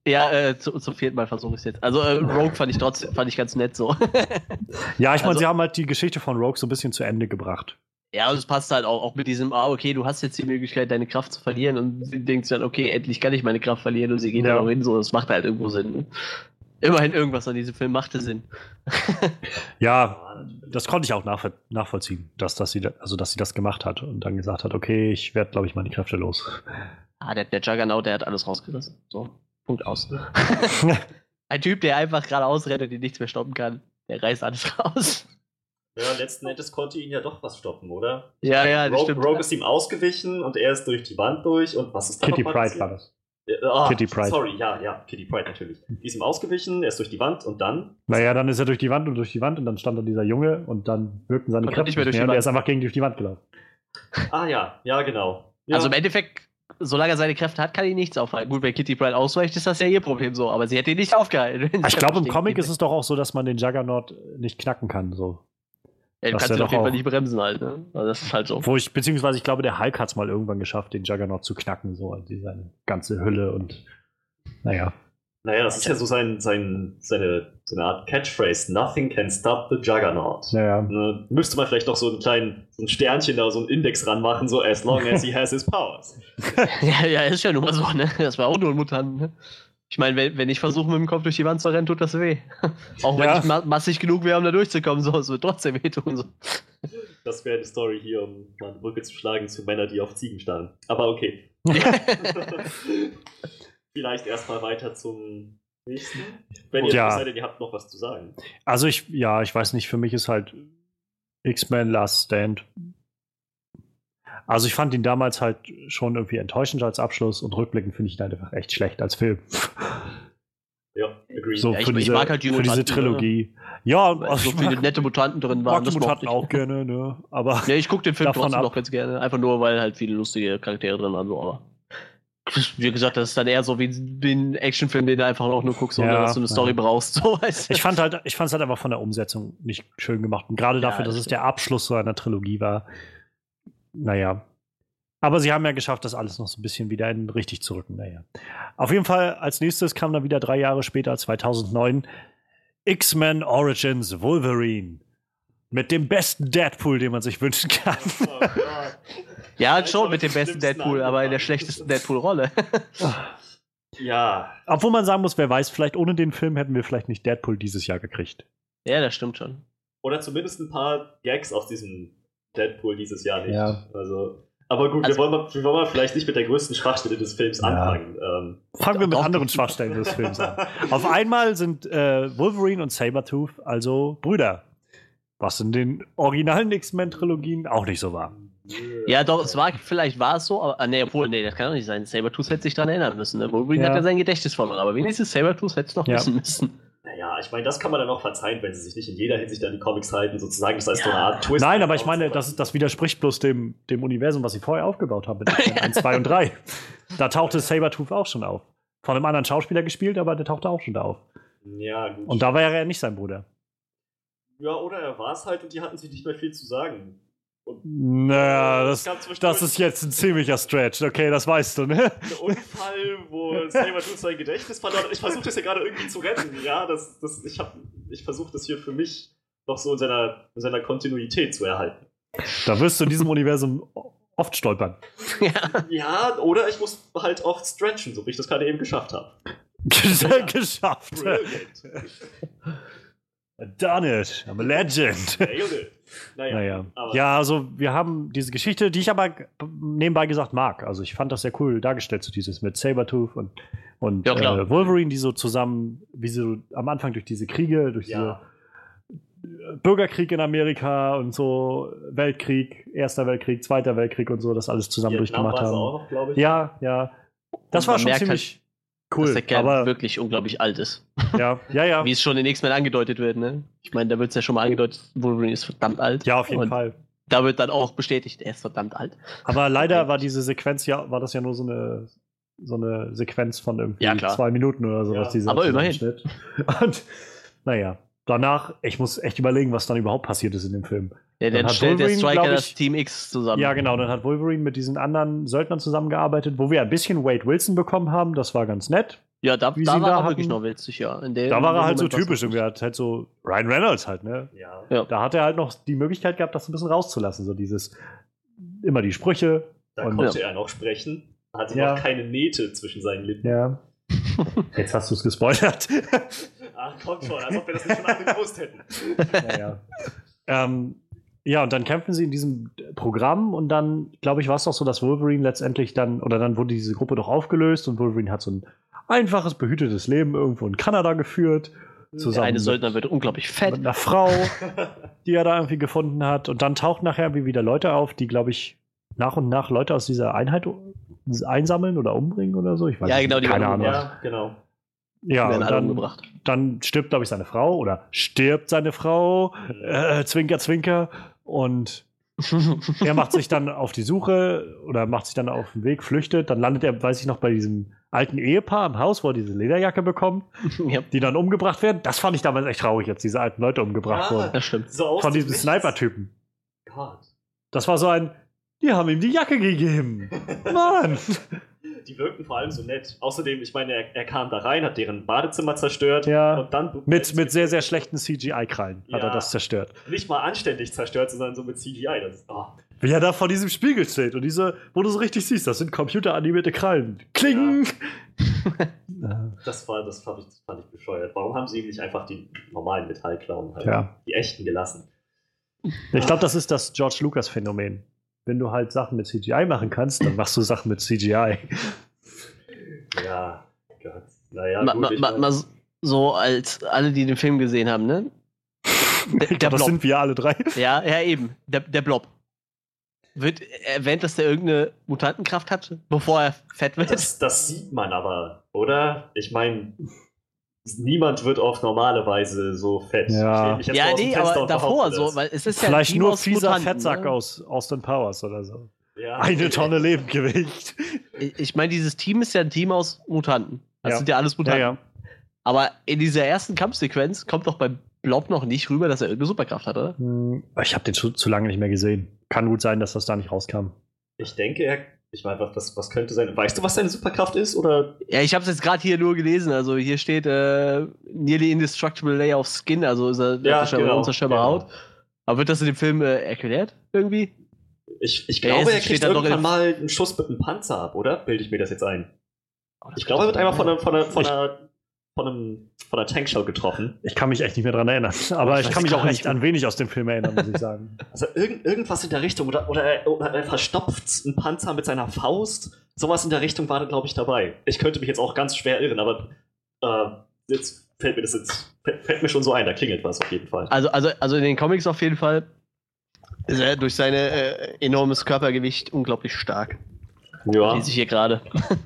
Ja, äh, zu, zum vierten Mal versuche ich es jetzt. Also äh, Rogue fand ich trotzdem, fand ich ganz nett so. Ja, ich meine, Also- sie haben halt die Geschichte von Rogue so ein bisschen zu Ende gebracht. Ja, und es passt halt auch, auch mit diesem, ah, okay, du hast jetzt die Möglichkeit, deine Kraft zu verlieren und sie denkt dann, okay, endlich kann ich meine Kraft verlieren und sie geht Ja. dann auch hin, so, das macht halt irgendwo Sinn. Ne? Immerhin irgendwas an diesem Film machte Sinn. Ja, das konnte ich auch nachvoll nachvollziehen, dass, dass, sie da, also, dass sie das gemacht hat und dann gesagt hat, okay, ich werde, glaube ich, meine Kräfte los. Ah, der, der Juggernaut, der hat alles rausgerissen. So, Punkt aus. Ein Typ, der einfach geradeaus rennt und ihn nichts mehr stoppen kann, der reißt alles raus. Ja, letzten Endes konnte ihn ja doch was stoppen, oder? Ja, ja, das Rogue, stimmt. Rogue ist ihm ausgewichen und er ist durch die Wand durch und was ist da Kitty noch Pryde passiert? war das. Ja, ah, Kitty Pryde. Sorry, ja, ja, Kitty Pryde natürlich. Die ist ihm ausgewichen, er ist durch die Wand und dann? Naja, dann ist er durch die Wand und durch die Wand und dann stand da dieser Junge und dann wirkten seine Und dann Kräfte nicht mehr durch die und er Wand. ist einfach gegen durch die Wand gelaufen. Ah ja, ja, genau. Ja. Also im Endeffekt, solange er seine Kräfte hat, kann ihn nichts aufhalten. Gut, wenn Kitty Pryde ausweicht, ist das ja ihr Problem so, aber sie hätte ihn nicht aufgehalten. Ich glaube, im Comic ist es doch auch so, dass man den Juggernaut nicht knacken kann. So. Ja, du das kannst ja ihn doch auf jeden Fall auch- nicht bremsen halt, ne? Also das ist halt so. Wo ich, beziehungsweise ich glaube, der Hulk hat es mal irgendwann geschafft, den Juggernaut zu knacken, so also seine ganze Hülle und naja. Naja, das ist ja so sein, sein, seine, seine Art Catchphrase. Nothing can stop the Juggernaut. Naja. Ne, müsste man vielleicht noch so einen kleinen, so ein Sternchen da, so einen Index ranmachen, so as long as he has his powers. Ja, ja, ist ja nun mal so, ne? Das war auch nur ein Mutant, ne? Ich meine, wenn, wenn ich versuche, mit dem Kopf durch die Wand zu rennen, tut das weh. Auch wenn Ja. ich ma massig genug wäre, um da durchzukommen, so, es wird trotzdem wehtun. So. Das wäre eine Story hier, um mal eine Brücke zu schlagen zu Männern, die auf Ziegen starren. Aber okay. Vielleicht erstmal weiter zum nächsten. Wenn ihr, Ja. es sei denn, ihr habt noch was zu sagen. Also ich, ja, ich weiß nicht, für mich ist halt X-Men Last Stand. Also ich fand ihn damals halt schon irgendwie enttäuschend als Abschluss und rückblickend finde ich ihn halt einfach echt schlecht als Film. Ja, agree. So Ja, ich- für, ich diese, mag halt die für diese Mutanten, Trilogie. Ja, Weil also so viele nette Mutanten drin waren. mag die Das mochte Mutanten ich. auch gerne, ne? Aber Nee, ich gucke den Film Davon trotzdem ab. noch ganz gerne. Einfach nur, weil halt viele lustige Charaktere drin waren. So, aber wie gesagt, das ist dann eher so wie, wie ein Actionfilm, den du einfach auch nur guckst, ohne Ja, dass du eine Story ja. brauchst. So, weißt du? ich fand halt, ich fand es halt einfach von der Umsetzung nicht schön gemacht. Und gerade Ja, dafür, dass das es stimmt. der Abschluss so einer Trilogie war. Naja. Aber sie haben ja geschafft, das alles noch so ein bisschen wieder in richtig zu rücken. Naja. Auf jeden Fall, als nächstes kam dann wieder drei Jahre später, zweitausendneun, X-Men Origins Wolverine. Mit dem besten Deadpool, den man sich wünschen kann. Oh Gott. Ja, Alter, schon mit dem mit dem besten schlimmsten Deadpool, aber in der angefangen. schlechtesten Deadpool-Rolle. Ja, Obwohl man sagen muss, wer weiß, vielleicht ohne den Film hätten wir vielleicht nicht Deadpool dieses Jahr gekriegt. Ja, das stimmt schon. oder zumindest ein paar Gags aus diesem Deadpool dieses Jahr nicht. Ja. Also, aber gut, Also- wir, wollen mal, wir wollen mal vielleicht nicht mit der größten Schwachstelle des Films Ja. anfangen. Ähm, Fangen wir mit Doch. anderen Schwachstellen des Films an. Auf einmal sind äh, Wolverine und Sabretooth also Brüder. Was in den originalen X-Men-Trilogien auch nicht so war. Ja, doch, es war, vielleicht war es so, aber, ah, nee, obwohl, nee, das kann doch nicht sein. Sabertooth hätte sich daran erinnern müssen. Ne? Wolverine Ja. hat ja sein Gedächtnis verloren, aber wenigstens Sabertooth hätte es noch Ja. wissen müssen. Naja, ich meine, das kann man dann auch verzeihen, wenn sie sich nicht in jeder Hinsicht an die Comics halten, sozusagen. Das heißt, so Ja. eine Art Twist. Nein, aber ich meine, das, das widerspricht bloß dem, dem Universum, was sie vorher aufgebaut haben mit X-Men eins, zwei und drei. Da tauchte Sabretooth auch schon auf. Von einem anderen Schauspieler gespielt, aber der tauchte auch schon da auf. Ja, gut. Und da war er ja nicht sein Bruder. ja, oder er war es halt und die hatten sich nicht mehr viel zu sagen. Naja, das, gab zwischendurch das ist jetzt ein ziemlicher Stretch. Okay, das weißt du, ne? einen Unfall, wo Sabretooth sein Gedächtnis verloren hat. Ich versuche das ja gerade irgendwie zu retten. Ja, das, das, ich, hab- ich versuche das hier für mich noch so in seiner, in seiner Kontinuität zu erhalten. Da wirst du in diesem Universum oft stolpern. Ja. Ja, oder ich muss halt oft stretchen, so wie ich das gerade eben geschafft habe. Geschafft. Brilliant. Done it. I'm a legend. Nailed it. Naja, Naja. aber Ja, also wir haben diese Geschichte, die ich aber nebenbei gesagt mag. Also ich fand das sehr cool dargestellt, so dieses mit Sabretooth und, und Ja, klar. äh, Wolverine, die so zusammen, wie sie so am Anfang durch diese Kriege, durch ja, diese Bürgerkrieg in Amerika und so, Weltkrieg, Erster Weltkrieg, Zweiter Weltkrieg und so, das alles zusammen Vietnam durchgemacht war sie haben. auch noch, glaube ich. Ja, ja. Das Und war man schon merkt ziemlich Dass cool. der Kerl Aber wirklich unglaublich alt ist. ja, ja, ja. Wie es schon in X-Men angedeutet wird, ne? Ich meine, da wird es ja schon mal angedeutet, Wolverine ist verdammt alt. Ja, auf jeden Und Fall. da wird dann auch bestätigt, er ist verdammt alt. Aber leider war diese Sequenz ja, war das ja nur so eine, so eine Sequenz von irgendwie Ja, klar. zwei Minuten oder so, Ja, was dieser aber immerhin. Zusammenschnitt. Und naja, danach, ich muss echt überlegen, was dann überhaupt passiert ist in dem Film. Ja, Dann dann hat stellt der Wolverine, Striker glaub das ich- Team X zusammen. Ja, genau, dann hat Wolverine mit diesen anderen Söldnern zusammengearbeitet, wo wir ein bisschen Wade Wilson bekommen haben, das war ganz nett. Ja, da, Wie da sie ihn war da er hatten. wirklich noch witzig, ja. In der, Da in war dem er halt so Moment war's typisch. noch Und er hat halt so Ryan Reynolds halt, ne? Ja. Ja. Da hat er halt noch die Möglichkeit gehabt, das ein bisschen rauszulassen. So dieses, immer die Sprüche. Da und, konnte er noch sprechen. Hatte Ja. noch keine Nähte zwischen seinen Lippen. Ja. Jetzt hast du es gespoilert. Ach, kommt schon, als ob wir das nicht schon alle gewusst hätten. Naja. ähm, ja, und dann kämpfen sie in diesem Programm und dann, glaube ich, war es doch so, dass Wolverine letztendlich dann, oder dann wurde diese Gruppe doch aufgelöst und Wolverine hat so ein einfaches, behütetes Leben irgendwo in Kanada geführt. Der Zusammen eine mit, Söldner wird unglaublich fett. mit einer Frau, die er da irgendwie gefunden hat. Und dann tauchen nachher irgendwie wieder Leute auf, die, glaube ich, nach und nach Leute aus dieser Einheit einsammeln oder umbringen oder so. Ich weiß Ja, nicht, genau, die keine werden Ahnung. Ja, genau. Die Ja, werden und alle dann, umgebracht. dann stirbt, glaube ich, seine Frau oder stirbt seine Frau. Äh, zwinker, zwinker. Und er macht sich dann auf die Suche oder macht sich dann auf den Weg, flüchtet. Dann landet er, weiß ich noch, bei diesem alten Ehepaar im Haus, wo er diese Lederjacke bekommt, Ja, die dann umgebracht werden. Das fand ich damals echt traurig, als diese alten Leute umgebracht Ja. wurden. das stimmt. So aus Von dem diesem Nichts. Sniper-Typen. Gott. Das war so ein, die haben ihm die Jacke gegeben. Mann. Die wirkten vor allem so nett. Außerdem, ich meine, er, er kam da rein, hat deren Badezimmer zerstört. Ja. Und dann Mit, mit sehr, sehr schlechten C G I-Krallen hat Ja. er das zerstört. nicht mal anständig zerstört, sondern so mit C G I. Das ist, oh. Wie er da vor diesem Spiegel steht und diese, wo du so richtig siehst, das sind computeranimierte Krallen. Kling! Ja. Das war, das fand ich, das fand ich bescheuert. Warum haben sie ihm nicht einfach die normalen Metallklauen, halt, Ja. die echten gelassen? Ich glaube, das ist das George Lucas-Phänomen. Wenn du halt Sachen mit C G I machen kannst, dann machst du Sachen mit C G I. Ja, Gott. Naja, Ma, gut, ma, ich ma, mein- ma, so als alle, die den Film gesehen haben, ne? Der, Ich der glaub, das Blob. sind wir alle drei. Ja, ja, eben. Der, der Blob. Wird erwähnt, dass der irgendeine Mutantenkraft hat, bevor er fett wird? das, das sieht man aber, oder? Ich meine, niemand wird auf normale Weise so fett. Ja. Ich lehne mich jetzt mal Ja, aus dem nee, Fenster aber und davor behaupte so, das. weil es ist ja ein Vielleicht Team nur aus fieser Mutanten, Fettsack ne? aus Austin Powers oder so. Ja. Eine Tonne Lebendgewicht. Ich ich meine, dieses Team ist ja ein Team aus Mutanten. Das Ja. sind ja alles Ja, Mutanten. ja. Aber in dieser ersten Kampfsequenz kommt doch beim Blob noch nicht rüber, dass er irgendeine Superkraft hat, oder? Hm, Ich habe den zu, zu lange nicht mehr gesehen. Kann gut sein, dass das da nicht rauskam. Ich denke, er. Ich meine, was, was könnte sein? Weißt du, was seine Superkraft ist? Oder? Ja, ich habe es jetzt gerade hier nur gelesen. Also hier steht äh, nearly indestructible layer of skin, also ist er Ja, unzerstörbar- genau, unzerstörbare genau. Haut. Aber wird das in dem Film äh, erklärt irgendwie? Ich, ich Ja, glaube, es er steht kriegt da doch irgendwann in- mal einen Schuss mit einem Panzer ab, oder? Bilde ich mir das jetzt ein? Ich glaube, er wird einfach von einer, von einer, von einer, von einem, von einer Tankshell getroffen. Ich kann mich echt nicht mehr dran erinnern. Aber Ich ich weiß kann mich gar auch nicht echt an wenig aus dem Film erinnern, muss ich sagen. Also irgend, irgendwas in der Richtung. Oder, oder, er, oder er verstopft einen Panzer mit seiner Faust. Sowas in der Richtung war da, glaube ich, dabei. Ich könnte mich jetzt auch ganz schwer irren, aber äh, jetzt fällt mir das jetzt fällt, fällt mir schon so ein. Da klingelt was auf jeden Fall. Also, also, also in den Comics auf jeden Fall ist er durch sein äh, enormes Körpergewicht unglaublich stark. Ja, Lese ich hier gerade.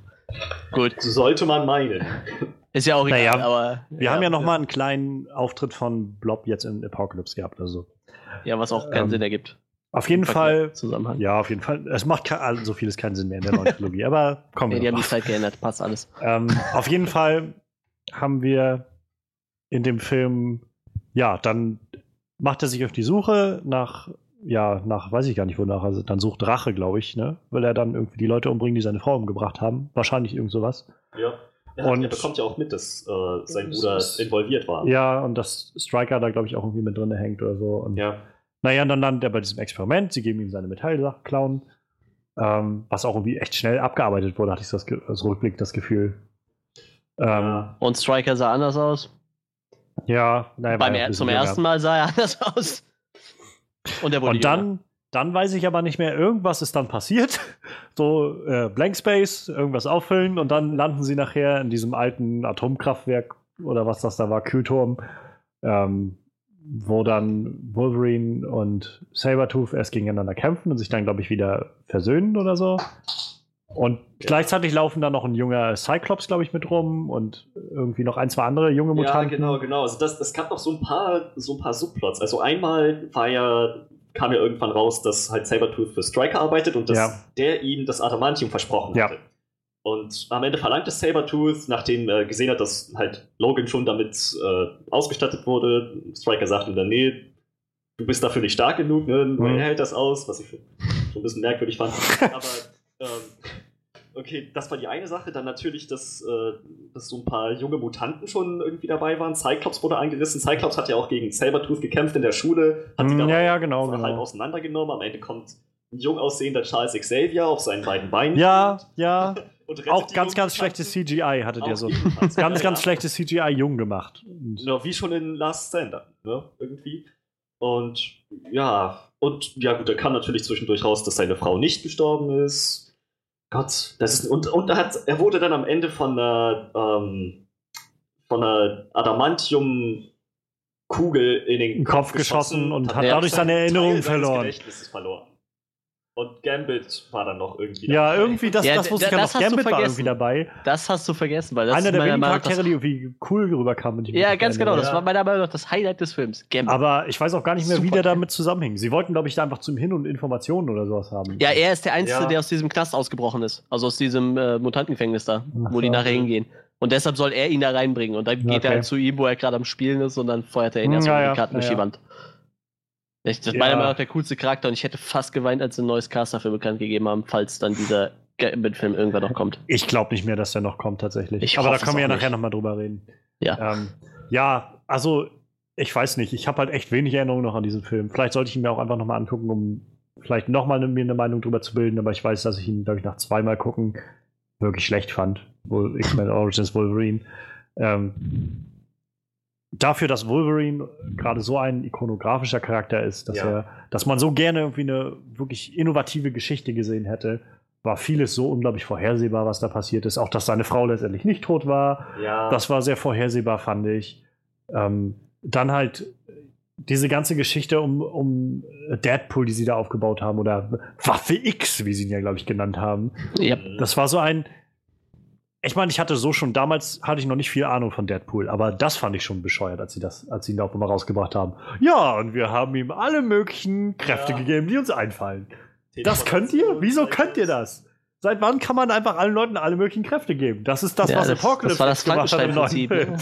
Gut, sollte man meinen. ist ja auch egal, Naja, aber. Wir haben ja noch mal einen kleinen Auftritt von Blob jetzt in Apocalypse gehabt. Also. Ja, was auch keinen ähm, Sinn ergibt. Auf jeden Fall. Zusammenhang. Ja, auf jeden Fall. Es macht ke- also so vieles keinen Sinn mehr in der neuen Trilogie. Aber kommen Ja, wir die haben noch die Zeit geändert, passt alles. Ähm, auf jeden Fall haben wir in dem Film, ja, dann macht er sich auf die Suche nach, ja, nach, weiß ich gar nicht wonach, also dann sucht Rache, glaube ich, ne? Will er dann irgendwie die Leute umbringen, die seine Frau umgebracht haben. Wahrscheinlich irgend sowas. Ja. Ja, Und- er bekommt ja auch mit, dass äh, sein Bruder Es ist- involviert war. Ja, und dass Stryker da, glaube ich, auch irgendwie mit drin hängt oder so. Und Ja. naja, und dann landet er bei diesem Experiment, sie geben ihm seine Metallsachen klauen, ähm, was auch irgendwie echt schnell abgearbeitet wurde, hatte ich das, Ge- also Rückblick das Gefühl. Ähm, Ja. Und Striker sah anders aus. ja, naja, war Beim ja ein er bisschen zum jünger. ersten Mal sah er anders aus. Und er wurde Und dann, dann weiß ich aber nicht mehr, irgendwas ist dann passiert. So äh, Blank Space, irgendwas auffüllen und dann landen sie nachher in diesem alten Atomkraftwerk oder was das da war, Kühlturm, ähm, wo dann Wolverine und Sabretooth erst gegeneinander kämpfen und sich dann, glaube ich, wieder versöhnen oder so. Und Ja. gleichzeitig laufen da noch ein junger Cyclops, glaube ich, mit rum und irgendwie noch ein, zwei andere junge Ja, Mutanten. genau, genau. Also das, das gab noch so ein paar, so ein paar Subplots. Also einmal war ja, kam ja irgendwann raus, dass halt Sabretooth für Stryker arbeitet und dass Ja. der ihm das Adamantium versprochen Ja. hatte. Und am Ende verlangt es Sabretooth, nachdem er gesehen hat, dass halt Logan schon damit äh, ausgestattet wurde. Stryker sagt ihm dann, nee, du bist dafür nicht stark genug, ne? Nur Mhm. er hält das aus, was ich schon, schon ein bisschen merkwürdig fand. Aber ähm, Okay, das war die eine Sache. Dann natürlich, dass, äh, dass so ein paar junge Mutanten schon irgendwie dabei waren. Cyclops wurde angerissen. Cyclops hat ja auch gegen Sabertooth gekämpft in der Schule. Hat die ja, dabei ja, genau, halb genau. auseinandergenommen. Am Ende kommt ein jung aussehender Charles Xavier auf seinen beiden Beinen. Ja, ja. Und Auch ganz, ganz schlechtes C G I hattet ihr so. Ebenfalls. Ganz, ja, ganz ja. schlechtes C G I jung gemacht. Ja, wie schon in Last Stand, ne? Irgendwie. Und ja, und ja gut, da kam natürlich zwischendurch raus, dass seine Frau nicht gestorben ist. Gott, das ist. Und, und er, hat, er wurde dann am Ende von einer, ähm, von einer Adamantium-Kugel in den Kopf Kopf geschossen und hat ja, dadurch seine Erinnerungen Teil seines verloren. Gedächtnisses verloren. Und Gambit war dann noch irgendwie Ja, dabei. irgendwie, das, Ja, das wusste ich d- ja das noch. hast du Gambit war vergessen. irgendwie dabei. Das hast du vergessen, weil das Einer ist der meiner wenigen Meinung nach Charaktere, das, die irgendwie cool rüberkamen. wenn ich mich Ja, richtig ganz genau. erinnere. Das Ja. war meiner Meinung nach das Highlight des Films. Gambit. Aber ich weiß auch gar nicht mehr, wie Super der geil. damit zusammenhing. Sie wollten, glaube ich, da einfach zum Hin- und Informationen oder sowas haben. Ja, er ist der Einzige, Ja. der aus diesem Knast ausgebrochen ist. Also aus diesem äh, Mutantengefängnis da, Ach wo die so. nachher hingehen. Und deshalb soll er ihn da reinbringen. Und dann geht Okay. er halt zu ihm, wo er gerade am Spielen ist, und dann feuert er ihn Hm, erstmal ja, mit ja, den Karten ja, durch ja. die Wand. Ich, das ist Ja. meiner Meinung nach der coolste Charakter, und ich hätte fast geweint, als sie ein neues Cast dafür bekannt gegeben haben, falls dann dieser Gambit-Film irgendwann noch kommt. Ich glaube nicht mehr, dass der noch kommt, tatsächlich. Ich Aber da hoffe können wir es ja auch nachher nicht. nochmal drüber reden. Ja. Ähm, ja, also, ich weiß nicht. Ich habe halt echt wenig Erinnerungen noch an diesen Film. Vielleicht sollte ich ihn mir auch einfach nochmal angucken, um vielleicht nochmal mir eine Meinung drüber zu bilden. Aber ich weiß, dass ich ihn, glaube ich, nach zweimal gucken wirklich schlecht fand. Wohl X-Men Origins Wolverine. Ähm, dafür, dass Wolverine gerade so ein ikonografischer Charakter ist, dass, Ja. er, dass man so gerne irgendwie eine wirklich innovative Geschichte gesehen hätte, war vieles so unglaublich vorhersehbar, was da passiert ist. Auch, dass seine Frau letztendlich nicht tot war. Ja. Das war sehr vorhersehbar, fand ich. Ähm, dann halt diese ganze Geschichte um, um Deadpool, die sie da aufgebaut haben, oder Waffe X, wie sie ihn ja, glaube ich, genannt haben. Ja. Das war so ein. Ich meine, ich hatte so schon, damals hatte ich noch nicht viel Ahnung von Deadpool, aber das fand ich schon bescheuert, als sie das, als sie ihn da auch mal rausgebracht haben. Ja, und wir haben ihm alle möglichen Kräfte Ja. gegeben, die uns einfallen. Das könnt ihr? Wieso könnt ihr das? Seit wann kann man einfach allen Leuten alle möglichen Kräfte geben? Das ist das, Ja, was das- Apocalypse das war das gemacht hat im neuen Frankenstein-Prinzip. Film.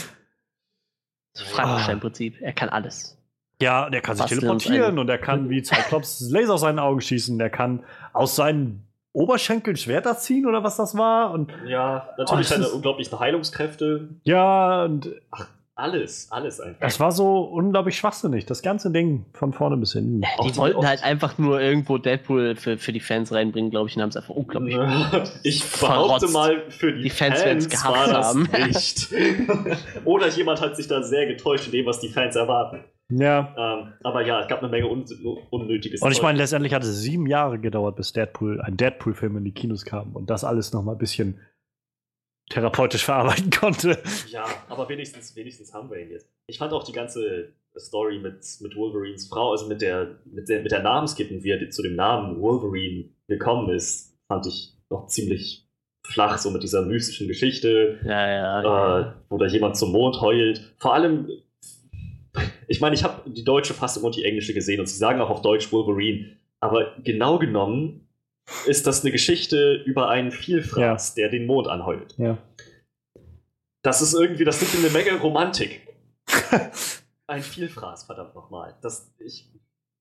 Das Frankenstein-Prinzip. Er kann alles. Ja, und er kann sich Basteln uns teleportieren ein- und er kann wie Cyclops Laser aus seinen Augen schießen. Er kann aus seinen Oberschenkeln Schwerter ziehen oder was das war. Und Ja, natürlich Oh, das seine ist- unglaublichen Heilungskräfte. ja, und Alles, alles einfach. es war so unglaublich schwachsinnig, das ganze Ding von vorne bis hinten. Auch Die die- wollten auch- halt einfach nur irgendwo Deadpool für, für die Fans reinbringen, glaube ich, und haben es einfach unglaublich. Ich behaupte verrotzt. mal, für die, Die Fans Fans, werden's gehasst war das haben. nicht. Oder jemand hat sich da sehr getäuscht in dem, was die Fans erwarten. Ja. Ähm, aber ja, es gab eine Menge un unnötiges Und ich Zeug. meine, letztendlich hat es sieben Jahre gedauert, bis Deadpool, ein Deadpool-Film in die Kinos kam und das alles noch mal ein bisschen therapeutisch verarbeiten konnte. Ja, aber wenigstens, wenigstens haben wir ihn jetzt. Ich fand auch die ganze Story mit, mit Wolverines Frau, also mit der, mit der, mit der Namensgebung, wie er zu dem Namen Wolverine gekommen ist, fand ich noch ziemlich flach, so mit dieser mystischen Geschichte, Ja, ja. äh, wo da jemand zum Mond heult. Vor allem, ich meine, ich habe die deutsche Fassung und die englische gesehen und sie sagen auch auf Deutsch Wolverine, aber genau genommen ist das eine Geschichte über einen Vielfraß, der den Mond anheult. Ja. Das ist irgendwie, das gibt mir eine Menge Romantik. Ein Vielfraß, verdammt nochmal. Das, ich,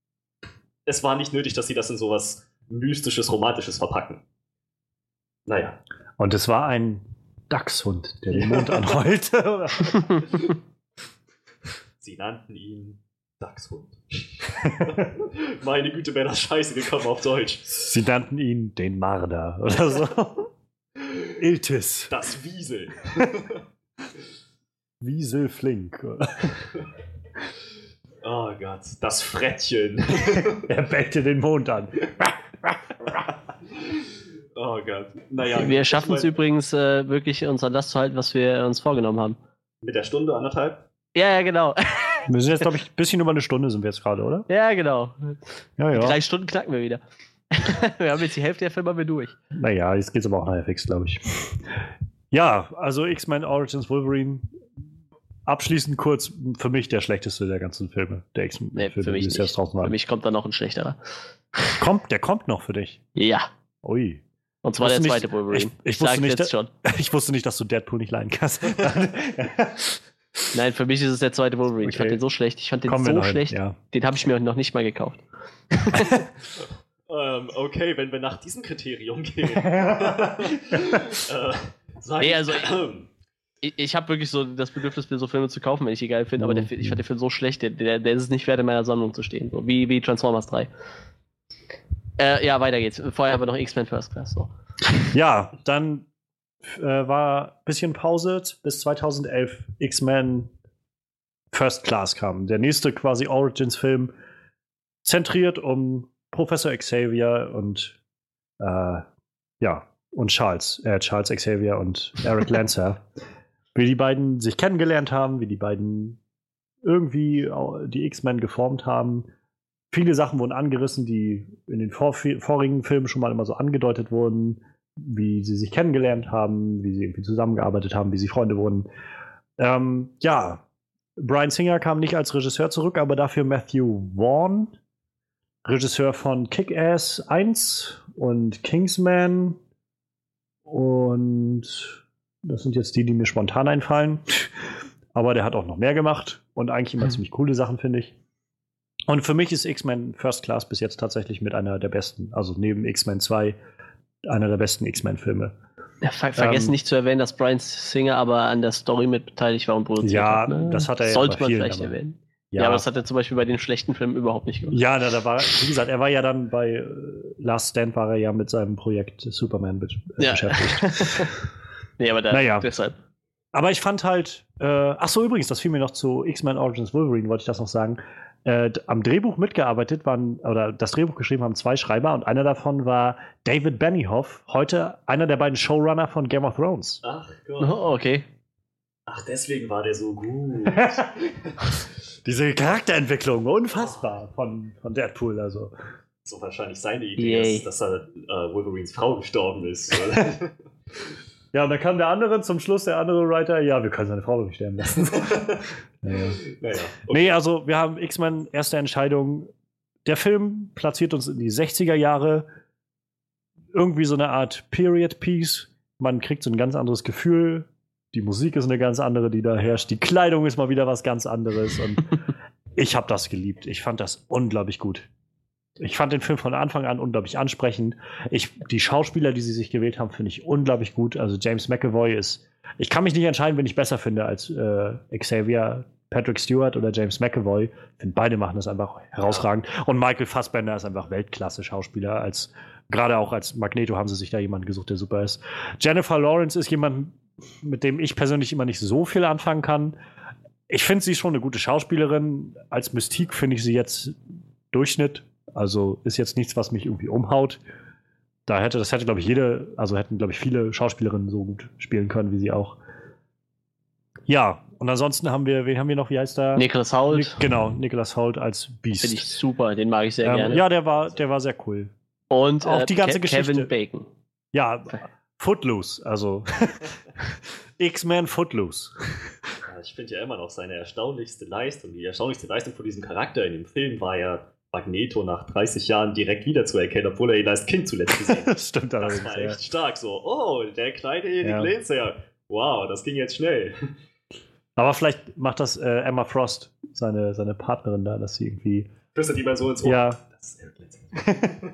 es war nicht nötig, dass sie das in sowas Mystisches, Romantisches verpacken. Naja. Und es war ein Dachshund, der den Mond anheulte. Sie nannten ihn Dachshund. Meine Güte, wäre das scheiße gekommen auf Deutsch. Sie nannten ihn den Marder oder so. Iltis. Das Wiesel. Wiesel Flink. Oh Gott, das Frettchen. Er bellte den Mond an. Oh Gott. Naja, Wir ich schaffen es mein, übrigens äh, wirklich, uns an das zu halten, was wir uns vorgenommen haben. mit der Stunde, anderthalb. Ja, ja, genau. Wir sind jetzt, glaube ich, ein bisschen über eine Stunde sind wir jetzt gerade, oder? Ja, genau. Ja, ja. Drei Stunden knacken wir wieder. Wir haben jetzt die Hälfte der Filme haben wir durch. Naja, jetzt geht's aber auch nachher fix, glaube ich. Ja, also X-Men Origins Wolverine. Abschließend kurz, für mich der schlechteste der ganzen Filme. Der X-Men, Nee, für die mich bis nicht. jetzt draußen Für waren. mich kommt da noch ein schlechterer. Kommt, der kommt noch für dich. Ja. Ui. Und zwar der wusste zweite nicht- Wolverine. ich- ich Ich, wusste sag nicht, jetzt schon. Ich wusste nicht, dass du Deadpool nicht leiden kannst. Nein, für mich ist es der zweite Wolverine. Ich Okay. fand den so schlecht. Ich fand den Kommen wir so noch hin, schlecht. ja. Den habe ich mir noch nicht mal gekauft. Oh ähm, okay, wenn wir nach diesem Kriterium gehen. äh, sag nee, also ich, ich habe wirklich so das Bedürfnis, mir so Filme zu kaufen, wenn ich die geil finde, aber der, ich fand den Film so schlecht, der, der, der ist es nicht wert, in meiner Sammlung zu stehen. So, wie, wie Transformers drei. Äh, ja, weiter geht's. Vorher haben wir noch X-Men First Class. So. Ja, dann äh, war ein bisschen Pause, bis zweitausendelf X-Men First Class kam. Der nächste quasi Origins-Film, zentriert um Professor Xavier und äh, ja, und Charles, äh, Charles Xavier und Eric Lancer. Wie die beiden sich kennengelernt haben, wie die beiden irgendwie die X-Men geformt haben. Viele Sachen wurden angerissen, die in den vor- vorigen Filmen schon mal immer so angedeutet wurden, wie sie sich kennengelernt haben, wie sie irgendwie zusammengearbeitet haben, wie sie Freunde wurden. Ähm, ja, Bryan Singer kam nicht als Regisseur zurück, aber dafür Matthew Vaughn, Regisseur von Kick-Ass eins und Kingsman. Und das sind jetzt die, die mir spontan einfallen. Aber der hat auch noch mehr gemacht und eigentlich immer mhm. ziemlich coole Sachen, finde ich. Und für mich ist X-Men First Class bis jetzt tatsächlich mit einer der besten, also neben X-Men zwei, einer der besten X-Men-Filme. Ja, ver vergessen ähm, nicht zu erwähnen, dass Bryan Singer aber an der Story mit beteiligt war und produziert ja, hat. Ja, ne? Das hat er Sollte ja man vielen, vielleicht aber, erwähnen. Ja. ja, aber das hat er zum Beispiel bei den schlechten Filmen überhaupt nicht gemacht. Ja, da, da war, wie gesagt, er war ja dann bei äh, Last Stand war er ja mit seinem Projekt Superman be äh, ja. beschäftigt. Nee, aber da, naja. deshalb. Aber ich fand halt, äh, ach so, übrigens, das fiel mir noch zu X-Men Origins Wolverine, wollte ich das noch sagen. Äh, am Drehbuch mitgearbeitet waren, oder das Drehbuch geschrieben haben zwei Schreiber und einer davon war David Benioff, heute einer der beiden Showrunner von Game of Thrones. Ach Gott. Oh, okay. Ach, deswegen war der so gut. Diese Charakterentwicklung, unfassbar von, von Deadpool, also. So wahrscheinlich seine Idee ist, dass er äh, Wolverines Frau gestorben ist. Ja, und dann kam der andere zum Schluss, der andere Writer, ja, wir können seine Frau nicht sterben lassen. naja. Naja, okay. Nee, also wir haben X-Men, erste Entscheidung. Der Film platziert uns in die sechziger Jahre. Irgendwie so eine Art Period-Piece. Man kriegt so ein ganz anderes Gefühl. Die Musik ist eine ganz andere, die da herrscht. Die Kleidung ist mal wieder was ganz anderes. Und ich habe das geliebt. Ich fand das unglaublich gut. Ich fand den Film von Anfang an unglaublich ansprechend. Ich, die Schauspieler, die sie sich gewählt haben, finde ich unglaublich gut. Also James McAvoy ist. Ich kann mich nicht entscheiden, wen ich besser finde als äh, Xavier, Patrick Stewart oder James McAvoy. Ich finde, beide machen das einfach herausragend. Und Michael Fassbender ist einfach Weltklasse-Schauspieler. Als, gerade auch als Magneto haben sie sich da jemanden gesucht, der super ist. Jennifer Lawrence ist jemand, mit dem ich persönlich immer nicht so viel anfangen kann. Ich finde sie schon eine gute Schauspielerin. Als Mystique finde ich sie jetzt Durchschnitt. Also ist jetzt nichts, was mich irgendwie umhaut. Da hätte, das hätte, glaube ich, jede, also hätten, glaube ich, viele Schauspielerinnen so gut spielen können, wie sie auch. Ja, und ansonsten haben wir, wen haben wir noch, wie heißt der? Nicholas Hoult. Nic genau, Nicholas Hoult als Beast. Finde ich super, den mag ich sehr ähm, gerne. Ja, der war, der war sehr cool. Und auch äh, die ganze Ke Geschichte. Kevin Bacon. Ja, Footloose, also X-Men Footloose. Ja, ich finde ja immer noch seine erstaunlichste Leistung. Die erstaunlichste Leistung von diesem Charakter in dem Film war ja, Magneto nach dreißig Jahren direkt wiederzuerkennen, obwohl er ihn als Kind zuletzt gesehen hat. Das stimmt allerdings. Das war echt ja. stark. So, oh, der kleine Eric ja. Lancer. Wow, das ging jetzt schnell. Aber vielleicht macht das äh, Emma Frost, seine, seine Partnerin da, dass sie irgendwie. Flüstert die mal so ins Ohr. Ja. Das ist Eric Lancer.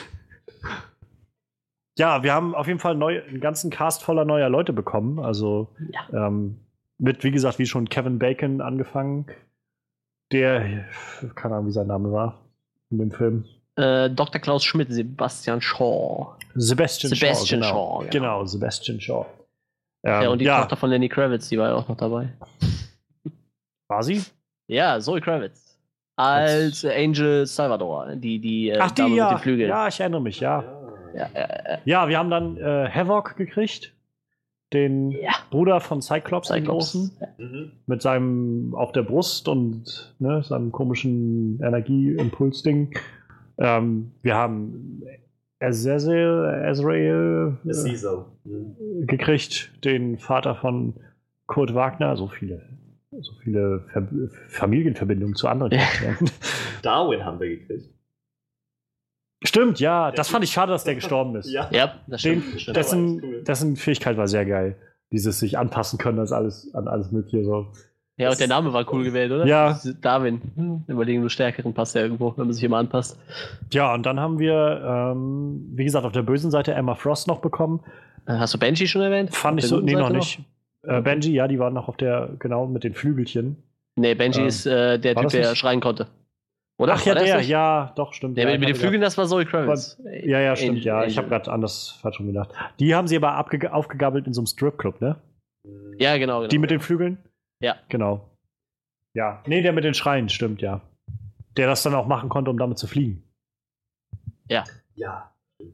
Ja, wir haben auf jeden Fall neu, einen ganzen Cast voller neuer Leute bekommen. Also ja. ähm, mit, wie gesagt, wie schon Kevin Bacon angefangen. Der, keine Ahnung, wie sein Name war in dem Film. Äh, Doktor Klaus Schmidt, Sebastian Shaw. Sebastian, Sebastian Shaw, Shaw. Genau, genau, genau Sebastian Shaw. Ähm, ja, und die ja. Tochter von Lenny Kravitz, die war ja auch noch dabei. War sie? Ja, Zoe Kravitz. Als äh, Angel Salvador, die, die äh, Ach, die, Dame ja. mit den Flügeln. Ja, ich erinnere mich, ja. Ja, ja, ja. ja wir haben dann äh, Havoc gekriegt. Den ja. Bruder von Cyclops, Cyclops. den Großen. Ja. Mhm. Mit seinem auf der Brust und ne, seinem komischen Energieimpuls-Ding. Ähm, wir haben Azazel, Azrael äh, mhm. gekriegt, den Vater von Kurt Wagner. So viele, so viele Ver Familienverbindungen zu anderen Charakteren. Darwin haben wir gekriegt. Stimmt, ja. Das fand ich schade, dass der gestorben ist. Ja, ja das stimmt. Den, das stimmt. Dessen, cool. dessen Fähigkeit war sehr geil. Dieses sich anpassen können als alles, an alles Mögliche. So. Ja, auch der Name war cool gewählt, oder? Ja. Darwin. Hm, überlegen, nur stärkeren passt ja irgendwo, wenn man sich immer anpasst. Ja, und dann haben wir, ähm, wie gesagt, auf der bösen Seite Emma Frost noch bekommen. Hast du Benji schon erwähnt? Fand ich so, nee, noch nicht. Noch? Äh, Benji, ja, die war noch auf der, genau, mit den Flügelchen. Nee, Benji ähm, ist äh, der Typ, der schreien konnte. Oder? Ach ja, der, ja, doch, stimmt. Der ja, mit, mit den Flügeln, das war Zoe Kravitz. Ja, ja, stimmt, Angel, ja. Angel. Ich habe gerade anders falsch schon gedacht. Die haben sie aber abge- aufgegabelt in so einem Stripclub, ne? Ja, genau, genau. Die mit den Flügeln? Ja. Genau. Ja. Nee, der mit den Schreien, stimmt, ja. Der das dann auch machen konnte, um damit zu fliegen. Ja. Ja.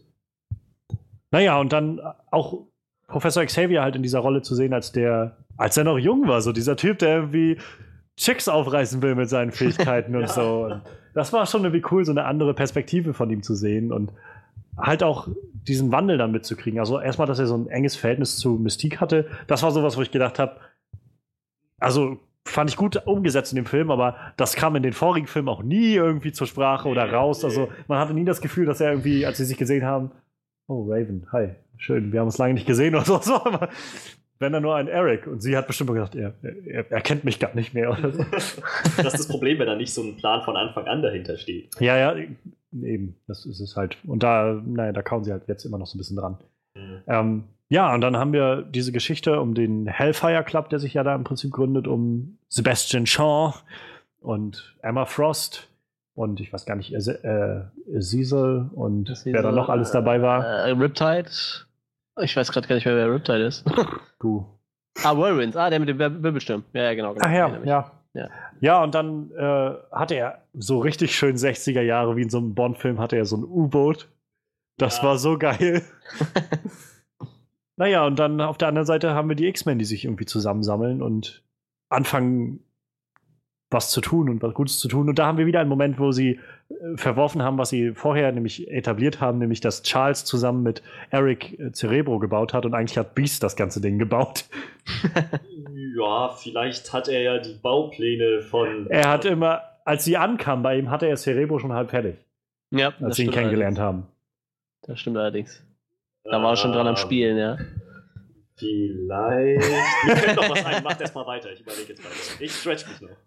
Naja, und dann auch Professor Xavier halt in dieser Rolle zu sehen, als der, als er noch jung war, so dieser Typ, der irgendwie Chicks aufreißen will mit seinen Fähigkeiten und ja. so. Und das war schon irgendwie cool, so eine andere Perspektive von ihm zu sehen und halt auch diesen Wandel dann mitzukriegen. Also erstmal, dass er so ein enges Verhältnis zu Mystique hatte. Das war sowas, wo ich gedacht habe, also fand ich gut umgesetzt in dem Film, aber das kam in den vorigen Filmen auch nie irgendwie zur Sprache oder raus. Also man hatte nie das Gefühl, dass er irgendwie, als sie sich gesehen haben, oh, Raven, hi, schön, wir haben uns lange nicht gesehen oder so. Aber wenn er nur ein Eric und sie hat bestimmt gedacht, er, er, er kennt mich gar nicht mehr oder so. Das ist das Problem, wenn da nicht so ein Plan von Anfang an dahinter steht. Ja, ja, eben, das ist es halt. Und da, naja, da kauen sie halt jetzt immer noch so ein bisschen dran. Mhm. Ähm, ja, und dann haben wir diese Geschichte um den Hellfire Club, der sich ja da im Prinzip gründet, um Sebastian Shaw und Emma Frost und ich weiß gar nicht, äh, Cecil und Cecil, wer da noch alles dabei war. Äh, Riptide. Ich weiß gerade gar nicht mehr, wer Riptide ist. Du. Ah, Whirlwind. Ah, der mit dem Wirbelsturm. Ja, ja, genau. genau. Ach ja, ja. Ja. Ja, und dann äh, hatte er so richtig schön sechziger Jahre, wie in so einem Bond-Film, hatte er so ein U-Boot. Das ja. war so geil. Naja, und dann auf der anderen Seite haben wir die X-Men, die sich irgendwie zusammensammeln und anfangen, was zu tun und was Gutes zu tun. Und da haben wir wieder einen Moment, wo sie äh, verworfen haben, was sie vorher nämlich etabliert haben, nämlich dass Charles zusammen mit Eric äh, Cerebro gebaut hat und eigentlich hat Beast das ganze Ding gebaut. Ja, vielleicht hat er ja die Baupläne von... Er hat immer, als sie ankam bei ihm, hatte er Cerebro schon halb fertig. Ja, als sie ihn kennengelernt allerdings. haben. Das stimmt allerdings. Da war er schon dran am Spielen, ja. Vielleicht... Mir fällt noch was ein, macht erstmal weiter, ich überlege jetzt weiter. Ich stretch mich noch.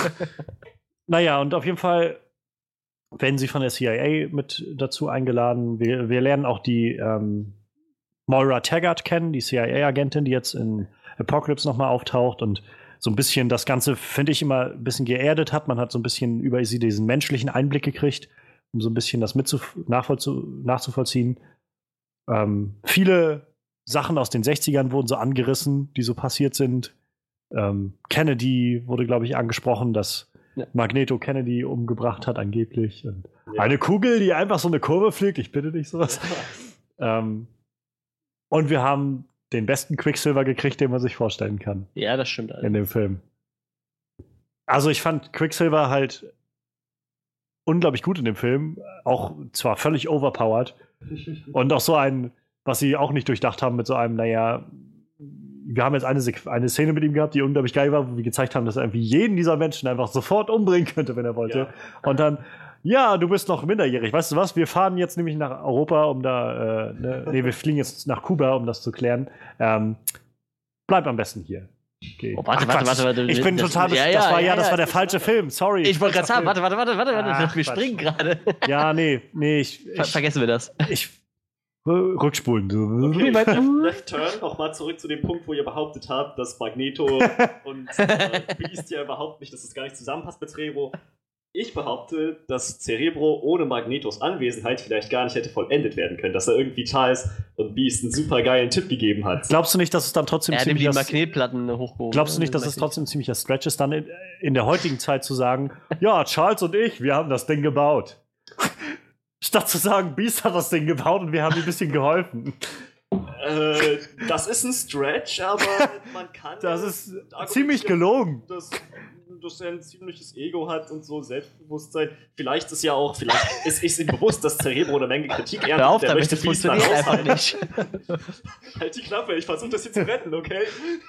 Naja, und auf jeden Fall werden sie von der C I A mit dazu eingeladen. Wir, wir lernen auch die ähm, Moira Taggart kennen, die C I A-Agentin, die jetzt in Apocalypse nochmal auftaucht und so ein bisschen das Ganze, finde ich, immer ein bisschen geerdet hat. Man hat so ein bisschen über sie diesen menschlichen Einblick gekriegt, um so ein bisschen das mit nachzuvollziehen. Ähm, viele Sachen aus den sechzigern wurden so angerissen, die so passiert sind. Ähm, Kennedy wurde, glaube ich, angesprochen, dass ja. Magneto Kennedy umgebracht hat, angeblich. Und ja. Eine Kugel, die einfach so eine Kurve fliegt, ich bitte nicht sowas. Ja. Ähm, und wir haben den besten Quicksilver gekriegt, den man sich vorstellen kann. Ja, das stimmt. Alles. In dem Film. Also ich fand Quicksilver halt unglaublich gut in dem Film. Auch zwar völlig overpowered. Und auch so ein, was sie auch nicht durchdacht haben mit so einem, naja, wir haben jetzt eine, eine Szene mit ihm gehabt, die unglaublich geil war, wo wir gezeigt haben, dass er irgendwie jeden dieser Menschen einfach sofort umbringen könnte, wenn er wollte. Ja. Und dann, ja, du bist noch minderjährig. Weißt du was? Wir fahren jetzt nämlich nach Europa, um da, äh, ne, nee, wir fliegen jetzt nach Kuba, um das zu klären. Ähm, bleib am besten hier. Okay. Oh, warte, Ach, warte, warte, warte. Ich bin das, total, ja, ja, das war ja, ja das ja, war der falsche Film, sorry. Ich wollte gerade sagen, warte, warte, warte, warte, Ach, wir springen gerade. Ja, nee, nee. Ich, Ver ich, vergessen wir das. Ich Rückspulen. Okay, Left Turn, nochmal zurück zu dem Punkt, wo ihr behauptet habt, dass Magneto und äh, Beast ja überhaupt nicht, dass es gar nicht zusammenpasst mit Cerebro. Ich behaupte, dass Cerebro ohne Magnetos Anwesenheit vielleicht gar nicht hätte vollendet werden können, dass er irgendwie Charles und Beast einen super geilen Tipp gegeben hat. Glaubst du nicht, dass es dann trotzdem er ziemlich... Er hat die Magnetplatten hochgehoben. Glaubst du nicht, dass es trotzdem ein ziemlicher Stretch ist, dann in, in der heutigen Zeit zu sagen, ja, Charles und ich, wir haben das Ding gebaut. Statt zu sagen, Beast hat das Ding gebaut und wir haben ihm ein bisschen geholfen. Äh, das ist ein Stretch, aber man kann... Das ist ziemlich gelogen. Dass, dass er ein ziemliches Ego hat und so Selbstbewusstsein. Vielleicht ist ja auch, vielleicht ist, ist ihm bewusst, dass Cerebro eine Menge Kritik erntet. Hör auf, damit das funktioniert einfach nicht. Halt die Klappe, ich versuche das hier zu retten, okay?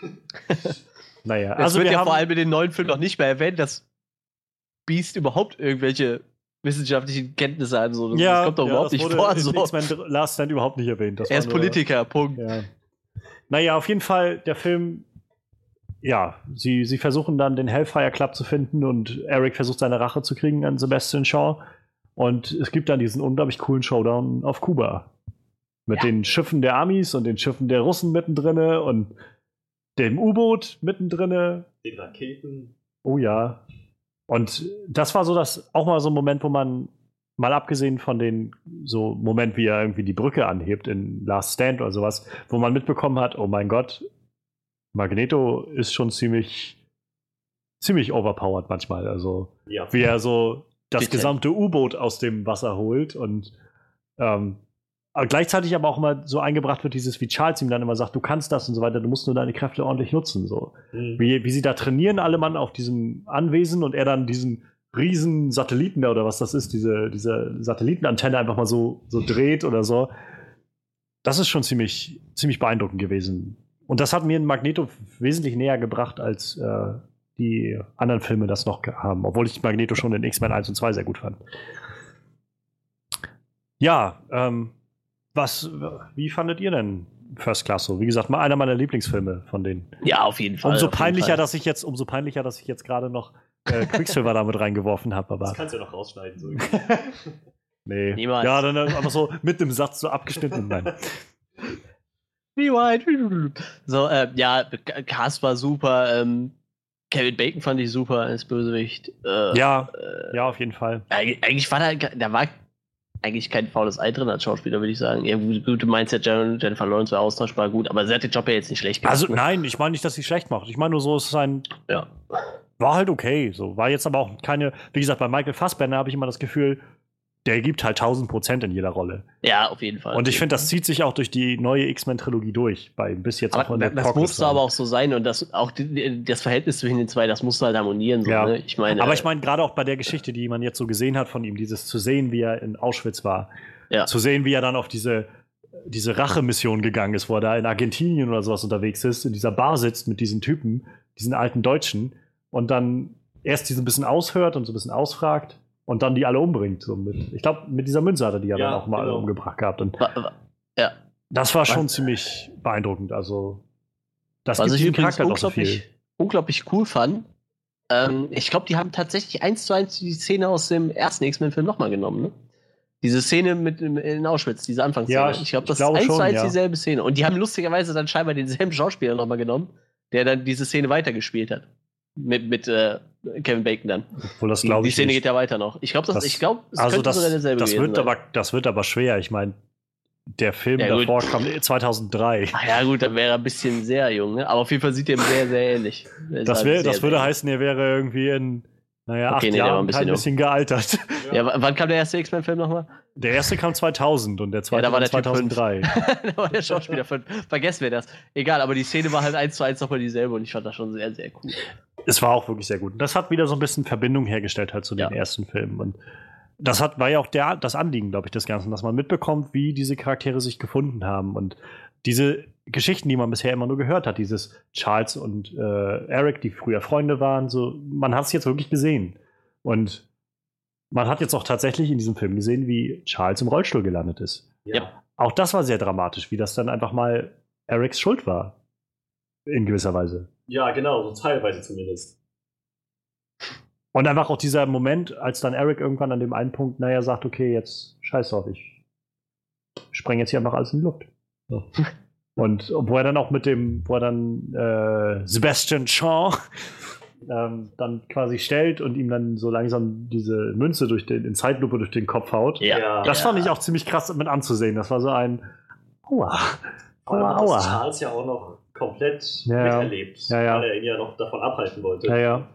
Naja, es also wird wir ja haben vor allem in den neuen Filmen noch nicht mehr erwähnt, dass Beast überhaupt irgendwelche wissenschaftlichen Kenntnisse hat. So. Das, ja, das kommt doch ja, überhaupt nicht vor. So. X-Men Last Stand überhaupt nicht erwähnt. Das er ist nur, Politiker, Punkt. Ja. Naja, auf jeden Fall, der Film ja, sie, sie versuchen dann den Hellfire Club zu finden und Eric versucht seine Rache zu kriegen an Sebastian Shaw. Und es gibt dann diesen unglaublich coolen Showdown auf Kuba. Mit ja. den Schiffen der Amis und den Schiffen der Russen mittendrin und dem U-Boot mittendrin. Den Raketen. Oh ja. Und das war so das auch mal so ein Moment, wo man, mal abgesehen von den so Moment, wie er irgendwie die Brücke anhebt in Last Stand oder sowas, wo man mitbekommen hat, oh mein Gott, Magneto ist schon ziemlich ziemlich overpowered manchmal. Also ja. wie er so das Bitte. gesamte U-Boot aus dem Wasser holt und ähm, aber gleichzeitig aber auch immer so eingebracht wird, dieses, wie Charles ihm dann immer sagt, du kannst das und so weiter, du musst nur deine Kräfte ordentlich nutzen. So. Mhm. Wie, wie sie da trainieren, alle Mann auf diesem Anwesen und er dann diesen riesen Satelliten da oder was das ist, diese, diese Satellitenantenne einfach mal so, so dreht oder so. Das ist schon ziemlich, ziemlich beeindruckend gewesen. Und das hat mir in Magneto wesentlich näher gebracht, als äh, die anderen Filme das noch haben, obwohl ich Magneto schon in X-Men eins und zwei sehr gut fand. Ja, ähm, was, wie fandet ihr denn First Class so? Wie gesagt, mal einer meiner Lieblingsfilme von denen. Ja, auf jeden Fall. Umso peinlicher, dass ich jetzt, umso peinlicher, dass ich jetzt gerade noch äh, Quicksilver damit reingeworfen habe. Aber das kannst du ja noch rausschneiden. So. Nee. Niemals. Ja, dann einfach so mit dem Satz so abgeschnitten. Nein. Wie weit? So, äh, ja, Cast war super. Ähm, Kevin Bacon fand ich super als Bösewicht. Äh, ja, äh, ja, auf jeden Fall. Eigentlich war da, da war eigentlich kein faules Ei drin als Schauspieler, würde ich sagen. Ja, gut, du meinst ja, Jennifer Lawrence war austauschbar gut, aber sie hat den Job ja jetzt nicht schlecht gemacht. Also nein, ich meine nicht, dass sie schlecht macht. Ich meine nur so, es ist ein... Ja. War halt okay. So. War jetzt aber auch keine... Wie gesagt, bei Michael Fassbender habe ich immer das Gefühl, der gibt halt tausend Prozent in jeder Rolle. Ja, auf jeden Fall. Und ich finde, das zieht sich auch durch die neue X-Men-Trilogie durch. Bei, bis jetzt aber auch in der das musste aber auch so sein und das, auch die, das Verhältnis zwischen den zwei, das musste halt harmonieren. So, ja. ne? Ich meine, aber ich meine, gerade auch bei der Geschichte, die man jetzt so gesehen hat von ihm, dieses zu sehen, wie er in Auschwitz war, ja. zu sehen, wie er dann auf diese, diese Rache-Mission gegangen ist, wo er da in Argentinien oder sowas unterwegs ist, in dieser Bar sitzt mit diesen Typen, diesen alten Deutschen, und dann erst die so ein bisschen aushört und so ein bisschen ausfragt und dann die alle umbringt. So mit, ich glaube, mit dieser Münze hat er die ja, ja dann auch mal genau. alle umgebracht gehabt. Und ja. das war schon Was? ziemlich beeindruckend. Also, das Was gibt ich dem übrigens Charakter doch so unglaublich, viel. unglaublich cool fand, ähm, ich glaube, die haben tatsächlich eins zu eins die Szene aus dem ersten X-Men-Film nochmal genommen, ne? Diese Szene mit in Auschwitz, diese Anfangsszene. Ja, ich glaube, das ich ist eins zu eins ja. dieselbe Szene. Und die haben lustigerweise dann scheinbar denselben Schauspieler nochmal genommen, der dann diese Szene weitergespielt hat. Mit, mit äh, Kevin Bacon dann. Obwohl das die, glaube die ich Szene nicht. geht ja weiter noch. Ich glaube, das, das, ich glaub, es also könnte das, sogar derselbe das wird sein. aber Das wird aber schwer. Ich meine, der Film ja, davor kam zweitausenddrei. Ach ja, gut, dann wäre er ein bisschen sehr jung, ne? Aber auf jeden Fall sieht er ihm sehr, sehr ähnlich. Das, wär, das würde heißen, er wäre irgendwie in naja, okay, acht nee, Jahren ein bisschen, ein bisschen gealtert. Ja, ja, wann kam der erste X-Men-Film nochmal? Der erste kam zweitausend und der zweite ja, da war der zweitausenddrei. Da war der Schauspieler fünf. Vergessen wir das. Egal, aber die Szene war halt eins zu eins nochmal dieselbe und ich fand das schon sehr, sehr cool. Es war auch wirklich sehr gut. Das hat wieder so ein bisschen Verbindung hergestellt halt zu den ja. ersten Filmen. Und das hat, war ja auch der, das Anliegen, glaube ich, des Ganzen, dass man mitbekommt, wie diese Charaktere sich gefunden haben. Und diese Geschichten, die man bisher immer nur gehört hat, dieses Charles und äh, Eric, die früher Freunde waren, so, man hat es jetzt wirklich gesehen. Und man hat jetzt auch tatsächlich in diesem Film gesehen, wie Charles im Rollstuhl gelandet ist. Ja. Auch das war sehr dramatisch, wie das dann einfach mal Erics Schuld war. In gewisser Weise. Ja, genau, so teilweise zumindest. Und einfach auch dieser Moment, als dann Eric irgendwann an dem einen Punkt, naja, sagt, okay, jetzt scheiß drauf, ich spreng jetzt hier einfach alles in die Luft. So. Und wo er dann auch mit dem, wo er dann äh, Sebastian Shaw ähm, dann quasi stellt und ihm dann so langsam diese Münze durch den, in Zeitlupe durch den Kopf haut. Ja. Das ja. fand ich auch ziemlich krass mit anzusehen. Das war so ein Aua. Vor allem hat das Charles ja auch noch komplett ja, miterlebt, ja, ja. weil er ihn ja noch davon abhalten wollte. Ja, ja.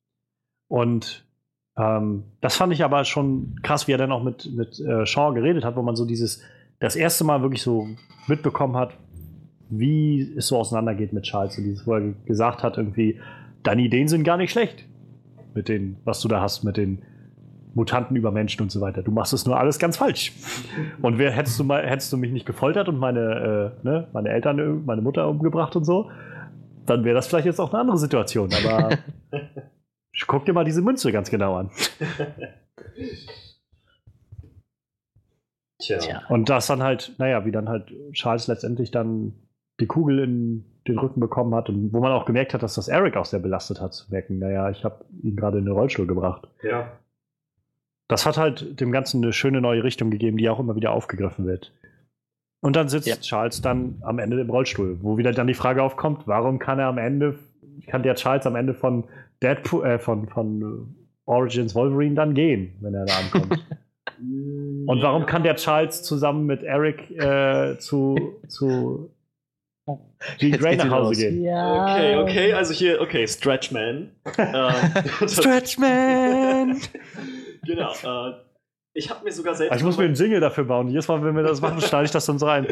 Und ähm, das fand ich aber schon krass, wie er dann auch mit, mit äh, Shaw geredet hat, wo man so dieses, das erste Mal wirklich so mitbekommen hat, wie es so auseinandergeht mit Charles. Und dieses, wo er gesagt hat, irgendwie, deine Ideen sind gar nicht schlecht. Mit den, was du da hast, mit den Mutanten über Menschen und so weiter. Du machst es nur alles ganz falsch. Und wer, hättest du mal, hättest du mich nicht gefoltert und meine, äh, ne, meine Eltern, meine Mutter umgebracht und so, dann wäre das vielleicht jetzt auch eine andere Situation. Aber guck dir mal diese Münze ganz genau an. Tja. Und das dann halt, naja, wie dann halt Charles letztendlich dann die Kugel in den Rücken bekommen hat und wo man auch gemerkt hat, dass das Eric auch sehr belastet hat, zu merken, naja, ich habe ihn gerade in den Rollstuhl gebracht. Ja. Das hat halt dem Ganzen eine schöne neue Richtung gegeben, die auch immer wieder aufgegriffen wird. Und dann sitzt ja. Charles dann am Ende im Rollstuhl, wo wieder dann die Frage aufkommt, warum kann er am Ende, kann der Charles am Ende von Deadpool, äh, von, von Origins Wolverine dann gehen, wenn er da ankommt? Und warum kann der Charles zusammen mit Eric äh, zu, zu Jean Grey nach Hause gehen? Ja. Okay, okay, also hier, okay, Stretchman. äh, Stretchman! Genau, äh, ich habe mir sogar selbst... Also ich muss mir einen Jingle dafür bauen. Jedes Mal, wenn wir das machen, schneide ich das dann so rein.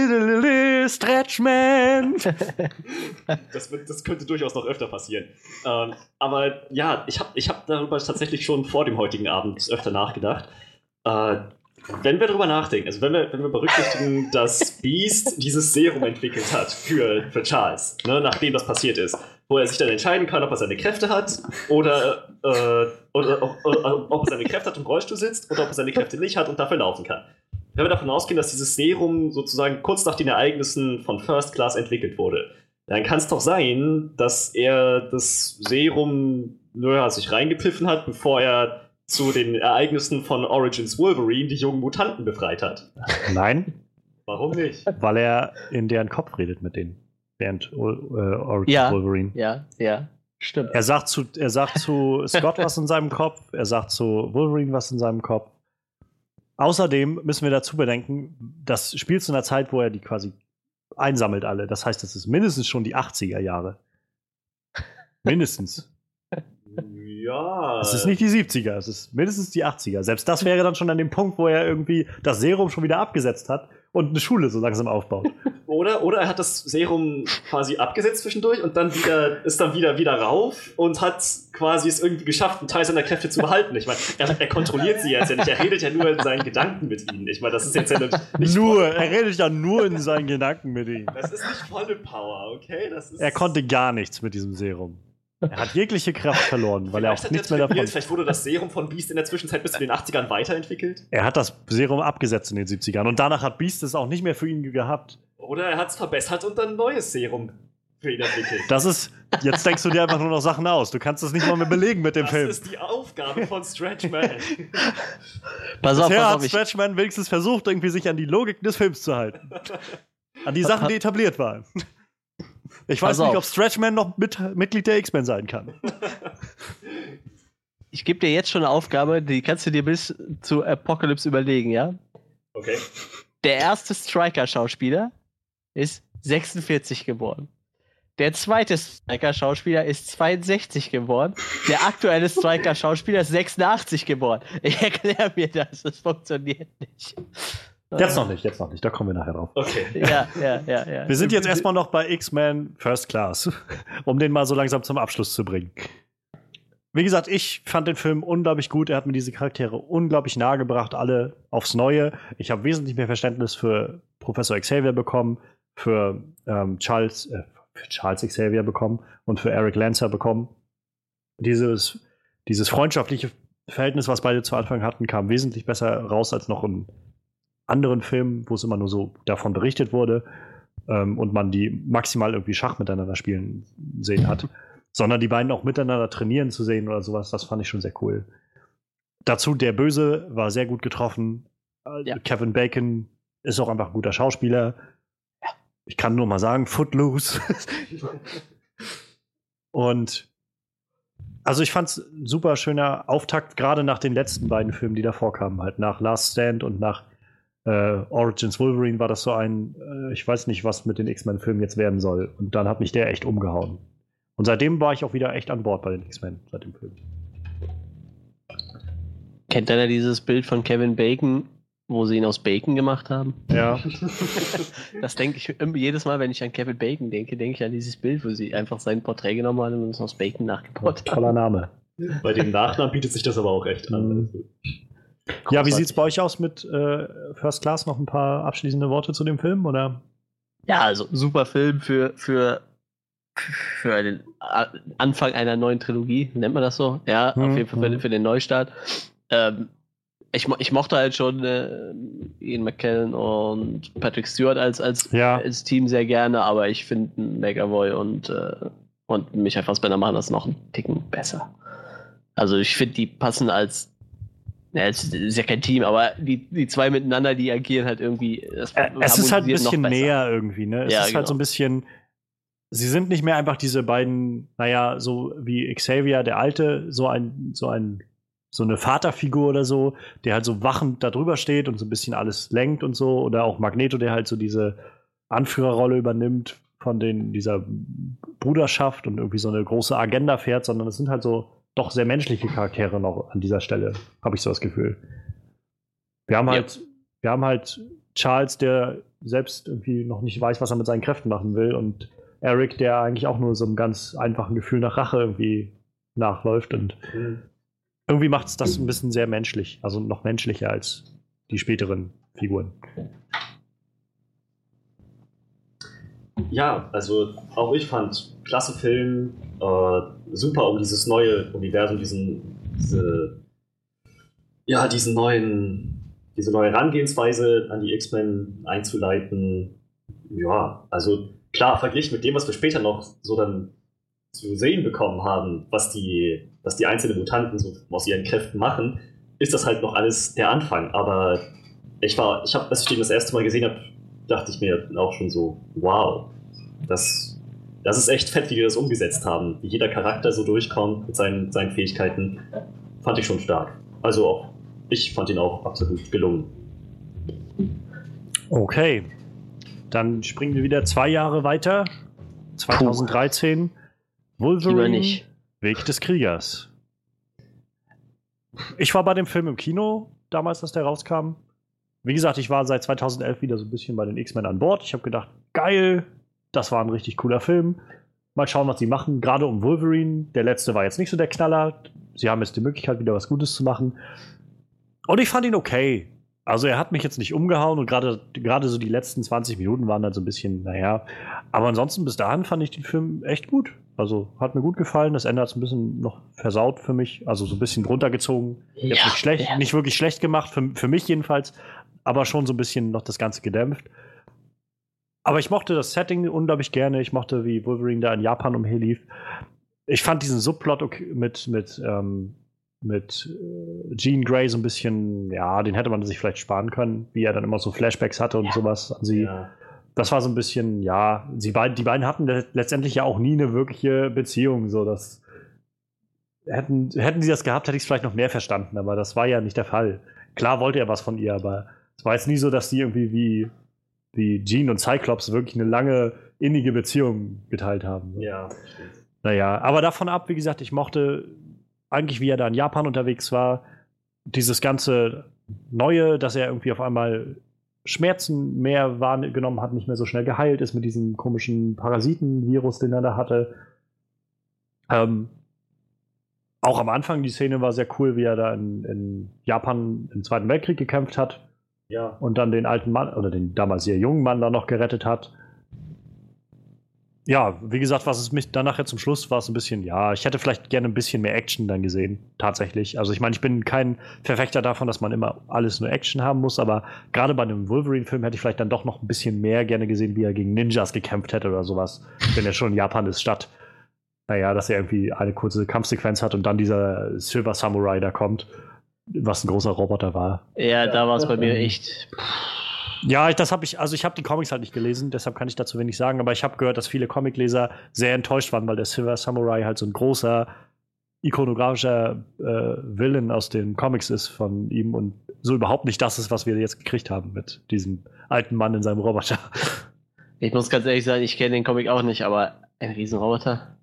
Stretchman! Das, wird, das könnte durchaus noch öfter passieren. Ähm, aber ja, ich habe ich hab darüber tatsächlich schon vor dem heutigen Abend öfter nachgedacht. Äh, wenn wir darüber nachdenken, also wenn wir, wenn wir berücksichtigen, dass Beast dieses Serum entwickelt hat für, für Charles, ne, nachdem das passiert ist, wo er sich dann entscheiden kann, ob er seine Kräfte hat oder, äh, oder, oder, oder ob er seine Kräfte hat und im Rollstuhl sitzt oder ob er seine Kräfte nicht hat und dafür laufen kann. Wenn wir davon ausgehen, dass dieses Serum sozusagen kurz nach den Ereignissen von First Class entwickelt wurde, dann kann es doch sein, dass er das Serum naja, sich reingepfiffen hat, bevor er zu den Ereignissen von Origins Wolverine die jungen Mutanten befreit hat. Nein. Warum nicht? Weil er in deren Kopf redet mit denen. Während äh, Origins ja, Wolverine. Ja, ja, stimmt. Er sagt, zu, er sagt zu Scott was in seinem Kopf, er sagt zu Wolverine was in seinem Kopf. Außerdem müssen wir dazu bedenken, das spielt zu einer Zeit, wo er die quasi einsammelt alle. Das heißt, das ist mindestens schon die achtziger Jahre. Mindestens. Ja. Es ist nicht die siebziger, es ist mindestens die achtziger. Selbst das wäre dann schon an dem Punkt, wo er irgendwie das Serum schon wieder abgesetzt hat und eine Schule so langsam aufbaut. Oder, oder er hat das Serum quasi abgesetzt zwischendurch und dann wieder ist dann wieder wieder rauf und hat quasi es irgendwie geschafft, einen Teil seiner Kräfte zu behalten. Ich meine, er, er kontrolliert sie jetzt ja nicht, er redet ja nur in seinen Gedanken mit ihnen. Ich meine, das ist jetzt ja nicht nur, er redet ja nur in seinen Gedanken mit ihnen. Das ist nicht volle Power, okay? Das ist er konnte gar nichts mit diesem Serum. Er hat jegliche Kraft verloren, weil er auch nichts mehr davon... Vielleicht wurde das Serum von Beast in der Zwischenzeit bis zu den achtzigern weiterentwickelt. Er hat das Serum abgesetzt in den siebzigern und danach hat Beast es auch nicht mehr für ihn gehabt. Oder er hat es verbessert und dann ein neues Serum für ihn entwickelt. Das ist... Jetzt denkst du dir einfach nur noch Sachen aus. Du kannst es nicht mal mehr belegen mit dem das Film. Das ist die Aufgabe von Stretchman. Pass auf, Bisher pass hat auf, Stretchman wenigstens versucht, irgendwie sich an die Logik des Films zu halten. An die Sachen, die etabliert waren. Ich weiß Pass nicht, auf. ob Stretchman noch mit, Mitglied der X-Men sein kann. Ich gebe dir jetzt schon eine Aufgabe, die kannst du dir bis zu Apocalypse überlegen, ja? Okay. Der erste Striker-Schauspieler ist sechsundvierzig geboren. Der zweite Striker-Schauspieler ist zweiundsechzig geboren. Der aktuelle Striker-Schauspieler ist sechsundachtzig geboren. Ich erkläre mir das, das funktioniert nicht. Jetzt noch nicht, jetzt noch nicht, da kommen wir nachher drauf. Okay. Ja, ja, ja, ja. Wir sind jetzt erstmal noch bei X-Men First Class, um den mal so langsam zum Abschluss zu bringen. Wie gesagt, ich fand den Film unglaublich gut. Er hat mir diese Charaktere unglaublich nahe gebracht, alle aufs Neue. Ich habe wesentlich mehr Verständnis für Professor Xavier bekommen, für ähm, Charles, äh, für Charles Xavier bekommen und für Eric Lancer bekommen. Dieses, dieses freundschaftliche Verhältnis, was beide zu Anfang hatten, kam wesentlich besser raus als noch in anderen Filmen, wo es immer nur so davon berichtet wurde ähm, und man die maximal irgendwie Schach miteinander spielen sehen hat. Sondern die beiden auch miteinander trainieren zu sehen oder sowas, das fand ich schon sehr cool. Dazu, der Böse war sehr gut getroffen. Ja. Kevin Bacon ist auch einfach ein guter Schauspieler. Ich kann nur mal sagen, Footloose. Und also ich fand's ein super schöner Auftakt, gerade nach den letzten beiden Filmen, die davor kamen. Halt nach Last Stand und nach äh, Origins Wolverine war das so ein, äh, ich weiß nicht, was mit den X-Men-Filmen jetzt werden soll. Und dann hat mich der echt umgehauen. Und seitdem war ich auch wieder echt an Bord bei den X-Men, seit dem Film. Kennt einer dieses Bild von Kevin Bacon, wo sie ihn aus Bacon gemacht haben? Ja. Das denke ich jedes Mal, wenn ich an Kevin Bacon denke, denke ich an dieses Bild, wo sie einfach sein Porträt genommen haben und es aus Bacon nachgebaut haben. Toller Name. Bei dem Nachnamen bietet sich das aber auch echt an. Mhm. Ja, wie sieht's bei euch aus mit äh, First Class? Noch ein paar abschließende Worte zu dem Film, oder? Ja, also super Film für, für, für den Anfang einer neuen Trilogie, nennt man das so? Ja, Mhm. auf jeden Fall für, für den Neustart. Ähm, ich, ich mochte halt schon äh, Ian McKellen und Patrick Stewart als, als, ja. als Team sehr gerne, aber ich finde McAvoy und, äh, und Michael Fassbender machen das noch einen Ticken besser. Also ich finde, die passen als, ja, es ist ja kein Team, aber die, die zwei miteinander, die agieren halt irgendwie. Das äh, es ist halt ein bisschen näher irgendwie, ne? Es ja, ist genau. halt so ein bisschen. Sie sind nicht mehr einfach diese beiden, naja, so wie Xavier, der Alte, so ein, so ein, so eine Vaterfigur oder so, der halt so wachend da drüber steht und so ein bisschen alles lenkt und so, oder auch Magneto, der halt so diese Anführerrolle übernimmt von den, dieser Bruderschaft und irgendwie so eine große Agenda fährt, sondern es sind halt so doch sehr menschliche Charaktere noch an dieser Stelle, habe ich so das Gefühl. Wir haben halt, ja. wir haben halt Charles, der selbst irgendwie noch nicht weiß, was er mit seinen Kräften machen will, und Eric, der eigentlich auch nur so einem ganz einfachen Gefühl nach Rache irgendwie nachläuft, und mhm. irgendwie macht es das ein bisschen sehr menschlich, also noch menschlicher als die späteren Figuren. Ja, also auch ich fand klasse Film, äh, super, um dieses neue Universum, diesen, diese, ja, diesen neuen, diese neue Herangehensweise an die X-Men einzuleiten. Ja, also klar, verglichen mit dem, was wir später noch so dann zu sehen bekommen haben, was die, was die einzelnen Mutanten so aus ihren Kräften machen, ist das halt noch alles der Anfang. Aber ich war, ich habe, als ich den das erste Mal gesehen habe, dachte ich mir auch schon so, wow, das, das ist echt fett, wie die das umgesetzt haben. Wie jeder Charakter so durchkommt mit seinen, seinen Fähigkeiten, fand ich schon stark. Also auch, ich fand ihn auch absolut gelungen. Okay. Dann springen wir wieder zwei Jahre weiter. zwanzig dreizehn. Wolverine, Weg des Kriegers. Ich war bei dem Film im Kino, damals, als der rauskam. Wie gesagt, ich war seit zweitausendelf wieder so ein bisschen bei den X-Men an Bord. Ich habe gedacht, geil, das war ein richtig cooler Film. Mal schauen, was sie machen. Gerade um Wolverine. Der letzte war jetzt nicht so der Knaller. Sie haben jetzt die Möglichkeit, wieder was Gutes zu machen. Und ich fand ihn okay. Also er hat mich jetzt nicht umgehauen, und gerade gerade so die letzten zwanzig Minuten waren dann so ein bisschen, naja. Aber ansonsten bis dahin fand ich den Film echt gut. Also hat mir gut gefallen. Das Ende hat es ein bisschen noch versaut für mich. Also so ein bisschen runtergezogen. Ja, jetzt nicht schlecht, ja. nicht wirklich schlecht gemacht, für, für mich jedenfalls. Aber schon so ein bisschen noch das Ganze gedämpft. Aber ich mochte das Setting unglaublich gerne. Ich mochte, wie Wolverine da in Japan umherlief. Ich fand diesen Subplot okay mit, mit, ähm, mit äh, Jean Grey so ein bisschen, ja, den hätte man sich vielleicht sparen können, wie er dann immer so Flashbacks hatte und ja. sowas an sie. Ja. Das war so ein bisschen, ja, sie beid, die beiden hatten letztendlich ja auch nie eine wirkliche Beziehung. So, dass hätten, hätten sie das gehabt, hätte ich es vielleicht noch mehr verstanden, aber das war ja nicht der Fall. Klar wollte er was von ihr, aber es war jetzt nie so, dass die irgendwie wie, wie Jean und Cyclops wirklich eine lange, innige Beziehung geteilt haben. So. Ja, stimmt. Naja, aber davon ab, wie gesagt, ich mochte eigentlich, wie er da in Japan unterwegs war, dieses ganze Neue, dass er irgendwie auf einmal Schmerzen mehr wahrgenommen hat, nicht mehr so schnell geheilt ist mit diesem komischen Parasitenvirus, den er da hatte. Ähm, auch am Anfang, die Szene war sehr cool, wie er da in, in Japan im Zweiten Weltkrieg gekämpft hat. Ja. Und dann den alten Mann, oder den damals sehr jungen Mann da noch gerettet hat. Ja, wie gesagt, was es mich dann nachher zum Schluss war, es ein bisschen, ja, ich hätte vielleicht gerne ein bisschen mehr Action dann gesehen, tatsächlich. Also ich meine, ich bin kein Verfechter davon, dass man immer alles nur Action haben muss, aber gerade bei einem Wolverine-Film hätte ich vielleicht dann doch noch ein bisschen mehr gerne gesehen, wie er gegen Ninjas gekämpft hätte oder sowas, wenn er schon in Japan ist, statt, naja, dass er irgendwie eine kurze Kampfsequenz hat und dann dieser Silver Samurai da kommt, was ein großer Roboter war. Ja, da war es bei mir echt... Ja, das habe ich, also ich habe die Comics halt nicht gelesen, deshalb kann ich dazu wenig sagen, aber ich habe gehört, dass viele Comicleser sehr enttäuscht waren, weil der Silver Samurai halt so ein großer, ikonografischer äh, Villain aus den Comics ist von ihm und so überhaupt nicht das ist, was wir jetzt gekriegt haben mit diesem alten Mann in seinem Roboter. Ich muss ganz ehrlich sagen, ich kenne den Comic auch nicht, aber ein Riesenroboter?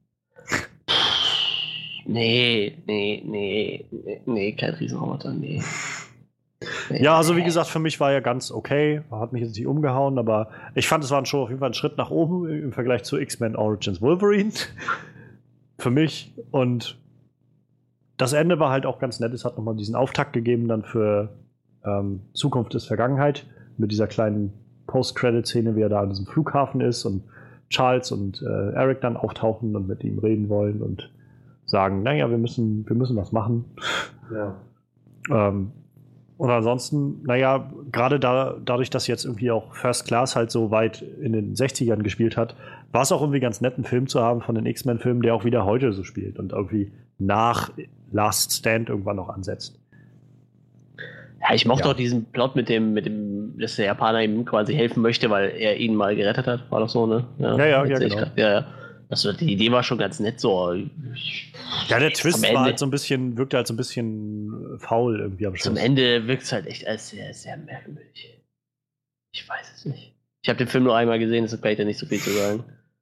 Nee, nee, nee, nee, nee, kein Riesenroboter, nee. Ja, also wie gesagt, für mich war er ganz okay. Hat mich jetzt nicht umgehauen, aber ich fand, es war schon auf jeden Fall ein Schritt nach oben im Vergleich zu X-Men Origins Wolverine. Für mich. Und das Ende war halt auch ganz nett. Es hat nochmal diesen Auftakt gegeben dann für ähm, Zukunft ist Vergangenheit. Mit dieser kleinen Post-Credit-Szene, wie er da an diesem Flughafen ist und Charles und äh, Eric dann auftauchen und mit ihm reden wollen und sagen, naja, wir müssen, wir müssen was machen. Ja. Ähm, Und ansonsten, naja, gerade da, dadurch, dass jetzt irgendwie auch First Class halt so weit in den sechzigern gespielt hat, war es auch irgendwie ganz nett, einen Film zu haben von den X-Men-Filmen, der auch wieder heute so spielt und irgendwie nach Last Stand irgendwann noch ansetzt. Ja, ich mochte Ja. auch diesen Plot mit dem, mit dem, dass der Japaner ihm quasi helfen möchte, weil er ihn mal gerettet hat. War doch so, ne? Ja, ja, ja, jetzt sehe ich genau. grad. Ja, ja. Also, die Idee war schon ganz nett so. Ich, Ja, der zum Twist Ende, war halt so ein bisschen, wirkte halt so ein bisschen faul irgendwie am Schluss. Zum Ende wirkt es halt echt als sehr, sehr merkwürdig. Ich weiß es nicht. Ich habe den Film nur einmal gesehen, deshalb kann ich da nicht so viel zu sagen.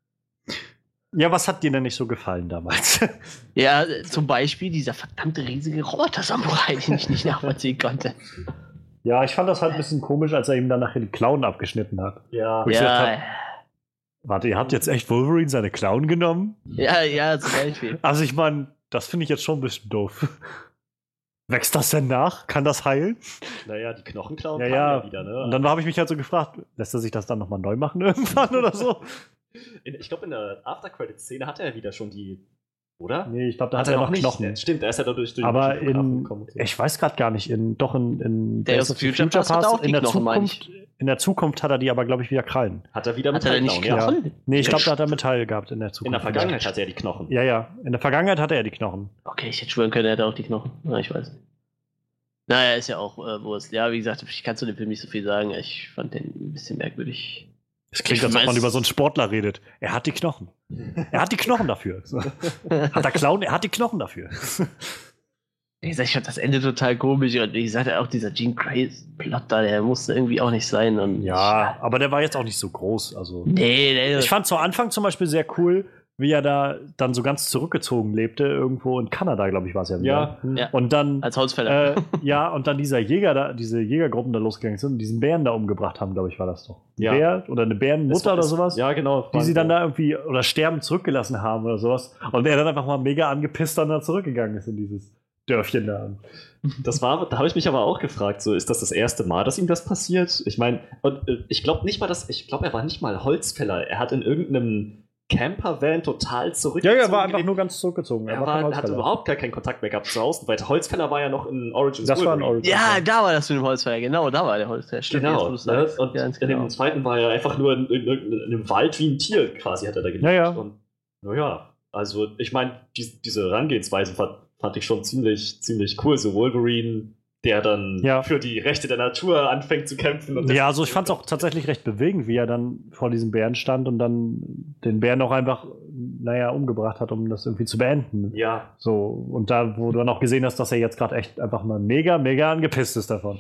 Ja, was hat dir denn nicht so gefallen damals? Ja, zum Beispiel dieser verdammte riesige Roboter-Samurai, den ich nicht nachvollziehen konnte. Ja, ich fand das halt ein bisschen komisch, als er ihm dann nachher die Klauen abgeschnitten hat. Ja, Wo ich gedacht Ja, hab, warte, ihr habt jetzt echt Wolverine seine Klauen genommen? ja, ja, zum Beispiel. Also ich meine, das finde ich jetzt schon ein bisschen doof. Wächst das denn nach? Kann das heilen? naja, die Knochenklauen Ja, kamen ja. ja wieder, ne? Und dann habe ich mich halt so gefragt, lässt er sich das dann nochmal neu machen irgendwann oder so? In, ich glaube, in der After-Credit-Szene hatte er wieder schon die, oder? Nee, ich glaube, da hat er noch nicht. Knochen. Stimmt, da ist er dadurch durch Aber durch den Flughafen in, gekommen und so. ich weiß gerade gar nicht, in, doch in, in Days of Future Past hat er auch die in der Knochen, meine ich. Zukunft, in der Zukunft hat er die aber, glaube ich, wieder Krallen. Hat er wieder Hat er denn nicht Metallklauen, ja. Knochen? Nee, ich glaube, da hat er Metall gehabt in der Zukunft. In der Vergangenheit hatte er die Knochen. Ja, ja. In der Vergangenheit hatte er die Knochen. Okay, ich hätte schwören können, er hätte auch die Knochen. Na, ich weiß nicht. Naja, ist ja auch äh, Wurst. Ja, wie gesagt, ich kann zu dem Film nicht so viel sagen. Ich fand den ein bisschen merkwürdig. Es klingt, Ich als ob man weiß- über so einen Sportler redet. Er hat die Knochen. Er hat die Knochen dafür. So. Hat er Klauen? Er hat die Knochen dafür. Wie gesagt, ich fand das Ende total komisch und wie gesagt, auch dieser Gene Grey-Plot da, der musste irgendwie auch nicht sein. Und Ja, aber der war jetzt auch nicht so groß. Also. Nee, nee. Ich fand zu Anfang zum Beispiel sehr cool, wie er da dann so ganz zurückgezogen lebte, irgendwo in Kanada, glaube ich, war es ja wieder. Ja. Ja. Und dann, als Holzfäller. äh, ja, und dann dieser Jäger da, diese Jägergruppen da losgegangen sind und diesen Bären da umgebracht haben, glaube ich, war das doch. Ein Ja. Bär oder eine Es Bärenmutter war- oder es- sowas. Ja, genau. Die sie dann da irgendwie oder sterben zurückgelassen haben oder sowas. Und er dann einfach mal mega angepisst dann da zurückgegangen ist in dieses Dörfchen da. Das war, da habe ich mich aber auch gefragt, so ist das das erste Mal, dass ihm das passiert? Ich meine, und äh, ich glaube nicht mal, dass ich glaube, er war nicht mal Holzfäller. Er hat in irgendeinem Campervan total Ja, zurückgezogen. ja, war einfach nur ganz zurückgezogen. Er war kein war, hat Holzfäller. überhaupt gar keinen Kontakt mehr gehabt zu Hause, weil Holzfäller war ja noch in Origins Das war ein Wolverine. Origins. Ja, da war das mit dem Holzfäller, genau, da war der Holzfäller. Stimmt, Genau. jetzt, wo du's Ne? sagst. Und Ja, ganz in genau. dem zweiten war er einfach nur in, in, in, in einem Wald wie ein Tier quasi, hat er da gelebt. Ja, ja. Und naja, also ich meine, die, diese Herangehensweise fand, fand ich schon ziemlich, ziemlich cool. So Wolverine, der dann Ja. für die Rechte der Natur anfängt zu kämpfen. Und das- Ja, also ich fand es auch tatsächlich recht bewegend, wie er dann vor diesem Bären stand und dann den Bären auch einfach, naja, umgebracht hat, um das irgendwie zu beenden. Ja, So, und da, wo du dann auch gesehen hast, dass er jetzt gerade echt einfach mal mega, mega angepisst ist davon.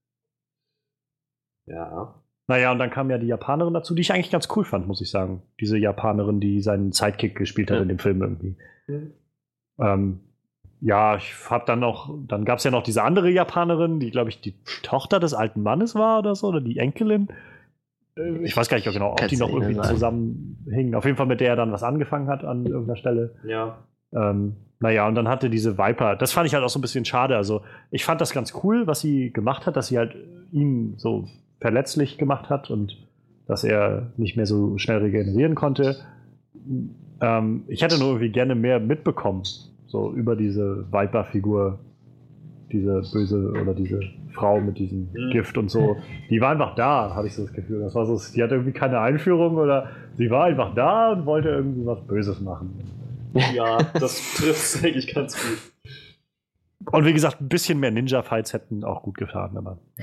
ja. Naja, und dann kam ja die Japanerin dazu, die ich eigentlich ganz cool fand, muss ich sagen. Diese Japanerin, die seinen Sidekick gespielt hat Ja. in dem Film irgendwie. Mhm. Ähm, ja, ich hab dann noch, dann gab es ja noch diese andere Japanerin, die, glaube ich, die Tochter des alten Mannes war oder so, oder die Enkelin. Äh, Ich weiß gar nicht genau, ob Kannst die du noch nicht mehr irgendwie sagen. zusammenhingen. Auf jeden Fall mit der er dann was angefangen hat an irgendeiner Stelle. Ja. Ähm, naja, und dann hatte diese Viper, das fand ich halt auch so ein bisschen schade. Also, ich fand das ganz cool, was sie gemacht hat, dass sie halt ihn so verletzlich gemacht hat und dass er nicht mehr so schnell regenerieren konnte. Ähm, ich hätte nur irgendwie gerne mehr mitbekommen, so über diese Viper-Figur, diese böse oder diese Frau mit diesem Mhm. Gift und so. Die war einfach da, hatte ich so das Gefühl. Das war so, die hatte irgendwie keine Einführung oder sie war einfach da und wollte irgendwie was Böses machen. Ja, das trifft eigentlich ganz gut. Und wie gesagt, ein bisschen mehr Ninja-Fights hätten auch gut getan, aber. Ja.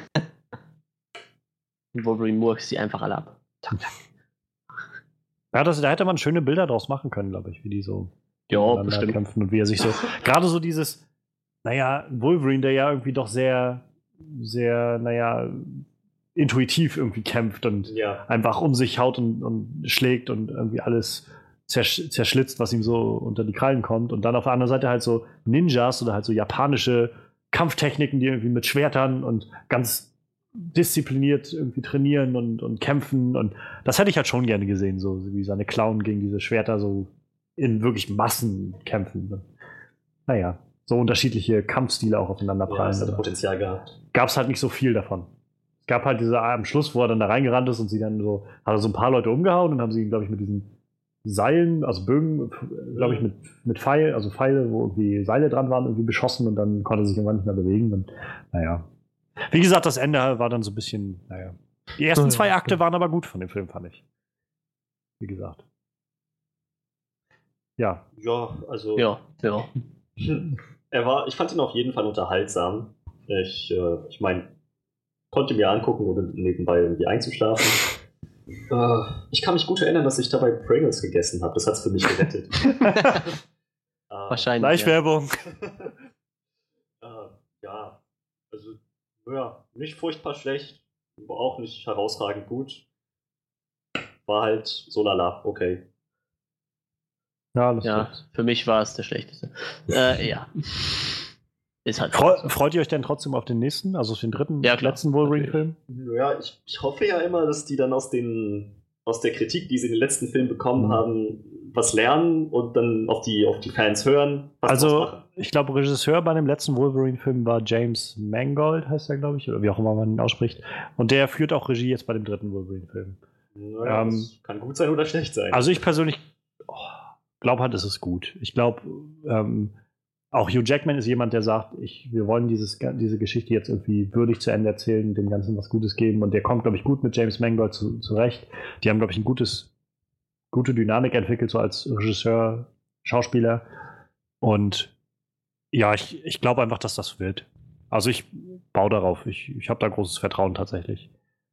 Und Wolverine murkst die einfach alle ab. Tak, tak. Ja, das, da hätte man schöne Bilder draus machen können, glaube ich, wie die so Ja, miteinander bestimmt. kämpfen und wie er sich so. Gerade so dieses, naja, Wolverine, der ja irgendwie doch sehr, sehr, naja, intuitiv irgendwie kämpft und Ja. einfach um sich haut und, und schlägt und irgendwie alles zersch zerschlitzt, was ihm so unter die Krallen kommt. Und dann auf der anderen Seite halt so Ninjas oder halt so japanische Kampftechniken, die irgendwie mit Schwertern und ganz diszipliniert irgendwie trainieren und, und kämpfen. Und das hätte ich halt schon gerne gesehen, so wie seine Clown gegen diese Schwerter so in wirklich Massen kämpfen. Naja, so unterschiedliche Kampfstile auch aufeinander Ja, das prallen. hätte Ja, Potenzial gehabt. gab es halt nicht so viel davon. Es gab halt diese am Schluss, wo er dann da reingerannt ist und sie dann so, hat er so ein paar Leute umgehauen und haben sie ihn, glaube ich, mit diesen Seilen, also Bögen, glaube ich, mit, mit Pfeil, also Pfeile, wo irgendwie Seile dran waren, irgendwie beschossen und dann konnte er sich irgendwann nicht mehr bewegen. Und naja, Wie gesagt, das Ende war dann so ein bisschen, naja. Die ersten zwei Akte waren aber gut von dem Film, fand ich. Wie gesagt. Ja. Ja, also. Ja, ja. Er war, ich fand ihn auf jeden Fall unterhaltsam. Ich, äh, ich meine, konnte mir angucken, ohne nebenbei irgendwie einzuschlafen. äh, ich kann mich gut erinnern, dass ich dabei Pringles gegessen habe. Das hat es für mich gerettet. Wahrscheinlich. Fleischwerbung. Ja. äh, ja, also, ja, nicht furchtbar schlecht, aber auch nicht herausragend gut. War halt so lala, okay. Ja, das Ja, für mich war es der schlechteste. Äh, ja. Ist halt. Freu, freut ihr euch denn trotzdem auf den nächsten, also auf den dritten, ja, letzten Wolverine-Film? Ja, ich, ich hoffe ja immer, dass die dann aus den aus der Kritik, die sie in den letzten Filmen bekommen mhm. haben, was lernen und dann auf die, auf die Fans hören. Was also, ich glaube, Regisseur bei dem letzten Wolverine-Film war James Mangold, heißt er, glaube ich, oder wie auch immer man ihn ausspricht. Und der führt auch Regie jetzt bei dem dritten Wolverine-Film. Naja, ähm, das kann gut sein oder schlecht sein. Also ich persönlich oh, glaube halt, es ist gut. Ich glaube, ähm, auch Hugh Jackman ist jemand, der sagt, ich, wir wollen dieses, diese Geschichte jetzt irgendwie würdig zu Ende erzählen, dem Ganzen was Gutes geben. Und der kommt, glaube ich, gut mit James Mangold zu, zurecht. Die haben, glaube ich, ein gutes, gute Dynamik entwickelt, so als Regisseur, Schauspieler. Und ja, ich, ich glaube einfach, dass das wird. Also ich baue darauf. Ich, ich habe da großes Vertrauen tatsächlich.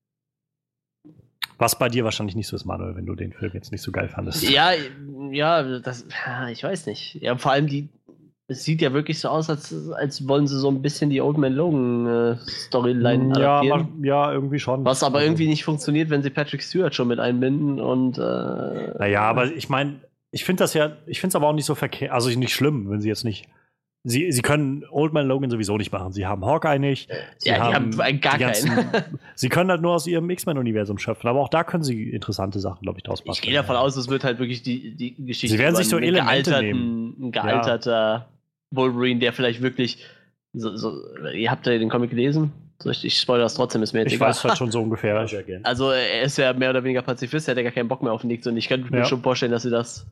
Was bei dir wahrscheinlich nicht so ist, Manuel, wenn du den Film jetzt nicht so geil fandest. Ja, ja, das, ich weiß nicht. Ja, vor allem die, es sieht ja wirklich so aus, als, als wollen sie so ein bisschen die Old Man Logan äh, Storyline ja, adaptieren. mal, ja, irgendwie schon. Was aber also, irgendwie nicht funktioniert, wenn sie Patrick Stewart schon mit einbinden und äh, naja, aber ich meine, ich finde das ja, ich finde es aber auch nicht so verkehrt, also nicht schlimm, wenn sie jetzt nicht Sie, sie können Old Man Logan sowieso nicht machen. Sie haben Hawkeye nicht. Sie ja, die haben, haben gar die ganzen, keinen. Sie können halt nur aus ihrem X-Men-Universum schöpfen. Aber auch da können sie interessante Sachen, glaube ich, draus basteln. Ich gehe davon aus, es wird halt wirklich die, die Geschichte sie werden sich so einen Elemente gealterten, nehmen. ein gealterter ja. Wolverine, der vielleicht wirklich so, so, ihr habt ja den Comic gelesen? So, ich, ich spoilere das trotzdem, ist mir jetzt ich egal. weiß halt schon so ungefähr. Also er ist ja mehr oder weniger Pazifist, er hat ja gar keinen Bock mehr auf nichts und ich könnte mir ja. schon vorstellen, dass sie das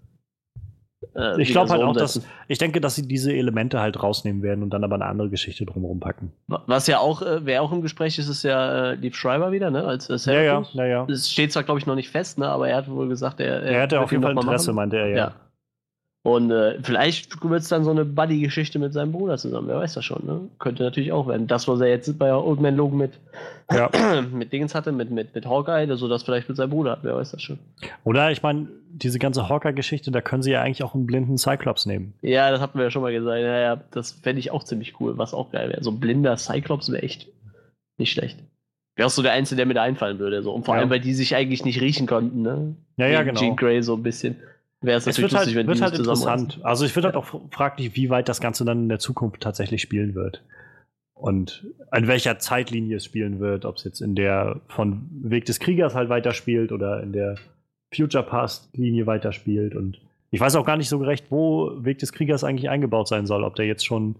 Äh, ich glaube halt so auch, dass ich denke, dass sie diese Elemente halt rausnehmen werden und dann aber eine andere Geschichte drumherum packen. Was ja auch, äh, wer auch im Gespräch ist, ist ja äh, Liv Schreiber wieder, ne? Als äh, ja, ja, ja, ja. Es steht zwar, glaube ich, noch nicht fest, ne? Aber er hat wohl gesagt, er. Er hatte auf jeden Fall Interesse, meinte er, ja. ja. Und äh, vielleicht wird es dann so eine Buddy-Geschichte mit seinem Bruder zusammen, wer weiß das schon, ne? Könnte natürlich auch werden. Das, was er jetzt bei Old Man Logan mit, ja. mit Dingens hatte, mit, mit, mit Hawkeye, also das vielleicht mit seinem Bruder hat, wer weiß das schon. Oder, ich meine, diese ganze Hawkeye-Geschichte, da können sie ja eigentlich auch einen blinden Cyclops nehmen. Ja, das hatten wir ja schon mal gesagt. Ja, ja, das fände ich auch ziemlich cool, was auch geil wäre. So ein blinder Cyclops wäre echt nicht schlecht. Wäre auch so der Einzige, der mir da einfallen würde. So. Und vor ja. allem, weil die sich eigentlich nicht riechen konnten, ne? Ja, ja, genau. Jean Grey so ein bisschen. Wäre es natürlich wird lustig, halt, wenn wird die halt nicht interessant. Also ich würde ja. halt auch fraglich, wie weit das Ganze dann in der Zukunft tatsächlich spielen wird. Und an welcher Zeitlinie es spielen wird, ob es jetzt in der von Weg des Kriegers halt weiterspielt oder in der Future Past Linie weiterspielt. Und ich weiß auch gar nicht so recht, wo Weg des Kriegers eigentlich eingebaut sein soll. Ob der jetzt schon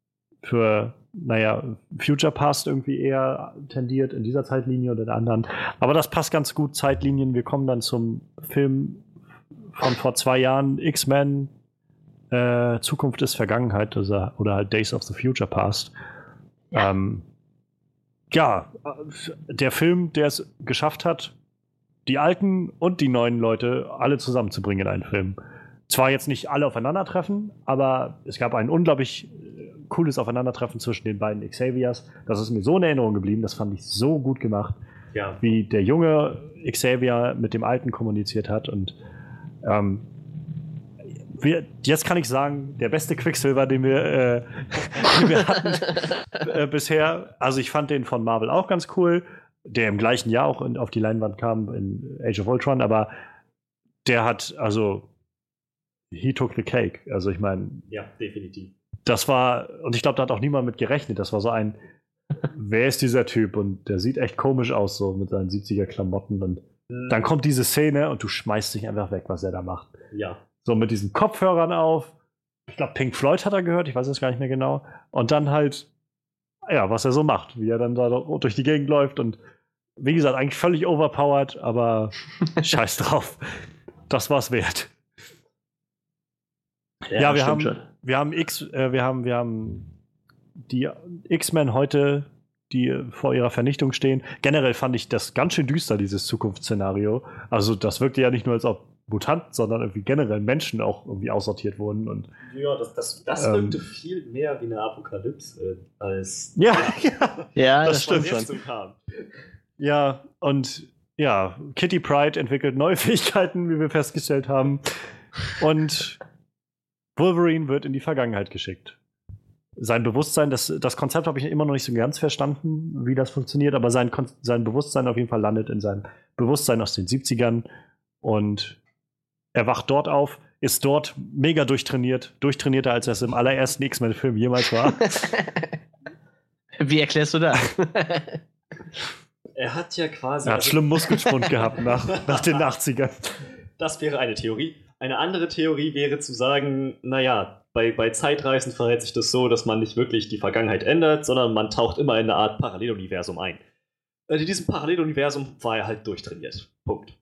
für, naja, Future Past irgendwie eher tendiert in dieser Zeitlinie oder der anderen. Aber das passt ganz gut, Zeitlinien. Wir kommen dann zum Film von vor zwei Jahren, X-Men, äh, Zukunft ist Vergangenheit, also, oder halt Days of the Future Past. Ja. Ähm, ja, der Film, der es geschafft hat, die alten und die neuen Leute alle zusammenzubringen in einen Film. Zwar jetzt nicht alle aufeinandertreffen, aber es gab ein unglaublich cooles Aufeinandertreffen zwischen den beiden Xaviers. Das ist mir so in Erinnerung geblieben, das fand ich so gut gemacht, ja. wie der junge Xavier mit dem Alten kommuniziert hat und Ähm, wir, jetzt kann ich sagen, der beste Quicksilver, den wir, äh, den wir hatten äh, bisher. Also ich fand den von Marvel auch ganz cool, der im gleichen Jahr auch in, auf die Leinwand kam in Age of Ultron, aber der hat, also he took the cake. Also ich meine, ja, definitiv. Das war, und ich glaube, da hat auch niemand mit gerechnet. Das war so ein, wer ist dieser Typ? Und der sieht echt komisch aus, so mit seinen siebziger Klamotten und dann kommt diese Szene und du schmeißt dich einfach weg, was er da macht. Ja. So mit diesen Kopfhörern auf. Ich glaube, Pink Floyd hat er gehört, ich weiß es gar nicht mehr genau. Und dann halt, ja, was er so macht, wie er dann da durch die Gegend läuft. Und wie gesagt, eigentlich völlig overpowered, aber scheiß drauf. Das war's wert. Ja, ja wir, haben, wir haben X, äh, wir haben, wir haben die X-Men heute, die vor ihrer Vernichtung stehen. Generell fand ich das ganz schön düster, dieses Zukunftsszenario. Also das wirkte ja nicht nur als ob Mutanten, sondern irgendwie generell Menschen auch irgendwie aussortiert wurden. Und, ja, das, das, das ähm, wirkte viel mehr wie eine Apokalypse als ja, ja, Ja, das das, stimmt stimmt jetzt schon. so kam. ja, und ja, Kitty Pryde entwickelt neue Fähigkeiten, wie wir festgestellt haben. Und Wolverine wird in die Vergangenheit geschickt. Sein Bewusstsein, das, das Konzept habe ich immer noch nicht so ganz verstanden, wie das funktioniert, aber sein, Kon- sein Bewusstsein auf jeden Fall landet in seinem Bewusstsein aus den siebzigern und er wacht dort auf, ist dort mega durchtrainiert, durchtrainierter, als er es im allerersten X-Men-Film jemals war. Wie erklärst du das? Er hat ja quasi. Er hat also- schlimmen Muskelschwund gehabt nach, nach den achtzigern. Das wäre eine Theorie. Eine andere Theorie wäre zu sagen, naja, bei, bei Zeitreisen verhält sich das so, dass man nicht wirklich die Vergangenheit ändert, sondern man taucht immer in eine Art Paralleluniversum ein. Und in diesem Paralleluniversum war er halt durchtrainiert. Punkt.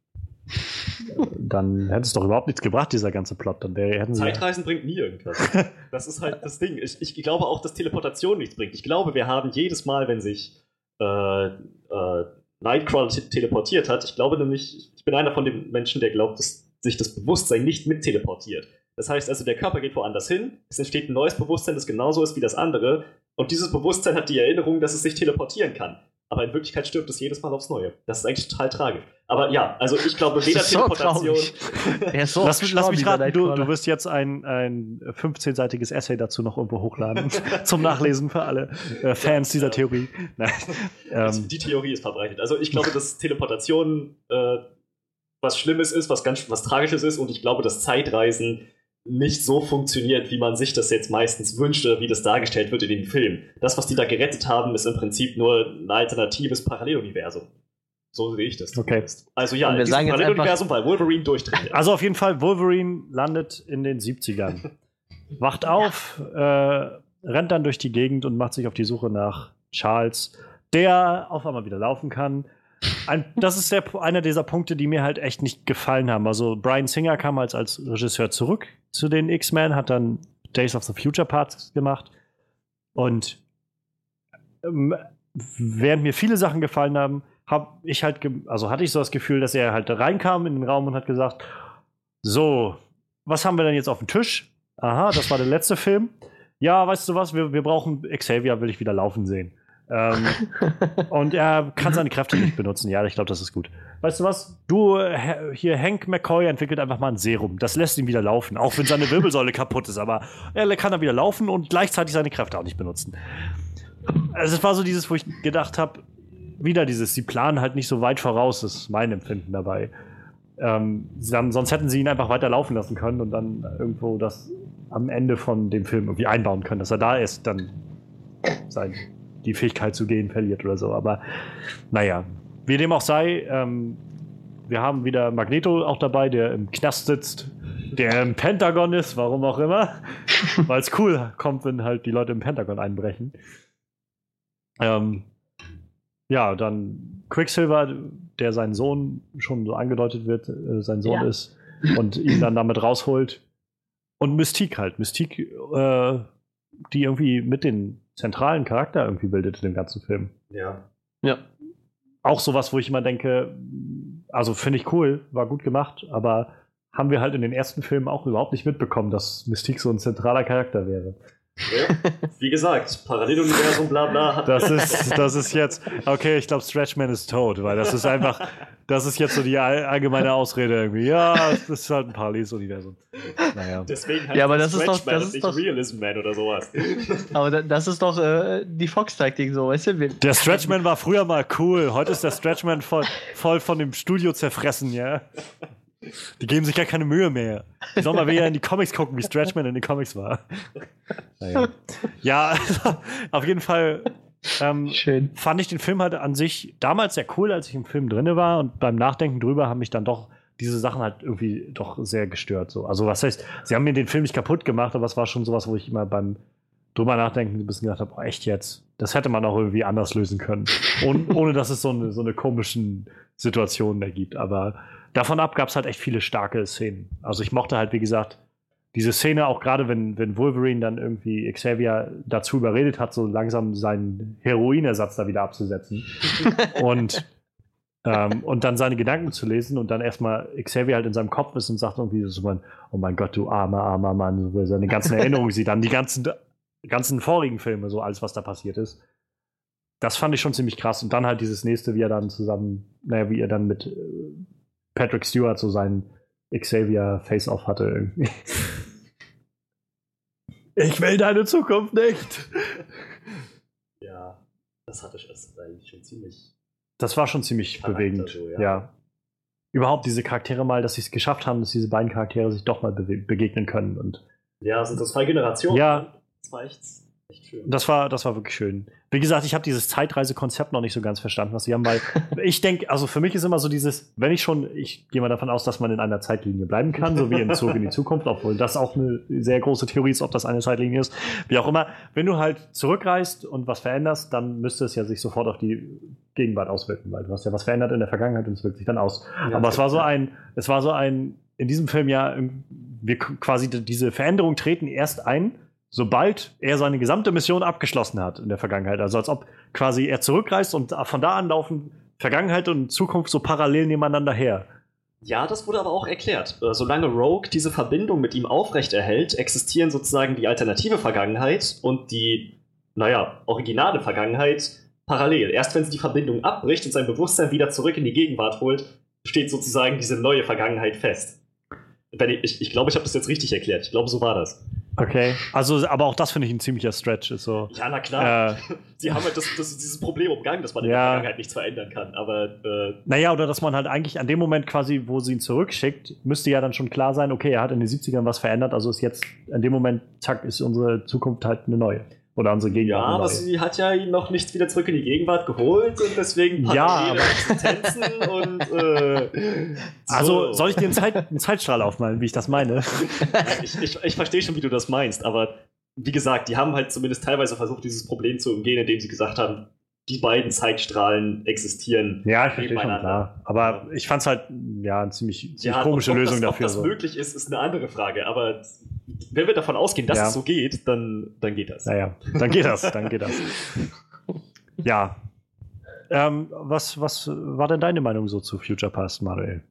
Dann hätte es doch überhaupt nichts gebracht, dieser ganze Plot. Dann wäre, hätten sie Zeitreisen bringt nie irgendwas. Das ist halt das Ding. Ich, ich glaube auch, dass Teleportation nichts bringt. Ich glaube, wir haben jedes Mal, wenn sich äh, äh, Nightcrawler te- teleportiert hat, ich glaube nämlich, ich bin einer von den Menschen, der glaubt, dass sich das Bewusstsein nicht mit teleportiert. Das heißt also, der Körper geht woanders hin, es entsteht ein neues Bewusstsein, das genauso ist wie das andere, und dieses Bewusstsein hat die Erinnerung, dass es sich teleportieren kann. Aber in Wirklichkeit stirbt es jedes Mal aufs Neue. Das ist eigentlich total tragisch. Aber ja, also ich glaube, weder Das ist so Teleportation. traurig. Er ist so lass, mich- lass mich gestorben, raten, dieser du, du Nightcrawler. wirst jetzt ein, ein fünfzehnseitiges Essay dazu noch irgendwo hochladen. Zum Nachlesen für alle äh, Fans Ja, dieser ja. Theorie. Nein. Ähm, Die Theorie ist verbreitet. Also ich glaube, dass Teleportation äh, was Schlimmes ist, was ganz was Tragisches ist, und ich glaube, dass Zeitreisen nicht so funktioniert, wie man sich das jetzt meistens wünscht oder wie das dargestellt wird in den Filmen. Das, was die da gerettet haben, ist im Prinzip nur ein alternatives Paralleluniversum. So sehe ich das Okay. zumindest. Also ja, Und wir in diesem sagen jetzt Paralleluniversum war Wolverine durchtrainiert. Also auf jeden Fall, Wolverine landet in den siebzigern. Wacht auf, äh, rennt dann durch die Gegend und macht sich auf die Suche nach Charles, der auf einmal wieder laufen kann. Ein, das ist der, einer dieser Punkte, die mir halt echt nicht gefallen haben. Also Bryan Singer kam als, als Regisseur zurück zu den X-Men, hat dann Days of the Future Parts gemacht. Und ähm, während mir viele Sachen gefallen haben, hab ich halt, ge- also hatte ich so das Gefühl, dass er halt reinkam in den Raum und hat gesagt, so, was haben wir denn jetzt auf dem Tisch? Aha, das war der letzte Film. Ja, weißt du was, wir, wir brauchen Xavier, will ich wieder laufen sehen. Ähm, und er kann seine Kräfte nicht benutzen. Ja, ich glaube, das ist gut. Weißt du was? Du, äh, hier, Hank McCoy entwickelt einfach mal ein Serum. Das lässt ihn wieder laufen, auch wenn seine Wirbelsäule kaputt ist. Aber er kann dann wieder laufen und gleichzeitig seine Kräfte auch nicht benutzen. Also es war so dieses, wo ich gedacht habe, wieder dieses, sie planen halt nicht so weit voraus, das ist mein Empfinden dabei. Ähm, sie haben, sonst hätten sie ihn einfach weiter laufen lassen können und dann irgendwo das am Ende von dem Film irgendwie einbauen können, dass er da ist, dann sein, die Fähigkeit zu gehen verliert oder so. Aber naja, wie dem auch sei, ähm, wir haben wieder Magneto auch dabei, der im Knast sitzt, der im Pentagon ist, warum auch immer, weil es cool kommt, wenn halt die Leute im Pentagon einbrechen. Ähm, ja, dann Quicksilver, der sein Sohn schon so angedeutet wird, äh, sein Sohn Ja. ist und ihn dann damit rausholt. Und Mystique halt. Mystique, äh, die irgendwie mit den zentralen Charakter irgendwie bildet in dem ganzen Film. Ja. Ja. Auch sowas, wo ich immer denke, also finde ich cool, war gut gemacht, aber haben wir halt in den ersten Filmen auch überhaupt nicht mitbekommen, dass Mystique so ein zentraler Charakter wäre. Ja. Wie gesagt, Paralleluniversum, bla bla. Hat Das ist, das ist jetzt, okay, ich glaube, Stretchman ist tot, weil das ist einfach, das ist jetzt so die all, allgemeine Ausrede irgendwie. Ja, es ist halt ein Paralleluniversum. Naja. Deswegen heißt Ja, aber es das ist doch- Stretchman das und ist nicht doch- Realism Man oder sowas. Aber da, das ist doch äh, die Fox-Taktik so, weißt du? Wir, Der Stretchman war früher mal cool, heute ist der Stretchman voll, voll von dem Studio zerfressen, ja. Die geben sich gar keine Mühe mehr. Die sollen mal wieder in die Comics gucken, wie Stretchman in den Comics war. Naja. Ja, also, auf jeden Fall ähm, Schön. fand ich den Film halt an sich damals sehr cool, als ich im Film drin war, und beim Nachdenken drüber haben mich dann doch diese Sachen halt irgendwie doch sehr gestört. So. Also was heißt, sie haben mir den Film nicht kaputt gemacht, aber es war schon sowas, wo ich immer beim drüber nachdenken ein bisschen gedacht habe, oh, echt jetzt? Das hätte man auch irgendwie anders lösen können. Und, ohne dass es so eine, so eine komischen Situationen ergibt. Aber davon ab gab es halt echt viele starke Szenen. Also ich mochte halt, wie gesagt, diese Szene auch gerade, wenn, wenn Wolverine dann irgendwie Xavier dazu überredet hat, so langsam seinen Heroinersatz da wieder abzusetzen und, ähm, und dann seine Gedanken zu lesen und dann erstmal Xavier halt in seinem Kopf ist und sagt irgendwie so, oh mein Gott, du armer, armer Mann, so seine ganzen Erinnerungen sieht, dann die ganzen, ganzen vorigen Filme, so alles, was da passiert ist. Das fand ich schon ziemlich krass. Und dann halt dieses nächste, wie er dann zusammen, naja, wie er dann mit Patrick Stewart so seinen Xavier Face-Off hatte irgendwie. Ich will deine Zukunft nicht. Ja, das hatte ich erst eigentlich schon ziemlich. Das war schon ziemlich bewegend. So, ja. ja. Überhaupt diese Charaktere mal, dass sie es geschafft haben, dass diese beiden Charaktere sich doch mal be- begegnen können. Und ja, sind das zwei Generationen? Ja. Das war echt, echt schön. Das war, das war wirklich schön. Wie gesagt, ich habe dieses Zeitreisekonzept noch nicht so ganz verstanden, was sie haben, weil ich denke, also für mich ist immer so dieses, wenn ich schon, ich gehe mal davon aus, dass man in einer Zeitlinie bleiben kann, so wie in Zurück in die Zukunft, obwohl das auch eine sehr große Theorie ist, ob das eine Zeitlinie ist. Wie auch immer, wenn du halt zurückreist und was veränderst, dann müsste es ja sich sofort auf die Gegenwart auswirken, weil du hast ja was verändert in der Vergangenheit und es wirkt sich dann aus. Ja, aber es war so ein, es war so ein, in diesem Film ja, wir quasi diese Veränderungen treten erst ein, sobald er seine gesamte Mission abgeschlossen hat in der Vergangenheit. Also als ob quasi er zurückreist und von da an laufen Vergangenheit und Zukunft so parallel nebeneinander her. Ja, das wurde aber auch erklärt. Solange Rogue diese Verbindung mit ihm aufrechterhält, existieren sozusagen die alternative Vergangenheit und die, naja, originale Vergangenheit parallel. Erst wenn sie die Verbindung abbricht und sein Bewusstsein wieder zurück in die Gegenwart holt, steht sozusagen diese neue Vergangenheit fest. Ich, ich glaube, ich habe das jetzt richtig erklärt. Ich glaube, so war das. Okay, also, aber auch das finde ich ein ziemlicher Stretch. Ist so, ja, na klar. Äh, Sie haben halt das, das, dieses Problem umgangen, dass man in ja. der Vergangenheit nichts verändern kann. Aber, äh, naja, oder dass man halt eigentlich an dem Moment quasi, wo sie ihn zurückschickt, müsste ja dann schon klar sein, okay, er hat in den siebzigern was verändert, also ist jetzt, an dem Moment, zack, ist unsere Zukunft halt eine neue. Oder unsere Gegenwart. Ja, aber sie hat ja ihn noch nicht wieder zurück in die Gegenwart geholt und deswegen parallele ja, Existenzen und äh, so. Also soll ich dir einen, Zeit, einen Zeitstrahl aufmalen, wie ich das meine? ich ich, ich verstehe schon, wie du das meinst, aber wie gesagt, die haben halt zumindest teilweise versucht, dieses Problem zu umgehen, indem sie gesagt haben, die beiden Zeitstrahlen existieren. Ja, ich verstehe schon, klar. Aber ich fand es halt ja, eine ziemlich, ziemlich ja, komische ob Lösung das, dafür. Ob das so. möglich ist, ist eine andere Frage, aber wenn wir davon ausgehen, dass ja. es so geht, dann, dann geht das. Naja, dann geht das, dann geht das. Ja. Ähm, was, was war denn deine Meinung so zu Future Past, Manuel?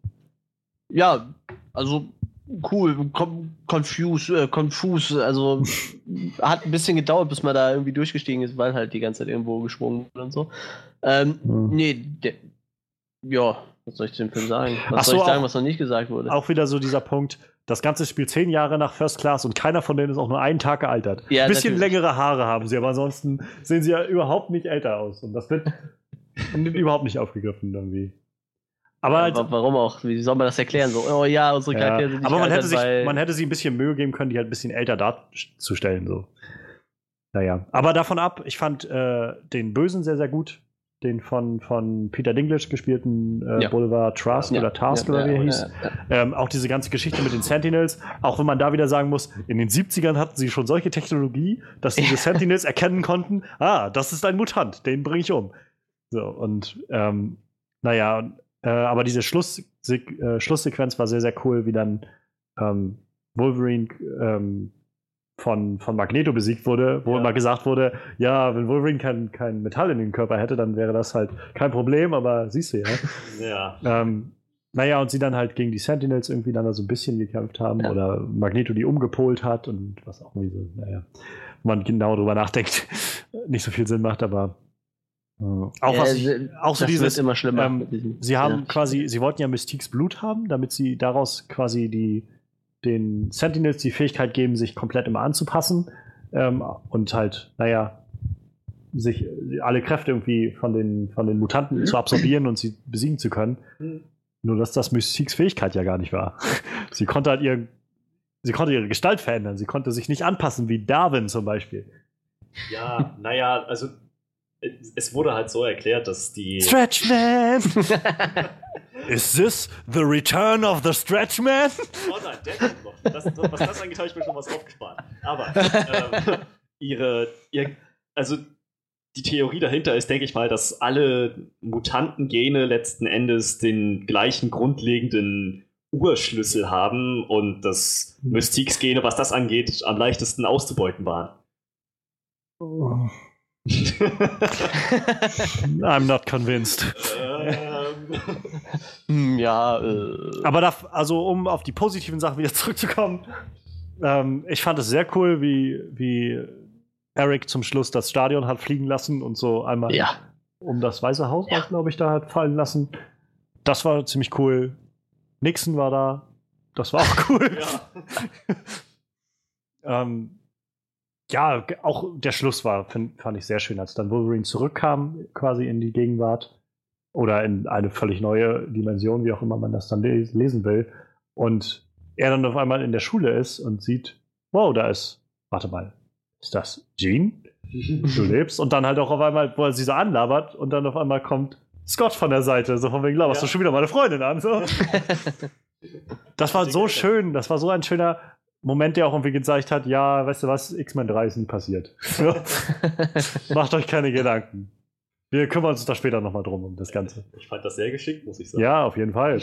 Ja, also cool, com- confuse, äh, confuse, also hat ein bisschen gedauert, bis man da irgendwie durchgestiegen ist, weil halt die ganze Zeit irgendwo geschwungen wird und so. Ähm, hm. Nee, der, ja, was soll ich zu dem Film sagen? Was so, soll ich sagen, auch, was noch nicht gesagt wurde? Auch wieder so dieser Punkt, das Ganze spielt zehn Jahre nach First Class und keiner von denen ist auch nur einen Tag gealtert. Ja, ein bisschen natürlich. längere Haare haben sie, aber ansonsten sehen sie ja überhaupt nicht älter aus. Und das wird überhaupt nicht aufgegriffen irgendwie. Aber, ja, aber warum auch? Wie soll man das erklären? So, oh ja, unsere Charaktere ja, sind nicht aber man hätte, gealtert, sich, man hätte sie ein bisschen Mühe geben können, die halt ein bisschen älter darzustellen. So. Naja. Aber davon ab, ich fand äh, den Bösen sehr, sehr gut. Den von, von Peter Dinklage gespielten äh, ja. Bolivar Trask ja. oder Task ja, oder wie er ja, hieß. Ja, ja. Ähm, auch diese ganze Geschichte mit den Sentinels. Auch wenn man da wieder sagen muss, in den siebzigern hatten sie schon solche Technologie, dass diese Sentinels erkennen konnten, ah, das ist ein Mutant, den bringe ich um. So, und ähm, naja, äh, aber diese Schluss, äh, Schlusssequenz war sehr, sehr cool, wie dann ähm, Wolverine ähm, von, von Magneto besiegt wurde, wo ja. immer gesagt wurde, ja, wenn Wolverine kein, kein Metall in den Körper hätte, dann wäre das halt kein Problem, aber siehst du ja. ja. Ähm, naja, und sie dann halt gegen die Sentinels irgendwie dann da so ein bisschen gekämpft haben ja. oder Magneto die umgepolt hat und was auch irgendwie so, naja, wenn man genau drüber nachdenkt, nicht so viel Sinn macht, aber äh, auch, ja, was ich, auch so dieses, immer schlimmer ähm, sie haben ja. quasi, sie wollten ja Mystiques Blut haben, damit sie daraus quasi die den Sentinels die Fähigkeit geben, sich komplett immer anzupassen ähm, und halt, naja, sich alle Kräfte irgendwie von den, von den Mutanten zu absorbieren und sie besiegen zu können. Nur, dass das Mystiques Fähigkeit ja gar nicht war. Sie konnte halt ihr, sie konnte ihre Gestalt verändern. Sie konnte sich nicht anpassen, wie Darwin zum Beispiel. Ja, naja, also es wurde halt so erklärt, dass die Stretch Man! Is this the return of the Stretch Man? Oh nein, der kommt noch. Das, was das angeht, habe ich mir schon was aufgespart. Aber ähm, ihre, ihr, also die Theorie dahinter ist, denke ich mal, dass alle Mutantengene letzten Endes den gleichen grundlegenden Urschlüssel haben und das Mystiksgene, was das angeht, am leichtesten auszubeuten waren. Oh. I'm not convinced. Ähm. ja, äh. Aber da, also um auf die positiven Sachen wieder zurückzukommen, ähm, ich fand es sehr cool, wie, wie Eric zum Schluss das Stadion hat fliegen lassen und so einmal ja. um das Weiße Haus, ja. glaube ich, da hat fallen lassen. Das war ziemlich cool. Nixon war da. Das war auch cool. Ja. ähm, ja, auch der Schluss war, find, fand ich sehr schön, als dann Wolverine zurückkam, quasi in die Gegenwart oder in eine völlig neue Dimension, wie auch immer man das dann les- lesen will. Und er dann auf einmal in der Schule ist und sieht, wow, da ist, warte mal, ist das Jean? Du lebst? Und dann halt auch auf einmal, wo er sie so anlabert und dann auf einmal kommt Scott von der Seite, so von wegen, laberst ja. du schon wieder meine Freundin an. So. Das war so schön, das war so ein schöner Moment, der auch irgendwie gezeigt hat, ja, weißt du was, X-Men drei ist nie passiert. So. Macht euch keine Gedanken. Wir kümmern uns da später nochmal drum, um das Ganze. Ich fand das sehr geschickt, muss ich sagen. Ja, auf jeden Fall.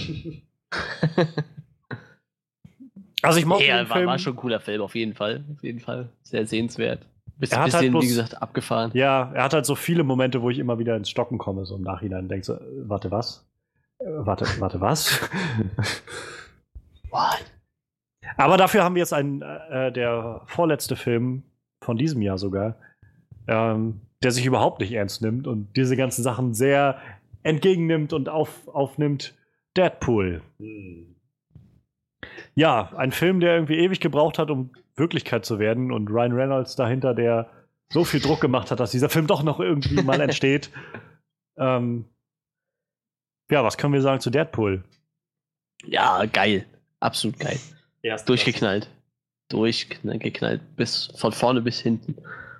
Also ich mochte ja, den war, Film. War schon ein cooler Film, auf jeden Fall. Auf jeden Fall. Sehr sehenswert. Bis, er hat bisschen, halt bloß, wie gesagt, abgefahren. Ja, er hat halt so viele Momente, wo ich immer wieder ins Stocken komme, so im Nachhinein und denke so, warte, was? Äh, warte, warte, was? What? Aber dafür haben wir jetzt einen, äh, der vorletzte Film von diesem Jahr sogar, ähm, der sich überhaupt nicht ernst nimmt und diese ganzen Sachen sehr entgegennimmt und auf, aufnimmt. Deadpool. Hm. Ja, ein Film, der irgendwie ewig gebraucht hat, um Wirklichkeit zu werden und Ryan Reynolds dahinter, der so viel Druck gemacht hat, dass dieser Film doch noch irgendwie mal entsteht. ähm, ja, was können wir sagen zu Deadpool? Ja, geil. Absolut geil. Erst Durchgeknallt. Durchgeknallt. Bis, von vorne bis hinten.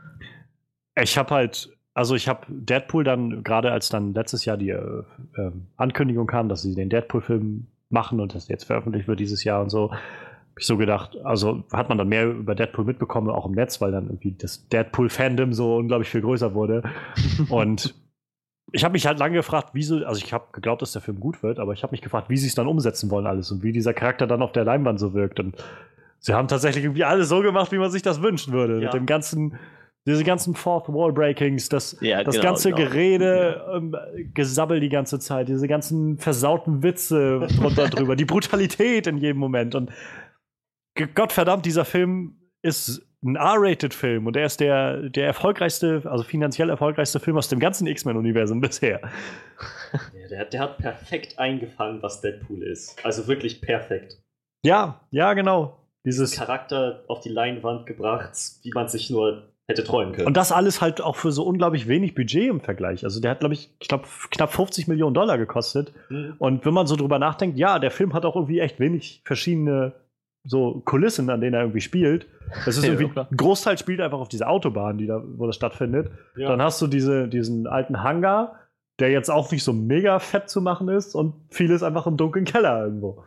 Ich habe halt, also ich habe Deadpool dann, gerade als dann letztes Jahr die äh, äh, Ankündigung kam, dass sie den Deadpool-Film machen und das jetzt veröffentlicht wird dieses Jahr und so, habe ich so gedacht, also hat man dann mehr über Deadpool mitbekommen, auch im Netz, weil dann irgendwie das Deadpool-Fandom so unglaublich viel größer wurde. Und ich habe mich halt lange gefragt, wieso, also ich habe geglaubt, dass der Film gut wird, aber ich habe mich gefragt, wie sie es dann umsetzen wollen alles und wie dieser Charakter dann auf der Leinwand so wirkt. Und sie haben tatsächlich irgendwie alles so gemacht, wie man sich das wünschen würde. Ja. Mit dem ganzen, diese ganzen Fourth Wall Breakings, das, ja, das genau, ganze genau. Gerede, ähm, Gesabbel die ganze Zeit, diese ganzen versauten Witze drunter drüber, die Brutalität in jedem Moment. Und Gottverdammt, dieser Film ist ein R-Rated-Film und er ist der, der erfolgreichste, also finanziell erfolgreichste Film aus dem ganzen X-Men-Universum bisher. Ja, der, der hat perfekt eingefangen, was Deadpool ist. Also wirklich perfekt. Ja, ja, genau. Dieses Charakter auf die Leinwand gebracht, wie man sich nur hätte träumen können. Und das alles halt auch für so unglaublich wenig Budget im Vergleich. Also der hat, glaube ich, ich glaube, knapp fünfzig Millionen Dollar gekostet. Mhm. Und wenn man so drüber nachdenkt, ja, der Film hat auch irgendwie echt wenig verschiedene so Kulissen, an denen er irgendwie spielt. Das ist irgendwie, ja, ein Großteil spielt einfach auf dieser Autobahn, die da, wo das stattfindet. Ja. Dann hast du diese, diesen alten Hangar, der jetzt auch nicht so mega fett zu machen ist und vieles einfach im dunklen Keller irgendwo.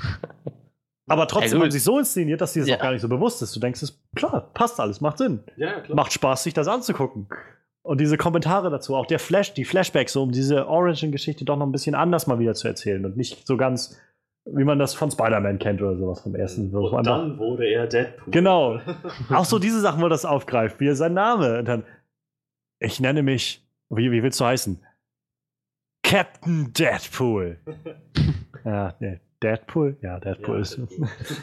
Aber trotzdem hey, haben sie so inszeniert, dass dir das ja. auch gar nicht so bewusst ist. Du denkst, es klar, passt alles, macht Sinn. Ja, klar. Macht Spaß, sich das anzugucken. Und diese Kommentare dazu, auch der Flash, die Flashbacks, so um diese Origin-Geschichte doch noch ein bisschen anders mal wieder zu erzählen und nicht so ganz, wie man das von Spider-Man kennt oder sowas vom ersten. Und so dann wurde er Deadpool. Genau. Auch so diese Sachen, wo das aufgreift, wie er sein Name. Und dann, ich nenne mich, wie, wie willst du heißen? Captain Deadpool. Ja, nee. Deadpool? Ja, Deadpool ja, ist. Deadpool.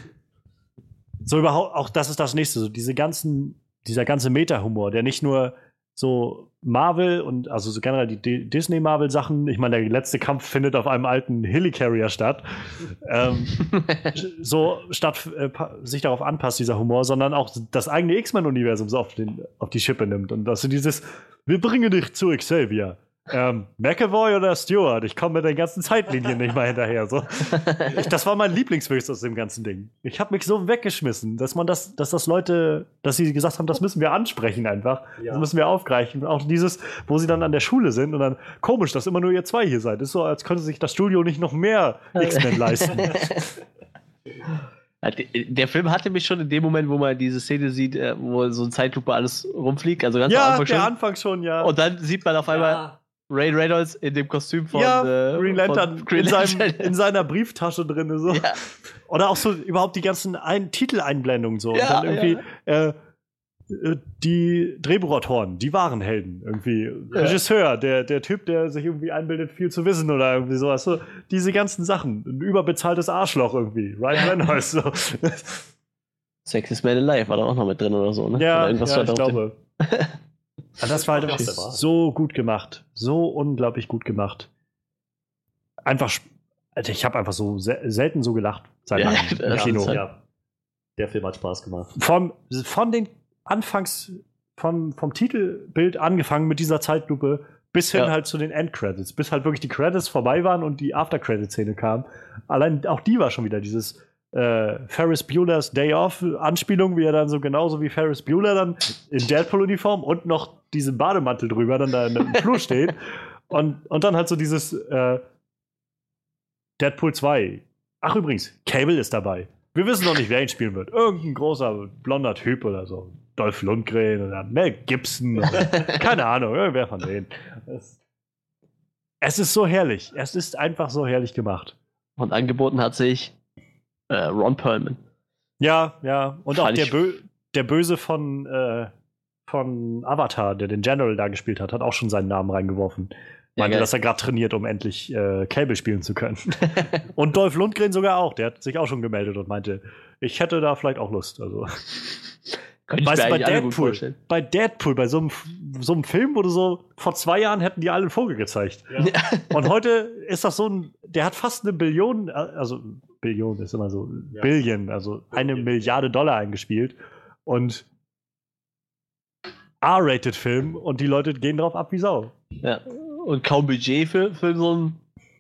So überhaupt, auch das ist das nächste, so diese ganzen, dieser ganze Meta-Humor, der nicht nur so Marvel und also so generell die D- Disney-Marvel-Sachen, ich meine, der letzte Kampf findet auf einem alten Helicarrier statt, ähm, so statt äh, pa- sich darauf anpasst, dieser Humor, sondern auch das eigene X-Men-Universum so auf, den, auf die Schippe nimmt und dass du dieses, wir bringen dich zu Xavier. Ähm, McAvoy oder Stewart? Ich komme mit den ganzen Zeitlinien nicht mal hinterher. So. Ich, das war mein Lieblingswitz aus dem ganzen Ding. Ich habe mich so weggeschmissen, dass man das, dass das Leute, dass sie gesagt haben, das müssen wir ansprechen einfach. Ja. Das müssen wir aufgreifen. Auch dieses, wo sie dann an der Schule sind und dann, komisch, dass immer nur ihr zwei hier seid. Ist so, als könnte sich das Studio nicht noch mehr X-Men leisten. Der Film hatte mich schon in dem Moment, wo man diese Szene sieht, wo so ein Zeitlupe alles rumfliegt, also ganz ja, am Anfang schon. Ja, der Anfang schon, ja. Und dann sieht man auf einmal, ja. Ray Reynolds in dem Kostüm von ja, äh, Green Lantern, von Green in, Lantern. seinem, in seiner Brieftasche drin. So. Ja. Oder auch so überhaupt die ganzen Ein- Titeleinblendungen. So. Ja, und dann irgendwie ja. äh, die Drehbuchautoren, die waren Helden. Irgendwie Ja. Regisseur, der, der Typ, der sich irgendwie einbildet, viel zu wissen oder irgendwie sowas. So, diese ganzen Sachen. Ein überbezahltes Arschloch irgendwie. Ryan Reynolds. So. Sexiest Man Alive war da auch noch mit drin oder so, ne? Ja, oder irgendwas ja war ich da auf dem- glaube. Aber das war halt einfach Was der war. so gut gemacht. So unglaublich gut gemacht. Einfach, sp- Alter, ich habe einfach so se selten so gelacht seit Ja, langem im das Kino. ist halt- Ja. Der Film hat Spaß gemacht. Von, von den Anfangs, vom, vom Titelbild angefangen mit dieser Zeitlupe bis hin Ja. halt zu den Endcredits, bis halt wirklich die Credits vorbei waren und die After-Credit-Szene kam. Allein auch die war schon wieder dieses äh, Ferris Bueller's Day Off Anspielung, wie er dann so genauso wie Ferris Bueller dann in Deadpool-Uniform und noch diesen Bademantel drüber dann da im Flur steht. Und, und dann halt so dieses äh, Deadpool zwei. Ach übrigens, Cable ist dabei. Wir wissen noch nicht, wer ihn spielen wird. Irgendein großer blonder Typ oder so. Dolph Lundgren oder Mel Gibson. Oder, keine Ahnung, irgendwer von denen. Es, es ist so herrlich. Es ist einfach so herrlich gemacht. Und angeboten hat sich äh, Ron Perlman. Ja, ja. Und auch Fand der, ich- Bö der Böse von, äh, von Avatar, der den General da gespielt hat, hat auch schon seinen Namen reingeworfen. Ja, Meinte, geil. dass er gerade trainiert, um endlich äh, Cable spielen zu können. Und Dolph Lundgren sogar auch. Der hat sich auch schon gemeldet und meinte, ich hätte da vielleicht auch Lust. Also. Könnte ich Weißt mir du, bei eigentlich alle gut Deadpool, vorstellen. bei Deadpool, bei so einem, so einem Film, wo du so, vor zwei Jahren hätten die alle einen Vogel gezeigt. Ja. Und heute ist das so ein, der hat fast eine Billion, also Billion ist immer so, Ja. Billion, also eine Billion. Milliarde Dollar eingespielt. Und R-Rated-Film und die Leute gehen drauf ab wie Sau. Ja. Und kaum Budget für, für so ein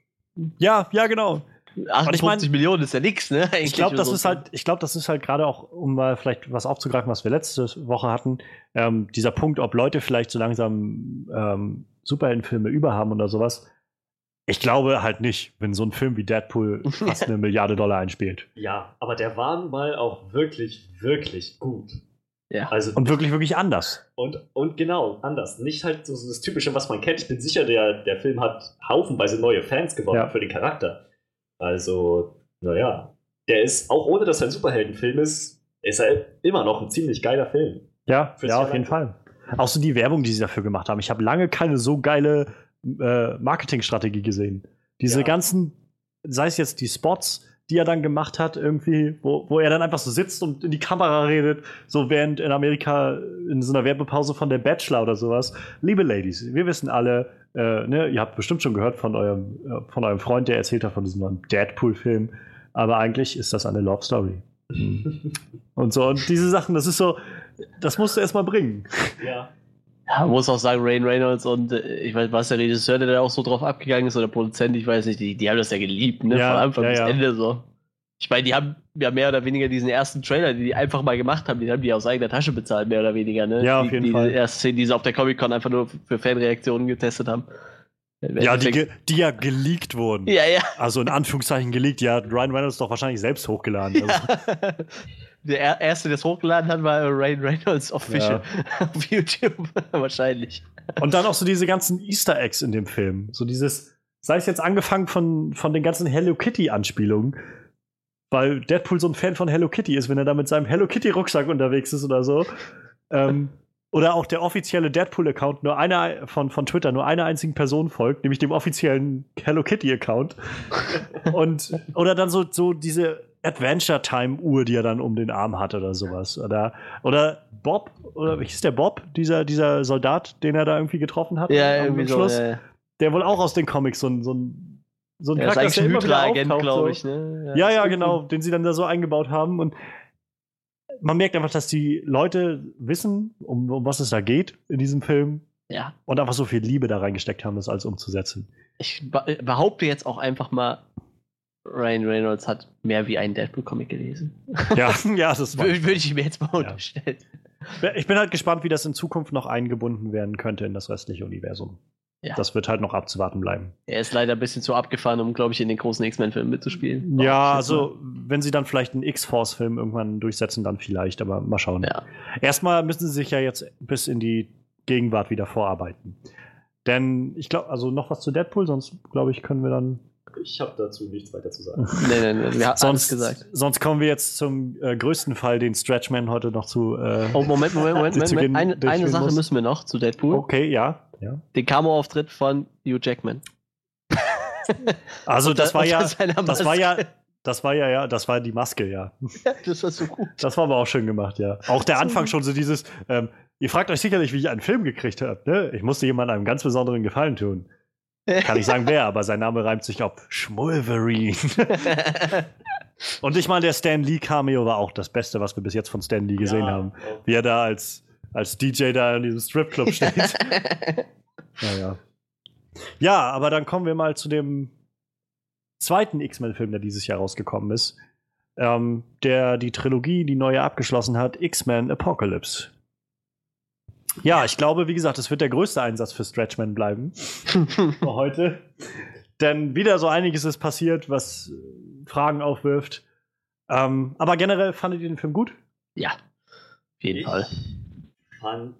Ja, ja, genau. achtundfünfzig Millionen ist ja nix, ne? Ich glaube, das ist halt, ich glaube, das ist halt gerade auch, um mal vielleicht was aufzugreifen, was wir letzte Woche hatten, ähm, dieser Punkt, ob Leute vielleicht so langsam ähm, Superheldenfilme überhaben oder sowas. Ich glaube halt nicht, wenn so ein Film wie Deadpool fast eine Milliarde Dollar einspielt. Ja, aber der war mal auch wirklich, wirklich gut. Ja. Also Und wirklich, wirklich anders. Und, und genau, anders. Nicht halt so so das Typische, was man kennt. Ich bin sicher, der, der Film hat haufenweise neue Fans gewonnen Ja. für den Charakter. Also, naja. Der ist, auch ohne dass er ein Superheldenfilm ist, ist er immer noch ein ziemlich geiler Film. Ja, Für ja, sich auf jeden allein. Fall. Auch so die Werbung, die sie dafür gemacht haben. Ich habe lange keine so geile äh, Marketingstrategie gesehen. Diese Ja. ganzen, sei es jetzt die Spots, die er dann gemacht hat, irgendwie, wo, wo er dann einfach so sitzt und in die Kamera redet, so während in Amerika in so einer Werbepause von der Bachelor oder sowas. Liebe Ladies, wir wissen alle, äh, ne, ihr habt bestimmt schon gehört von eurem, äh, von eurem Freund, der erzählt hat von diesem neuen Deadpool-Film, aber eigentlich ist das eine Love Story. Und so, und diese Sachen, das ist so, das musst du erst mal bringen. Ja. Ja, man muss auch sagen, Ryan Reynolds und äh, ich weiß, was der Regisseur, der da auch so drauf abgegangen ist, oder Produzent, ich weiß nicht, die, die haben das ja geliebt, ne? Ja, Von Anfang ja, bis ja. Ende so. Ich meine, die haben ja mehr oder weniger diesen ersten Trailer, die die einfach mal gemacht haben, den haben die aus eigener Tasche bezahlt, mehr oder weniger, ne? Ja, auf die, jeden die, Fall. Die erste Szene, die sie auf der Comic-Con einfach nur für Fanreaktionen getestet haben. Im Ja, die, Endeffekt- ge- die ja geleakt wurden. ja, ja. Also in Anführungszeichen geleakt, ja, Ryan Reynolds doch wahrscheinlich selbst hochgeladen. Also, Ja. Der er- erste, der es hochgeladen hat, war Ryan Reynolds Official auf YouTube. Wahrscheinlich. und dann auch so diese ganzen Easter Eggs in dem Film. So dieses, sei es jetzt angefangen von, von den ganzen Hello Kitty-Anspielungen, weil Deadpool so ein Fan von Hello Kitty ist, wenn er da mit seinem Hello Kitty-Rucksack unterwegs ist oder so. ähm, oder auch der offizielle Deadpool-Account nur einer von, von Twitter nur einer einzigen Person folgt, nämlich dem offiziellen Hello Kitty-Account. Und oder dann so, so diese Adventure Time Uhr, die er dann um den Arm hat oder sowas. Oder, oder Bob, oder wie hieß der Bob, dieser, dieser Soldat, den er da irgendwie getroffen hat Ja, am irgendwie so. Schluss, Ja, ja. der wohl auch aus den Comics so ein, so ein, so ein Er ist Charakter eigentlich ein immer wieder Hydra-Agent, auftaucht, glaube so. ich. Ne? Ja, ja, ist genau, den sie dann da so eingebaut haben. Und man merkt einfach, dass die Leute wissen, um, um was es da geht in diesem Film Ja. und einfach so viel Liebe da reingesteckt haben, das alles umzusetzen. Ich be- behaupte jetzt auch einfach mal, Ryan Reynolds hat mehr wie einen Deadpool-Comic gelesen. Ja, ja, das war. Würde würd ich mir jetzt mal Ja. unterstellen. Ich bin halt gespannt, wie das in Zukunft noch eingebunden werden könnte in das restliche Universum. Ja. Das wird halt noch abzuwarten bleiben. Er ist leider ein bisschen zu abgefahren, um, glaube ich, in den großen X-Men-Filmen mitzuspielen. Ja, Oh, also wenn sie dann vielleicht einen X-Force-Film irgendwann durchsetzen, dann vielleicht, aber mal schauen. Ja. Erstmal müssen sie sich ja jetzt bis in die Gegenwart wieder vorarbeiten. Denn ich glaube, also noch was zu Deadpool, sonst glaube ich, können wir dann. Ich habe dazu nichts weiter zu sagen. nee, nee, nee, wir haben sonst, alles gesagt. Sonst kommen wir jetzt zum äh, größten Fall, den Stretchman heute noch zu. Äh, oh, Moment, Moment, Moment. Moment. Gehen, eine eine Sache muss. müssen wir noch zu Deadpool. Okay, ja. ja. Den Cameo-Auftritt von Hugh Jackman. Also, das war ja. Das war ja. Das war ja, ja, das war die Maske, ja. ja. Das war so gut. Das war aber auch schön gemacht, ja. Auch der Anfang schon so dieses, ähm, ihr fragt euch sicherlich, wie ich einen Film gekriegt habe, ne? Ich musste jemandem einen ganz besonderen Gefallen tun. Kann ich sagen, wer, aber sein Name reimt sich auf Schmulverine. Und ich meine, der Stan Lee Cameo war auch das Beste, was wir bis jetzt von Stan Lee gesehen ja, haben. Wie er da als, als D J da in diesem Stripclub steht. Naja. Ja, aber dann kommen wir mal zu dem zweiten X-Men-Film, der dieses Jahr rausgekommen ist, ähm, der die Trilogie, die neue abgeschlossen hat, X-Men Apocalypse. Ja, ich glaube, wie gesagt, es wird der größte Einsatz für Stretchman bleiben für heute. Denn wieder so einiges ist passiert, was Fragen aufwirft. Ähm, aber generell fandet ihr den Film gut? Ja, auf jeden ich Fall. Ich fand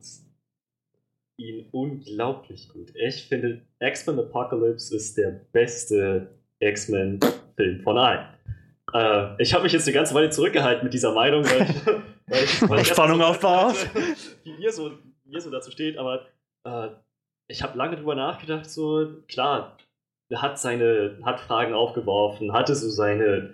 ihn unglaublich gut. Ich finde, X-Men Apocalypse ist der beste X-Men-Film von allen. Äh, ich habe mich jetzt eine ganze Weile zurückgehalten mit dieser Meinung, weil ich, weil ich, weil ich Spannung so aufbaut. Wie ihr so, wie ihr so dazu steht, aber äh, ich habe lange drüber nachgedacht, so, klar, er hat seine, hat Fragen aufgeworfen, hatte so seine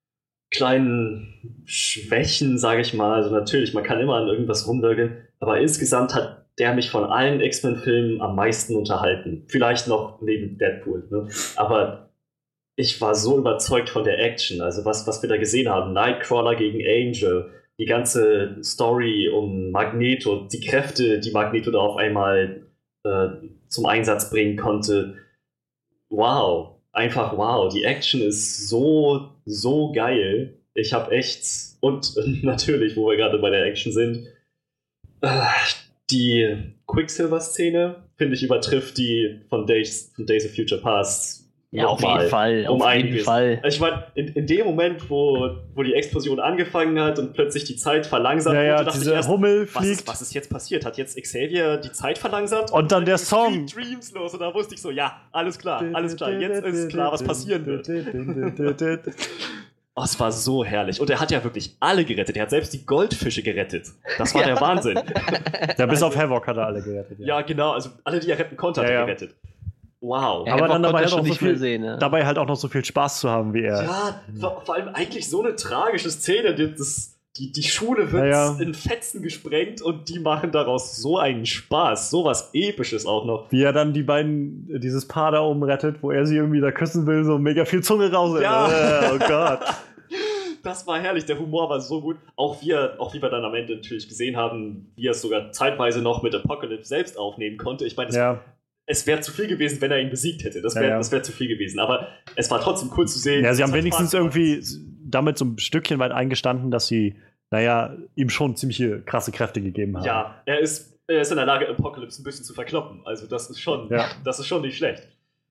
kleinen Schwächen, sage ich mal. Also natürlich, man kann immer an irgendwas rumnörgeln, aber insgesamt hat der mich von allen X-Men-Filmen am meisten unterhalten. Vielleicht noch neben Deadpool, ne? Aber ich war so überzeugt von der Action, also was, was wir da gesehen haben. Nightcrawler gegen Angel, die ganze Story um Magneto, die Kräfte, die Magneto da auf einmal äh, zum Einsatz bringen konnte. Wow, einfach wow. Die Action ist so, so geil. Ich habe echt, und natürlich, wo wir gerade bei der Action sind, äh, die Quicksilver-Szene, finde ich, übertrifft die von Days, von Days of Future Past. Ja, auf jeden Fall. Um auf jeden Fall. Ich meine, in, in dem Moment, wo, wo die Explosion angefangen hat und plötzlich die Zeit verlangsamt ja, wurde, ja, dachte diese ich erst, Hummel was fliegt. ist, was ist jetzt passiert? Hat jetzt Xavier die Zeit verlangsamt? Und, und dann der Song. Sweet Dreams los. Und da wusste ich so, ja, alles klar, alles klar. Jetzt ist klar, was passieren wird. Oh, es war so herrlich. Und er hat ja wirklich alle gerettet. Er hat selbst die Goldfische gerettet. Das war ja. der Wahnsinn. Ja, bis auf Havok hat er alle gerettet. Ja, ja genau. Also alle, die er retten konnte, hat ja, er gerettet. Wow. Ja, aber dann dabei halt, auch so viel, sehen, ja. dabei halt auch noch so viel Spaß zu haben wie er. Ja, vor, vor allem eigentlich so eine tragische Szene. Das, die, die Schule wird ja, ja. in Fetzen gesprengt und die machen daraus so einen Spaß. So was Episches auch noch. Wie er dann die beiden, dieses Paar da oben rettet, wo er sie irgendwie da küssen will, so mega viel Zunge raus. Ja. Oh Gott. Das war herrlich, der Humor war so gut. Auch wie, er, auch wie wir dann am Ende natürlich gesehen haben, wie er es sogar zeitweise noch mit Apocalypse selbst aufnehmen konnte. Ich meine, ja. es wäre zu viel gewesen, wenn er ihn besiegt hätte. Das wäre ja, ja. das wär zu viel gewesen. Aber es war trotzdem cool zu sehen. Ja, sie haben wenigstens irgendwie damit so ein Stückchen weit eingestanden, dass sie, naja, ihm schon ziemliche krasse Kräfte gegeben haben. Ja, er ist, er ist in der Lage, Apocalypse ein bisschen zu verkloppen. Also das ist schon, ja. das ist schon nicht schlecht.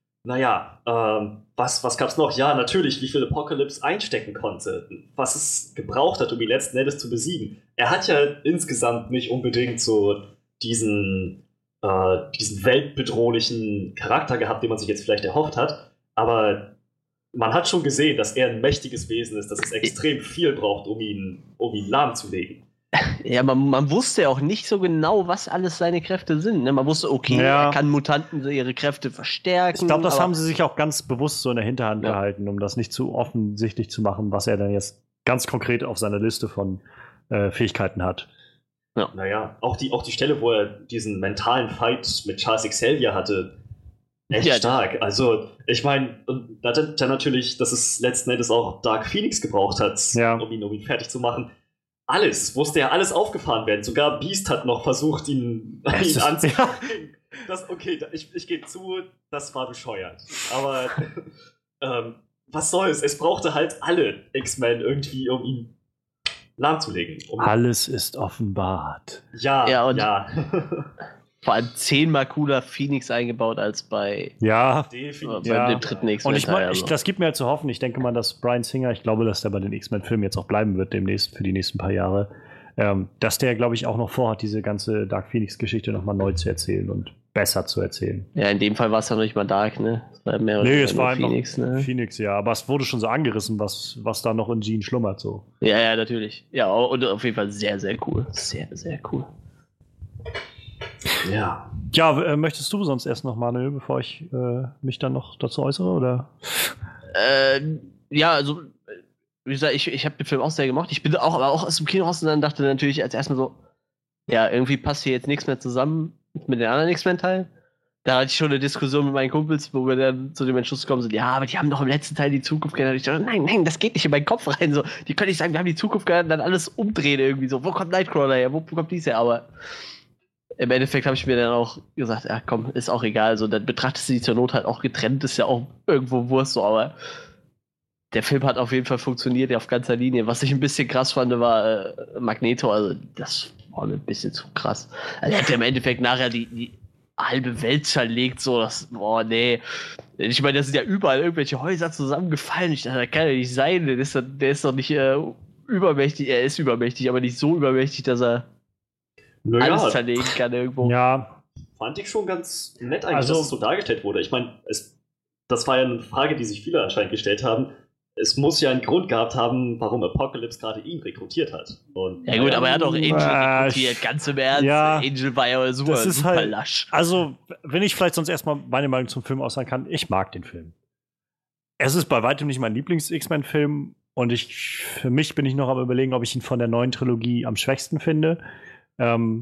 Naja, ähm, was, was gab's noch? Ja, natürlich, wie viel Apocalypse einstecken konnte. Was es gebraucht hat, um ihn letzten Endes zu besiegen. Er hat ja insgesamt nicht unbedingt so diesen, äh, diesen weltbedrohlichen Charakter gehabt, den man sich jetzt vielleicht erhofft hat. Aber man hat schon gesehen, dass er ein mächtiges Wesen ist, dass es extrem viel braucht, um ihn, um ihn lahmzulegen. Ja, man, man wusste ja auch nicht so genau, was alles seine Kräfte sind. Ne? Man wusste, okay, ja. er kann Mutanten ihre Kräfte verstärken. Ich glaube, das haben sie sich auch ganz bewusst so in der Hinterhand ja. gehalten, um das nicht zu offensichtlich zu machen, was er dann jetzt ganz konkret auf seiner Liste von äh, Fähigkeiten hat. Ja. Naja, auch die, auch die Stelle, wo er diesen mentalen Fight mit Charles Xavier hatte, echt ja, stark. Also, ich meine, da hat er natürlich, dass es letzten Endes auch Dark Phoenix gebraucht hat, ja. um, ihn, um ihn fertig zu machen. Alles, musste ja alles aufgefahren werden. Sogar Beast hat noch versucht, ihn, ihn anzubringen. Ja. Das, okay, ich, ich gebe zu, das war bescheuert. Aber ähm, was soll's? Es brauchte halt alle X-Men irgendwie, um ihn lahmzulegen. Um alles ist offenbart. Ja, ja. Und ja. vor allem zehnmal cooler Phoenix eingebaut als bei, ja. Definitiv. bei ja. dem dritten X-Men. Und ich meine, also. das gibt mir halt zu hoffen, ich denke mal, dass Bryan Singer, ich glaube, dass der bei den X-Men-Filmen jetzt auch bleiben wird demnächst, für die nächsten paar Jahre, ähm, dass der, glaube ich, auch noch vorhat, diese ganze Dark Phoenix-Geschichte nochmal neu zu erzählen und besser zu erzählen. Ja, in dem Fall war es ja noch nicht mal Dark, ne? Es war mehr nee, es war Phoenix, ne? Phoenix, ja. Aber es wurde schon so angerissen, was, was da noch in Jean schlummert, so. Ja, ja, natürlich. Ja, und auf jeden Fall sehr, sehr cool. Sehr, sehr cool. Ja. Ja, äh, möchtest du sonst erst noch, Manuel, bevor ich äh, mich dann noch dazu äußere, oder? Äh, ja, also, wie gesagt, ich, ich habe den Film auch sehr gemocht. Ich bin auch, aber auch aus dem Kino raus und dann dachte natürlich als erstmal so, ja, irgendwie passt hier jetzt nichts mehr zusammen mit den anderen X-Men-Teilen. Da hatte ich schon eine Diskussion mit meinen Kumpels, wo wir dann zu dem Entschluss gekommen sind, ja, aber die haben doch im letzten Teil die Zukunft geändert. Ich dachte, nein, nein, das geht nicht in meinen Kopf rein. So, die können nicht sagen, wir haben die Zukunft geändert und dann alles umdrehen irgendwie so. Wo kommt Nightcrawler her? Wo, wo kommt dies her? Aber im Endeffekt habe ich mir dann auch gesagt, ja komm, ist auch egal. So, dann betrachtest du die zur Not halt auch getrennt, ist ja auch irgendwo Wurst so, aber der Film hat auf jeden Fall funktioniert, ja, auf ganzer Linie. Was ich ein bisschen krass fand, war äh, Magneto, also das war mir ein bisschen zu krass. Also er hat ja im Endeffekt nachher die, die halbe Welt zerlegt, so, das, boah, nee. Ich meine, da sind ja überall irgendwelche Häuser zusammengefallen. Ich dachte, das kann ja nicht sein, der ist doch, der ist doch nicht äh, übermächtig, er ist übermächtig, aber nicht so übermächtig, dass er naja, alles zerlegen kann irgendwo. Ja. Fand ich schon ganz nett eigentlich, also, dass es so dargestellt wurde. Ich meine, das war ja eine Frage, die sich viele anscheinend gestellt haben. Es muss ja einen Grund gehabt haben, warum Apocalypse gerade ihn rekrutiert hat. Und ja gut, aber er hat auch Angel äh, rekrutiert, ganz im Ernst. Ja, Angel war ja super, das ist super halt, lasch. Also, wenn ich vielleicht sonst erstmal meine Meinung zum Film äußern kann, ich mag den Film. Es ist bei weitem nicht mein Lieblings-X-Men-Film und ich, für mich bin ich noch am Überlegen, ob ich ihn von der neuen Trilogie am schwächsten finde. Ähm,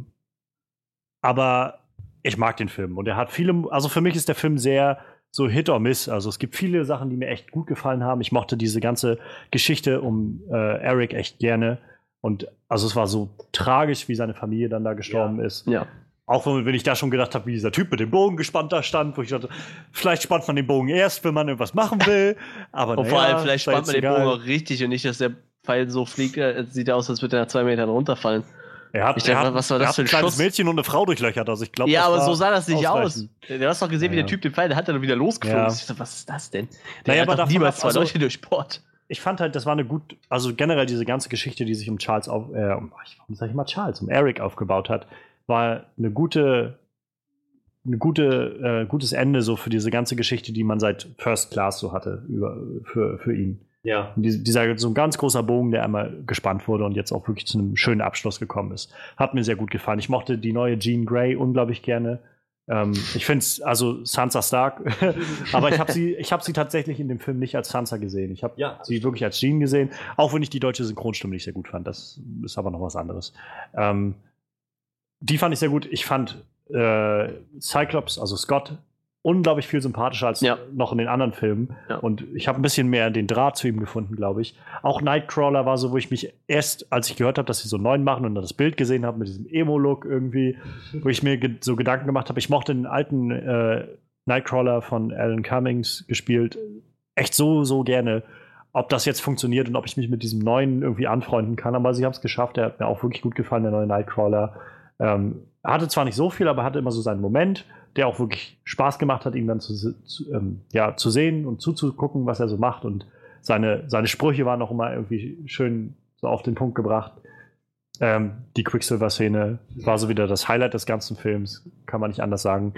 aber ich mag den Film und er hat viele, also für mich ist der Film sehr so Hit or Miss. Also es gibt viele Sachen, die mir echt gut gefallen haben. Ich mochte diese ganze Geschichte um äh, Eric echt gerne. Und also es war so tragisch, wie seine Familie dann da gestorben ja. ist. Ja. Auch wenn ich da schon gedacht habe, wie dieser Typ mit dem Bogen gespannt da stand, wo ich dachte, vielleicht spannt man den Bogen erst, wenn man irgendwas machen will. Aber und naja, vor allem, vielleicht spannt man den egal. Bogen auch richtig und nicht, dass der Pfeil so fliegt. Es sieht aus, als würde er nach zwei Metern runterfallen. Er hat, ich dachte, er hat, was war das er für ein hat ein kleines Schuss? Mädchen und eine Frau durchlöchert. Also ich glaub, ja, das aber war so sah das nicht ausreichend. aus. Du hast doch gesehen, ja. wie der Typ den Pfeil, der hat dann wieder losgeflogen. Ja. Ich dachte, was ist das denn? Der naja, hat aber doch niemals ab, zwei also, Leute durchbohrt. Ich fand halt, das war eine gut, also generell diese ganze Geschichte, die sich um Charles auf, äh, um, warum sag ich mal Charles, um Eric aufgebaut hat, war eine gute, eine gute, äh, gutes Ende so für diese ganze Geschichte, die man seit First Class so hatte über, für, für ihn. Ja. Und die, dieser so ein ganz großer Bogen, der einmal gespannt wurde und jetzt auch wirklich zu einem schönen Abschluss gekommen ist. Hat mir sehr gut gefallen. Ich mochte die neue Jean Grey unglaublich gerne. Ähm, ich finde es, also Sansa Stark, aber ich habe sie, ich hab sie tatsächlich in dem Film nicht als Sansa gesehen. Ich habe ja. sie wirklich als Jean gesehen, auch wenn ich die deutsche Synchronstimme nicht sehr gut fand. Das ist aber noch was anderes. Ähm, die fand ich sehr gut. Ich fand äh, Cyclops, also Scott, unglaublich viel sympathischer als ja. noch in den anderen Filmen. Ja. Und ich habe ein bisschen mehr den Draht zu ihm gefunden, glaube ich. Auch Nightcrawler war so, wo ich mich erst, als ich gehört habe, dass sie so neun machen und dann das Bild gesehen habe mit diesem Emo-Look irgendwie, wo ich mir ge- so Gedanken gemacht habe. Ich mochte den alten äh, Nightcrawler von Alan Cummings gespielt echt so, so gerne. Ob das jetzt funktioniert und ob ich mich mit diesem neuen irgendwie anfreunden kann. Aber sie haben es geschafft. Er hat mir auch wirklich gut gefallen, der neue Nightcrawler. Ähm, er hatte zwar nicht so viel, aber hatte immer so seinen Moment, der auch wirklich Spaß gemacht hat, ihn dann zu, zu, ähm, ja, zu sehen und zuzugucken, was er so macht. Und seine, seine Sprüche waren auch immer irgendwie schön so auf den Punkt gebracht. Ähm, die Quicksilver-Szene war so wieder das Highlight des ganzen Films, kann man nicht anders sagen.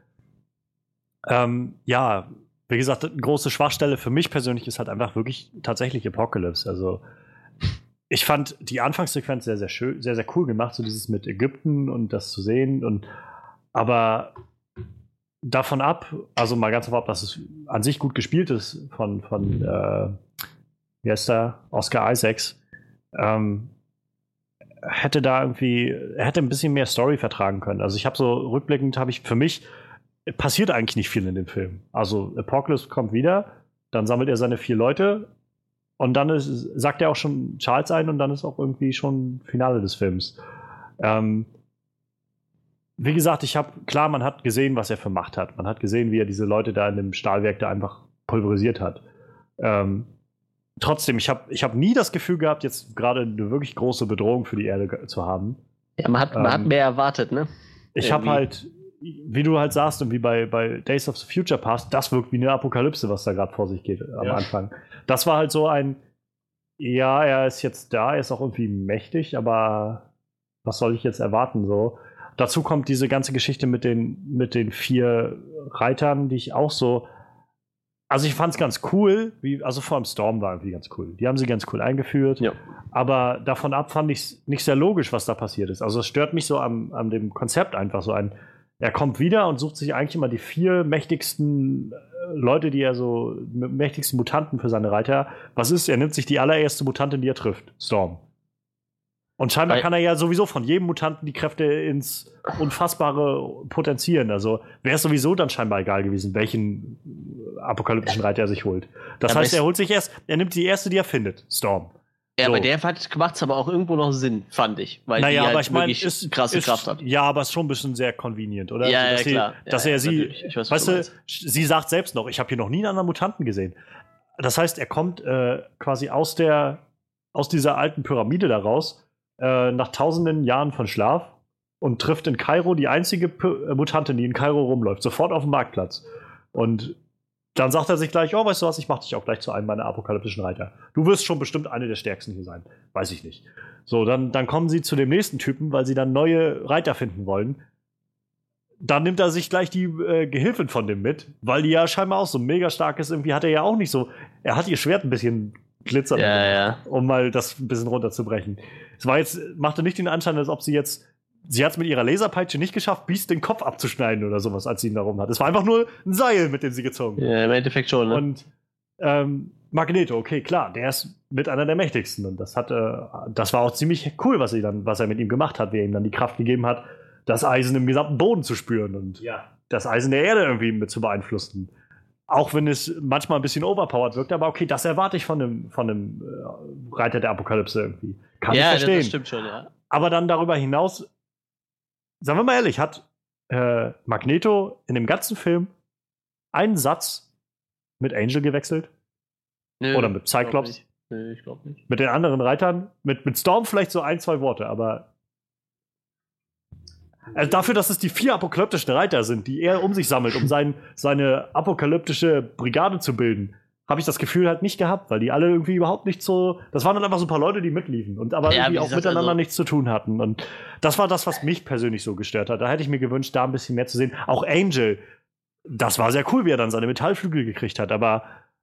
Ähm, ja, wie gesagt, eine große Schwachstelle für mich persönlich ist halt einfach wirklich tatsächlich Apocalypse. Also ich fand die Anfangssequenz sehr, sehr schön, sehr, sehr cool gemacht, so dieses mit Ägypten und das zu sehen. Und aber davon ab, also mal ganz davon ab, dass es an sich gut gespielt ist von, von äh, wie heißt der? Oscar Isaacs, ähm, hätte da irgendwie, er hätte ein bisschen mehr Story vertragen können. Also ich habe so, rückblickend habe ich für mich, passiert eigentlich nicht viel in dem Film. Also Apocalypse kommt wieder, dann sammelt er seine vier Leute und dann ist, sagt er auch schon Charles ein und dann ist auch irgendwie schon Finale des Films. Ähm, Wie gesagt, ich habe, klar, man hat gesehen, was er für Macht hat. Man hat gesehen, wie er diese Leute da in dem Stahlwerk da einfach pulverisiert hat. Ähm, trotzdem, ich habe ich hab nie das Gefühl gehabt, jetzt gerade eine wirklich große Bedrohung für die Erde zu haben. Ja, man hat, man ähm, hat mehr erwartet, ne? Ich habe halt, wie du halt sagst und wie bei, bei Days of the Future Past, das wirkt wie eine Apokalypse, was da gerade vor sich geht am ja. Anfang. Das war halt so ein, ja, er ist jetzt da, er ist auch irgendwie mächtig, aber was soll ich jetzt erwarten so? dazu kommt diese ganze Geschichte mit den, mit den vier Reitern, die ich auch so. Also, ich fand es ganz cool. Wie, also, vor allem Storm war irgendwie ganz cool. Die haben sie ganz cool eingeführt. Ja. Aber davon ab fand ich es nicht sehr logisch, was da passiert ist. Also, es stört mich so an, an dem Konzept einfach so ein. Er kommt wieder und sucht sich eigentlich immer die vier mächtigsten Leute, die er so, mächtigsten Mutanten für seine Reiter. Was ist? Er nimmt sich die allererste Mutantin, die er trifft. Storm. Und scheinbar kann er ja sowieso von jedem Mutanten die Kräfte ins Unfassbare potenzieren. Also wäre es sowieso dann scheinbar egal gewesen, welchen apokalyptischen Reiter er sich holt. Das ja, heißt, er holt sich erst, er nimmt die erste, die er findet, Storm. Ja, so. Bei der macht es aber auch irgendwo noch Sinn, fand ich. Weil naja, die aber halt ich meine, wirklich ist, krasse ist, Kraft hat. Ja, aber es ist schon ein bisschen sehr convenient, oder? Ja, dass ja, klar. Sie, dass ja, er ja, sie, ich weiß, weißt du, sie sagt selbst noch, ich habe hier noch nie einen anderen Mutanten gesehen. Das heißt, er kommt äh, quasi aus der, aus dieser alten Pyramide da raus, äh, nach tausenden Jahren von Schlaf und trifft in Kairo die einzige P- Mutantin, die in Kairo rumläuft, sofort auf dem Marktplatz. Und dann sagt er sich gleich, oh, weißt du was, ich mach dich auch gleich zu einem meiner apokalyptischen Reiter. Du wirst schon bestimmt eine der stärksten hier sein. Weiß ich nicht. So, dann, dann kommen sie zu dem nächsten Typen, weil sie dann neue Reiter finden wollen. Dann nimmt er sich gleich die äh, Gehilfin von dem mit, weil die ja scheinbar auch so mega stark ist. Irgendwie hat er ja auch nicht so, er hat ihr Schwert ein bisschen glitzert, ja, ja. um mal das ein bisschen runterzubrechen. Es war jetzt, machte nicht den Anschein, als ob sie jetzt, sie hat es mit ihrer Laserpeitsche nicht geschafft, Beast den Kopf abzuschneiden oder sowas, als sie ihn darum hat. Es war einfach nur ein Seil, mit dem sie gezogen hat. Ja, im Endeffekt schon, ne? Und ähm, Magneto, okay, klar, der ist mit einer der mächtigsten. Und das hat, äh, das war auch ziemlich cool, was, sie dann, was er mit ihm gemacht hat, wie er ihm dann die Kraft gegeben hat, das Eisen im gesamten Boden zu spüren und ja. das Eisen der Erde irgendwie mit zu beeinflussen. Auch wenn es manchmal ein bisschen overpowered wirkt, aber okay, das erwarte ich von einem, von einem äh, Reiter der Apokalypse irgendwie. Kann ja, ich verstehen. Das stimmt schon, ja. Aber dann darüber hinaus, sagen wir mal ehrlich, hat äh, Magneto in dem ganzen Film einen Satz mit Angel gewechselt? Nö, Oder mit Cyclops? Ich Nö, ich glaube nicht. Mit den anderen Reitern? Mit, mit Storm vielleicht so ein, zwei Worte, aber also dafür, dass es die vier apokalyptischen Reiter sind, die er um sich sammelt, um sein, seine apokalyptische Brigade zu bilden, habe ich das Gefühl halt nicht gehabt, weil die alle irgendwie überhaupt nicht so. Das waren dann einfach so ein paar Leute, die mitliefen und aber ja, irgendwie auch miteinander also nichts zu tun hatten. Und das war das, was mich persönlich so gestört hat. Da hätte ich mir gewünscht, da ein bisschen mehr zu sehen. Auch Angel, das war sehr cool, wie er dann seine Metallflügel gekriegt hat, aber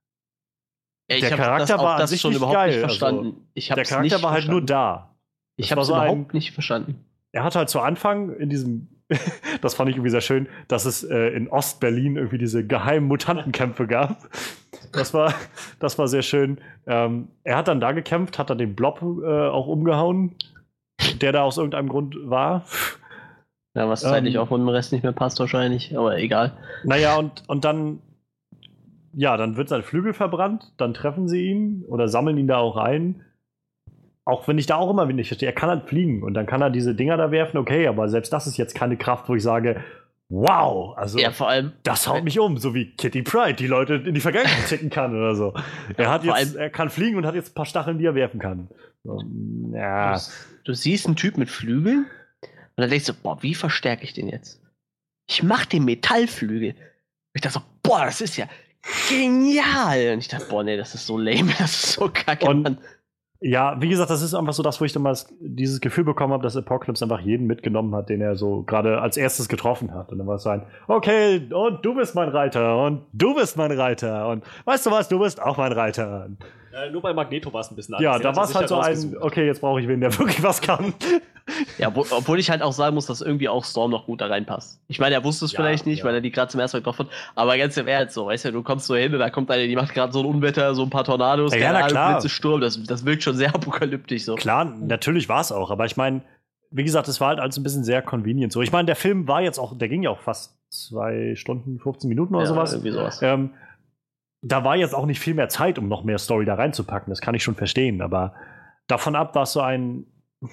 ja, der Charakter war an sich schon nicht überhaupt geil. nicht verstanden. Also, ich der Charakter nicht war halt verstanden. nur da. Ich habe es so überhaupt ein, nicht verstanden. Er hat halt zu Anfang in diesem, das fand ich irgendwie sehr schön, dass es äh, in Ost-Berlin irgendwie diese geheimen Mutantenkämpfe gab. Das war, das war sehr schön. Ähm, er hat dann da gekämpft, hat dann den Blob äh, auch umgehauen, der da aus irgendeinem Grund war. Ja, was zeitlich ähm, auch von dem Rest nicht mehr passt wahrscheinlich, aber egal. Naja, und, und dann, ja, dann wird sein Flügel verbrannt, dann treffen sie ihn oder sammeln ihn da auch ein. Auch wenn ich da auch immer nicht verstehe, er kann halt fliegen und dann kann er diese Dinger da werfen, okay, aber selbst das ist jetzt keine Kraft, wo ich sage, wow, also ja, vor allem, das haut mich um, so wie Kitty Pryde, die Leute in die Vergangenheit schicken kann oder so. Er hat jetzt, allem, er kann fliegen und hat jetzt ein paar Stacheln, die er werfen kann. So, ja. du, du siehst einen Typ mit Flügeln und dann denkst du, boah, wie verstärke ich den jetzt? Ich mach den Metallflügel. Und ich dachte so, boah, das ist ja genial. Und ich dachte, boah, nee, das ist so lame, das ist so kacke. Und, Mann. Ja, wie gesagt, das ist einfach so das, wo ich dann mal dieses Gefühl bekommen habe, dass Apocalypse einfach jeden mitgenommen hat, den er so gerade als erstes getroffen hat. Und dann war es so ein, okay, und du bist mein Reiter und du bist mein Reiter und weißt du was, du bist auch mein Reiter. Äh, nur bei Magneto war es ein bisschen anders. Ja, da war es halt so ein, okay, jetzt brauche ich wen, der wirklich was kann. Ja, wo, obwohl ich halt auch sagen muss, dass irgendwie auch Storm noch gut da reinpasst. Ich meine, er wusste es ja, vielleicht nicht, ja. weil er die gerade zum ersten Mal getroffen hat, aber ganz im Ernst so, weißt du, du kommst so hin und da kommt eine, die macht gerade so ein Unwetter, so ein paar Tornados, ja, na klar. Blitze, Sturm, das, das wirkt schon sehr apokalyptisch so. Klar, natürlich war es auch, aber ich meine, wie gesagt, es war halt alles ein bisschen sehr convenient so. Ich meine, der Film war jetzt auch, der ging ja auch fast zwei Stunden, fünfzehn Minuten oder ja, sowas. Irgendwie sowas. Ähm, da war jetzt auch nicht viel mehr Zeit, um noch mehr Story da reinzupacken, das kann ich schon verstehen, aber davon ab war es so ein,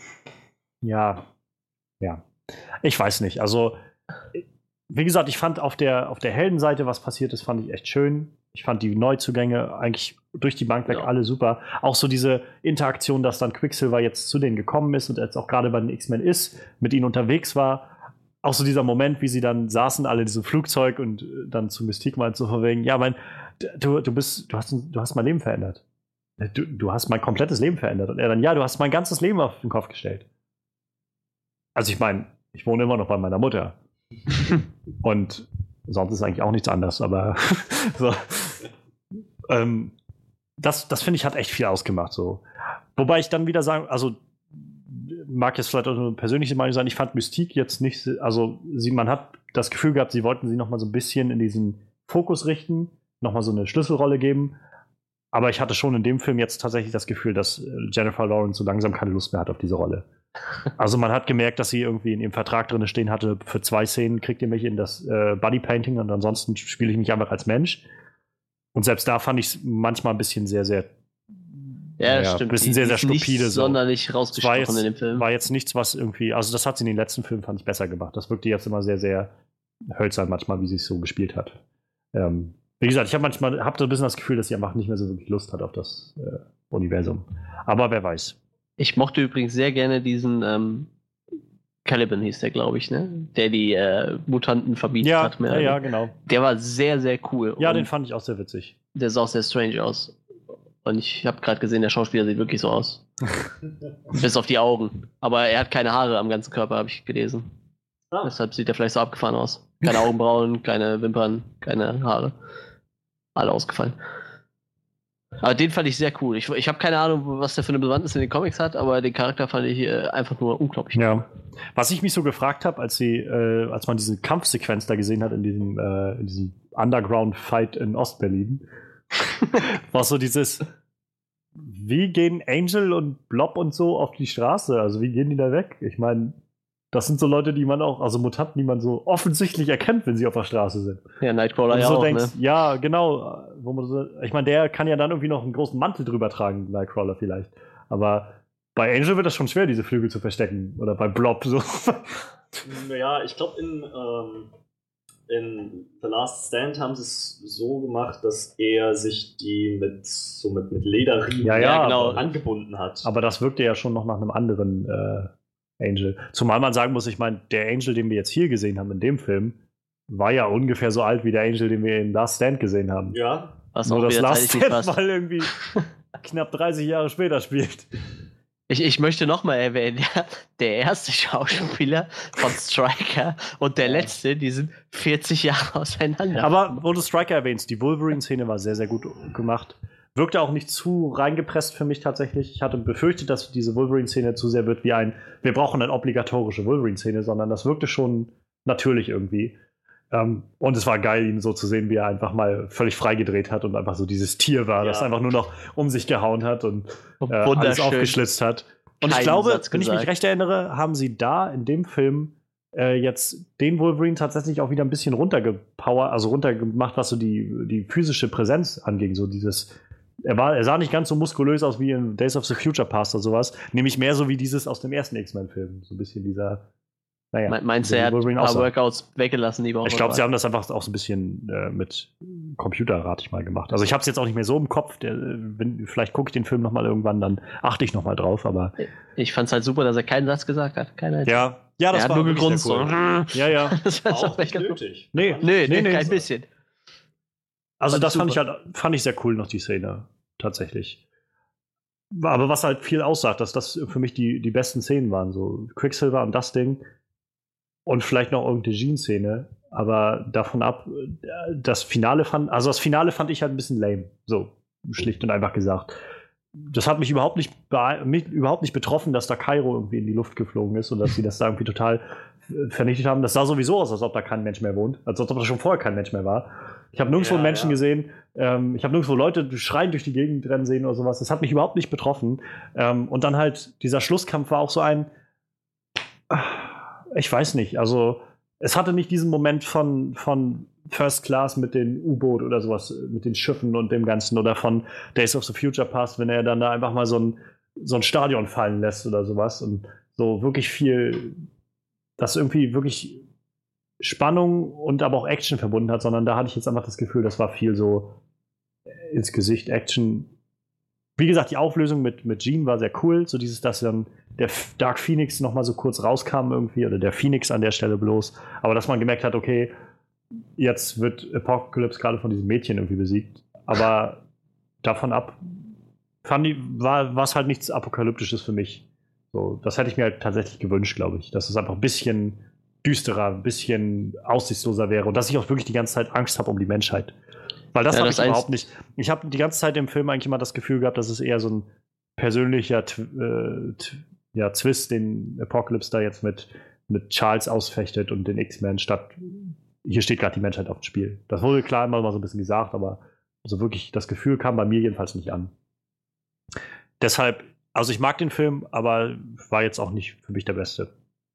ja, ja, ich weiß nicht, also wie gesagt, ich fand auf der, auf der Heldenseite, was passiert ist, fand ich echt schön. Ich fand die Neuzugänge eigentlich durch die Bank weg ja. alle super. Auch so diese Interaktion, dass dann Quicksilver jetzt zu denen gekommen ist und jetzt auch gerade bei den X-Men ist, mit ihnen unterwegs war. Auch so dieser Moment, wie sie dann saßen, alle in diesem Flugzeug und dann zu Mystique mal zu verwegen, ja, mein, du, du bist, du hast, du hast mein Leben verändert. Du, du hast mein komplettes Leben verändert. Und er dann, ja, du hast mein ganzes Leben auf den Kopf gestellt. Also ich meine, ich wohne immer noch bei meiner Mutter. Und sonst ist eigentlich auch nichts anderes, aber so. ähm, das, das finde ich, hat echt viel ausgemacht. So. Wobei ich dann wieder sagen, also mag jetzt vielleicht auch eine persönliche Meinung sein, ich fand Mystique jetzt nicht, also sie, man hat das Gefühl gehabt, sie wollten sie nochmal so ein bisschen in diesen Fokus richten, nochmal so eine Schlüsselrolle geben, aber ich hatte schon in dem Film jetzt tatsächlich das Gefühl, dass Jennifer Lawrence so langsam keine Lust mehr hat auf diese Rolle. Also man hat gemerkt, dass sie irgendwie in ihrem Vertrag drin stehen hatte, für zwei Szenen kriegt ihr mich in das äh, Bodypainting und ansonsten spiele ich mich einfach als Mensch. Und selbst da fand ich es manchmal ein bisschen sehr, sehr Ja, ja, stimmt. ein bisschen Die- sehr, die sehr ist nicht stupide. So. sonderlich Es war rausgestochen jetzt, in dem Film. war jetzt nichts, was irgendwie, also das hat sie in den letzten Filmen, fand ich, besser gemacht. Das wirkte jetzt immer sehr, sehr hölzern manchmal, wie sie es so gespielt hat. Ähm, wie gesagt, ich habe manchmal, habe so ein bisschen das Gefühl, dass sie einfach nicht mehr so wirklich Lust hat auf das äh, Universum. Aber wer weiß. Ich mochte übrigens sehr gerne diesen ähm, Caliban hieß der, glaube ich, ne? Der die äh, Mutanten verbietet Ja, hat. Mehr. ja, ja, genau. Der war sehr, sehr cool. Ja, Und den fand ich auch sehr witzig. der sah auch sehr strange aus. Und ich habe gerade gesehen, der Schauspieler sieht wirklich so aus. Bis auf die Augen. Aber er hat keine Haare am ganzen Körper, habe ich gelesen. Ah. Deshalb sieht er vielleicht so abgefahren aus. Keine Augenbrauen, keine Wimpern, keine Haare. Alle ausgefallen. Aber den fand ich sehr cool. Ich, ich habe keine Ahnung, was der für eine Bewandtnis in den Comics hat, aber den Charakter fand ich äh, einfach nur unglaublich. Ja. Was ich mich so gefragt habe, als sie, äh, als man diese Kampfsequenz da gesehen hat in diesem, äh, in diesem Underground-Fight in Ostberlin, war so dieses, wie gehen Angel und Blob und so auf die Straße? Also wie gehen die da weg? Ich meine, das sind so Leute, die man auch, also Mutanten, die man so offensichtlich erkennt, wenn sie auf der Straße sind. Ja, Nightcrawler Und ja so auch, denkst, ne? ja, genau. Wo man so, ich meine, der kann ja dann irgendwie noch einen großen Mantel drüber tragen, Nightcrawler vielleicht. Aber bei Angel wird das schon schwer, diese Flügel zu verstecken. Oder bei Blob so. Naja, ich glaube, in, ähm, in The Last Stand haben sie es so gemacht, dass er sich die mit, so mit, mit Lederriemen Ja, ja, genau. angebunden hat. Aber das wirkte ja schon noch nach einem anderen äh, Angel. Zumal man sagen muss, ich meine, der Angel, den wir jetzt hier gesehen haben in dem Film, war ja ungefähr so alt wie der Angel, den wir in Last Stand gesehen haben. Ja, Was Nur auch das wieder Last zeitlich nicht Stand passt. mal irgendwie knapp dreißig Jahre später spielt. Ich, ich möchte nochmal erwähnen, ja, der erste Schauspieler von Stryker und der letzte, die sind vierzig Jahre auseinander. Aber wo du Stryker erwähnst, die Wolverine-Szene war sehr, sehr gut gemacht. Wirkte auch nicht zu reingepresst für mich tatsächlich. Ich hatte befürchtet, dass diese Wolverine-Szene zu sehr wird wie ein, wir brauchen eine obligatorische Wolverine-Szene, sondern das wirkte schon natürlich irgendwie. Ähm, und es war geil, ihn so zu sehen, wie er einfach mal völlig freigedreht hat und einfach so dieses Tier war, Ja. das einfach nur noch um sich gehauen hat und äh, alles Wunderschön. aufgeschlitzt hat. Und ich Keinen glaube, Satz wenn ich mich gesagt. recht erinnere, haben sie da in dem Film äh, jetzt den Wolverine tatsächlich auch wieder ein bisschen runtergepowert, also runtergemacht, was so die, die physische Präsenz anging. So dieses, er, war, er sah nicht ganz so muskulös aus wie in Days of the Future Past oder sowas, nämlich mehr so wie dieses aus dem ersten X-Men-Film. So ein bisschen dieser, naja. Me- Meinst du, wie er hat ein Wolverine paar aussah. Workouts weggelassen die Woche? Ich glaube, sie haben das einfach auch so ein bisschen äh, mit Computerrat ich mal gemacht. Also ich habe es jetzt auch nicht mehr so im Kopf. Der, wenn, vielleicht gucke ich den Film nochmal irgendwann, dann achte ich nochmal drauf. Aber Ich fand's halt super, dass er keinen Satz gesagt hat. Keiner. ja, ja, das er hat war nur wirklich gegrunzt. sehr cool. So. Ja, ja. Das war auch nicht echt ganz- nötig. Nee, Nee, nee, nee, kein nee. bisschen. Also Fand das ich fand ich super. halt, fand ich sehr cool noch, die Szene. Tatsächlich. Aber was halt viel aussagt, dass das für mich die, die besten Szenen waren. So Quicksilver und das Ding. Und vielleicht noch irgendeine Jean-Szene. Aber davon ab, äh, das Finale fand, also das Finale fand ich halt ein bisschen lame. So, schlicht und einfach gesagt. Das hat mich überhaupt nicht, bee- mich überhaupt nicht betroffen, dass da Kairo irgendwie in die Luft geflogen ist und dass sie das da irgendwie total äh, vernichtet haben. Das sah sowieso aus, als ob da kein Mensch mehr wohnt. Als ob da schon vorher kein Mensch mehr war. Ich habe nirgendwo Ja, Menschen ja. gesehen. Ähm, ich habe nirgendwo Leute schreien durch die Gegend rennen sehen oder sowas. Das hat mich überhaupt nicht betroffen. Ähm, und dann halt, dieser Schlusskampf war auch so ein, ich weiß nicht, also es hatte nicht diesen Moment von, von First Class mit den U-Boot oder sowas, mit den Schiffen und dem Ganzen oder von Days of the Future Past, wenn er dann da einfach mal so ein, so ein Stadion fallen lässt oder sowas und so wirklich viel, das irgendwie wirklich Spannung und aber auch Action verbunden hat, sondern da hatte ich jetzt einfach das Gefühl, das war viel so ins Gesicht Action. Wie gesagt, die Auflösung mit, mit Jean war sehr cool, so dieses, dass dann der F- Dark Phoenix noch mal so kurz rauskam irgendwie, oder der Phoenix an der Stelle bloß, aber dass man gemerkt hat, okay, jetzt wird Apocalypse gerade von diesem Mädchen irgendwie besiegt, aber davon ab fand ich, war es halt nichts Apokalyptisches für mich. So, das hätte ich mir halt tatsächlich gewünscht, glaube ich, dass es einfach ein bisschen düsterer, ein bisschen aussichtsloser wäre und dass ich auch wirklich die ganze Zeit Angst habe um die Menschheit. Weil das ja, habe ich überhaupt nicht. Ich habe die ganze Zeit im Film eigentlich immer das Gefühl gehabt, dass es eher so ein persönlicher äh, ja, Twist, den Apocalypse da jetzt mit, mit Charles ausfechtet und den X-Men statt hier steht gerade die Menschheit auf dem Spiel. Das wurde klar immer mal so ein bisschen gesagt, aber so wirklich das Gefühl kam bei mir jedenfalls nicht an. Deshalb, also ich mag den Film, aber war jetzt auch nicht für mich der Beste.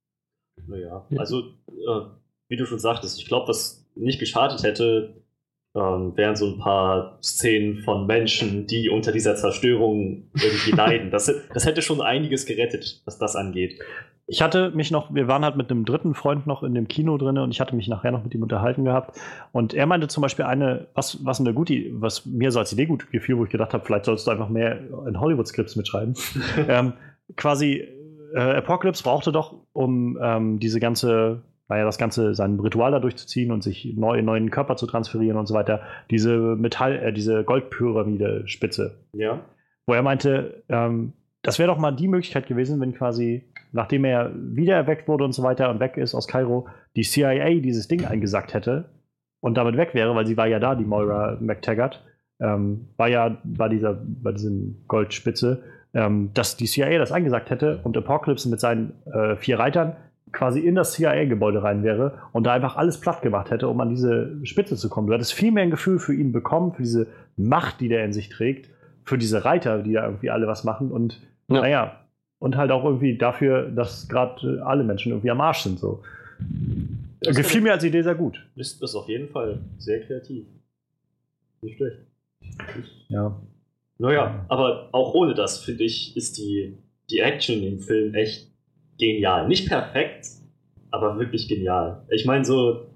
Naja, also äh, wie du schon sagtest, ich glaube, was nicht geschadet hätte, ähm, wären so ein paar Szenen von Menschen, die unter dieser Zerstörung irgendwie leiden. Das, das hätte schon einiges gerettet, was das angeht. Ich hatte mich noch, wir waren halt mit einem dritten Freund noch in dem Kino drin und ich hatte mich nachher noch mit ihm unterhalten gehabt und er meinte zum Beispiel eine, was, was eine gute, was mir so als Idee gut gefiel, wo ich gedacht habe, vielleicht sollst du einfach mehr in Hollywood-Skripts mitschreiben. ähm, quasi äh, Apocalypse brauchte doch, um ähm, diese ganze, naja, das ganze, sein Ritual da durchzuziehen und sich neu in neuen Körper zu transferieren und so weiter, diese Metall, äh, diese Goldpyramide-Spitze. Ja. Wo er meinte, ähm, das wäre doch mal die Möglichkeit gewesen, wenn quasi, nachdem er wieder erweckt wurde und so weiter und weg ist aus Kairo, die C I A dieses Ding eingesackt hätte und damit weg wäre, weil sie war ja da, die Moira McTaggart, ähm, war ja bei dieser, bei diesem Goldspitze, ähm, dass die C I A das eingesackt hätte und Apocalypse mit seinen äh, vier Reitern quasi in das C I A-Gebäude rein wäre und da einfach alles platt gemacht hätte, um an diese Spitze zu kommen. Du hättest viel mehr ein Gefühl für ihn bekommen, für diese Macht, die der in sich trägt, für diese Reiter, die da irgendwie alle was machen und ja. naja, und halt auch irgendwie dafür, dass gerade alle Menschen irgendwie am Arsch sind. So. Das gefiel mir als Idee sehr gut. Ist das auf jeden Fall sehr kreativ. Nicht schlecht. Ja. Naja, aber auch ohne das, finde ich, ist die, die Action im Film echt genial. Nicht perfekt, aber wirklich genial. Ich meine, so,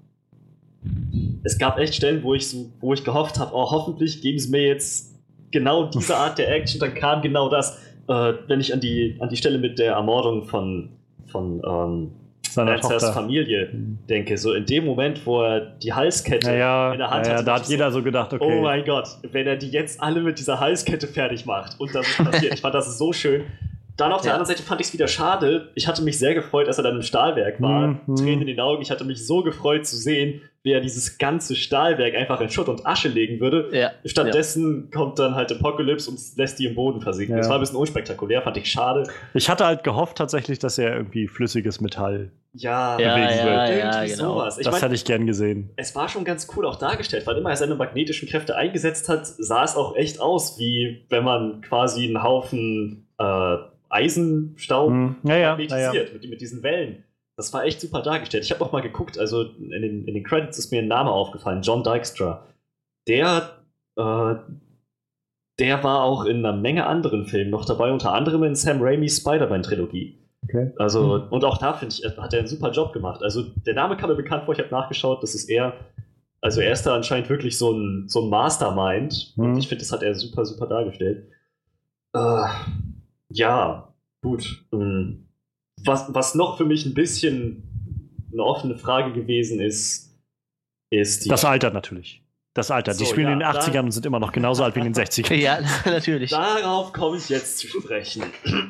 es gab echt Stellen, wo ich, so, wo ich gehofft habe, oh, hoffentlich geben sie mir jetzt genau diese Art der Action, dann kam genau das. Äh, wenn ich an die, an die Stelle mit der Ermordung von, von ähm, Lancers Familie denke, so in dem Moment, wo er die Halskette ja, in der Hand ja, hat, da hat jeder so gedacht, okay. Oh mein Gott, wenn er die jetzt alle mit dieser Halskette fertig macht und das ist passiert. Ich fand das so schön. Dann auf der ja. anderen Seite fand ich es wieder schade. Ich hatte mich sehr gefreut, als er dann im Stahlwerk war. Mhm. Tränen in den Augen. Ich hatte mich so gefreut zu sehen, wie er dieses ganze Stahlwerk einfach in Schutt und Asche legen würde. Ja. Stattdessen ja. kommt dann halt Apocalypse und lässt die im Boden versinken. Ja. Das war ein bisschen unspektakulär, fand ich schade. Ich hatte halt gehofft tatsächlich, dass er irgendwie flüssiges Metall ja, bewegen ja, wird. Ja, ja, genau. Sowas. Ich das mein, hätte ich gern gesehen. Es war schon ganz cool auch dargestellt, weil immer er seine magnetischen Kräfte eingesetzt hat, sah es auch echt aus, wie wenn man quasi einen Haufen äh, Eisenstaub hm. ja, ja, magnetisiert ja, ja. Mit, mit diesen Wellen. Das war echt super dargestellt. Ich habe auch mal geguckt, also in den, in den Credits ist mir ein Name aufgefallen, John Dykstra. Der, äh, der war auch in einer Menge anderen Filmen noch dabei, unter anderem in Sam Raimis Spider-Man-Trilogie. Okay. Also, mhm. und auch da, finde ich, hat er einen super Job gemacht. Also, der Name kam mir bekannt vor, ich habe nachgeschaut, das ist er, also er ist da anscheinend wirklich so ein, so ein Mastermind. Mhm. Und ich finde, das hat er super, super dargestellt. Äh, ja, gut. Was, was noch für mich ein bisschen eine offene Frage gewesen ist, ist die... Das Alter natürlich. Das Alter. So, die spielen ja, in den achtzigern und sind immer noch genauso alt wie in den sechzigern. Ja, natürlich. Darauf komme ich jetzt zu sprechen.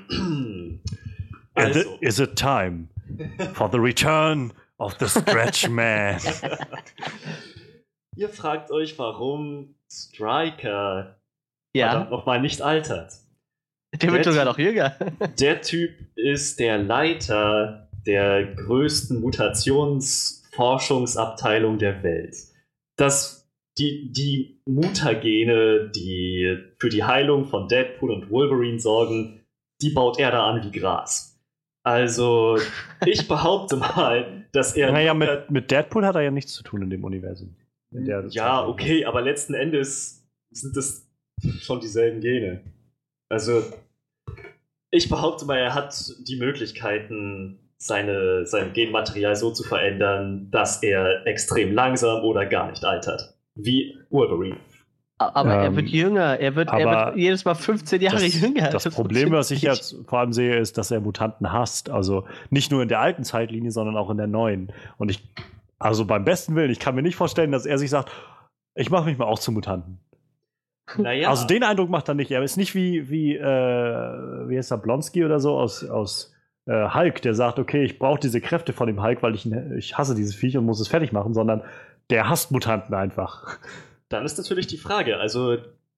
Also. Is it time for the return of the Stretch Man? Ihr fragt euch, warum Stryker ja. nochmal nicht altert. Der wird sogar noch jünger. Der Typ ist der Leiter der größten Mutationsforschungsabteilung der Welt. Das, die, die Mutagene, die für die Heilung von Deadpool und Wolverine sorgen, die baut er da an wie Gras. Also, ich behaupte mal, dass er... Naja, mit, mit Deadpool hat er ja nichts zu tun in dem Universum. In der ja, okay, aber letzten Endes sind das schon dieselben Gene. Also, ich behaupte mal, er hat die Möglichkeiten, seine, sein Genmaterial so zu verändern, dass er extrem langsam oder gar nicht altert. Wie Wolverine. Aber ähm, er wird jünger. Er wird, er wird jedes Mal fünfzehn Jahre das, jünger. Das, das Problem, was ich jetzt vor allem sehe, ist, dass er Mutanten hasst. Also nicht nur in der alten Zeitlinie, sondern auch in der neuen. Und ich, also beim besten Willen, ich kann mir nicht vorstellen, dass er sich sagt, ich mache mich mal auch zu Mutanten. Naja. Also den Eindruck macht er nicht. Er ist nicht wie, wie, äh, wie heißt er, Blonsky oder so aus, aus äh, Hulk, der sagt, okay, ich brauche diese Kräfte von dem Hulk, weil ich, ich hasse dieses Viech und muss es fertig machen, sondern der hasst Mutanten einfach. Dann ist natürlich die Frage, also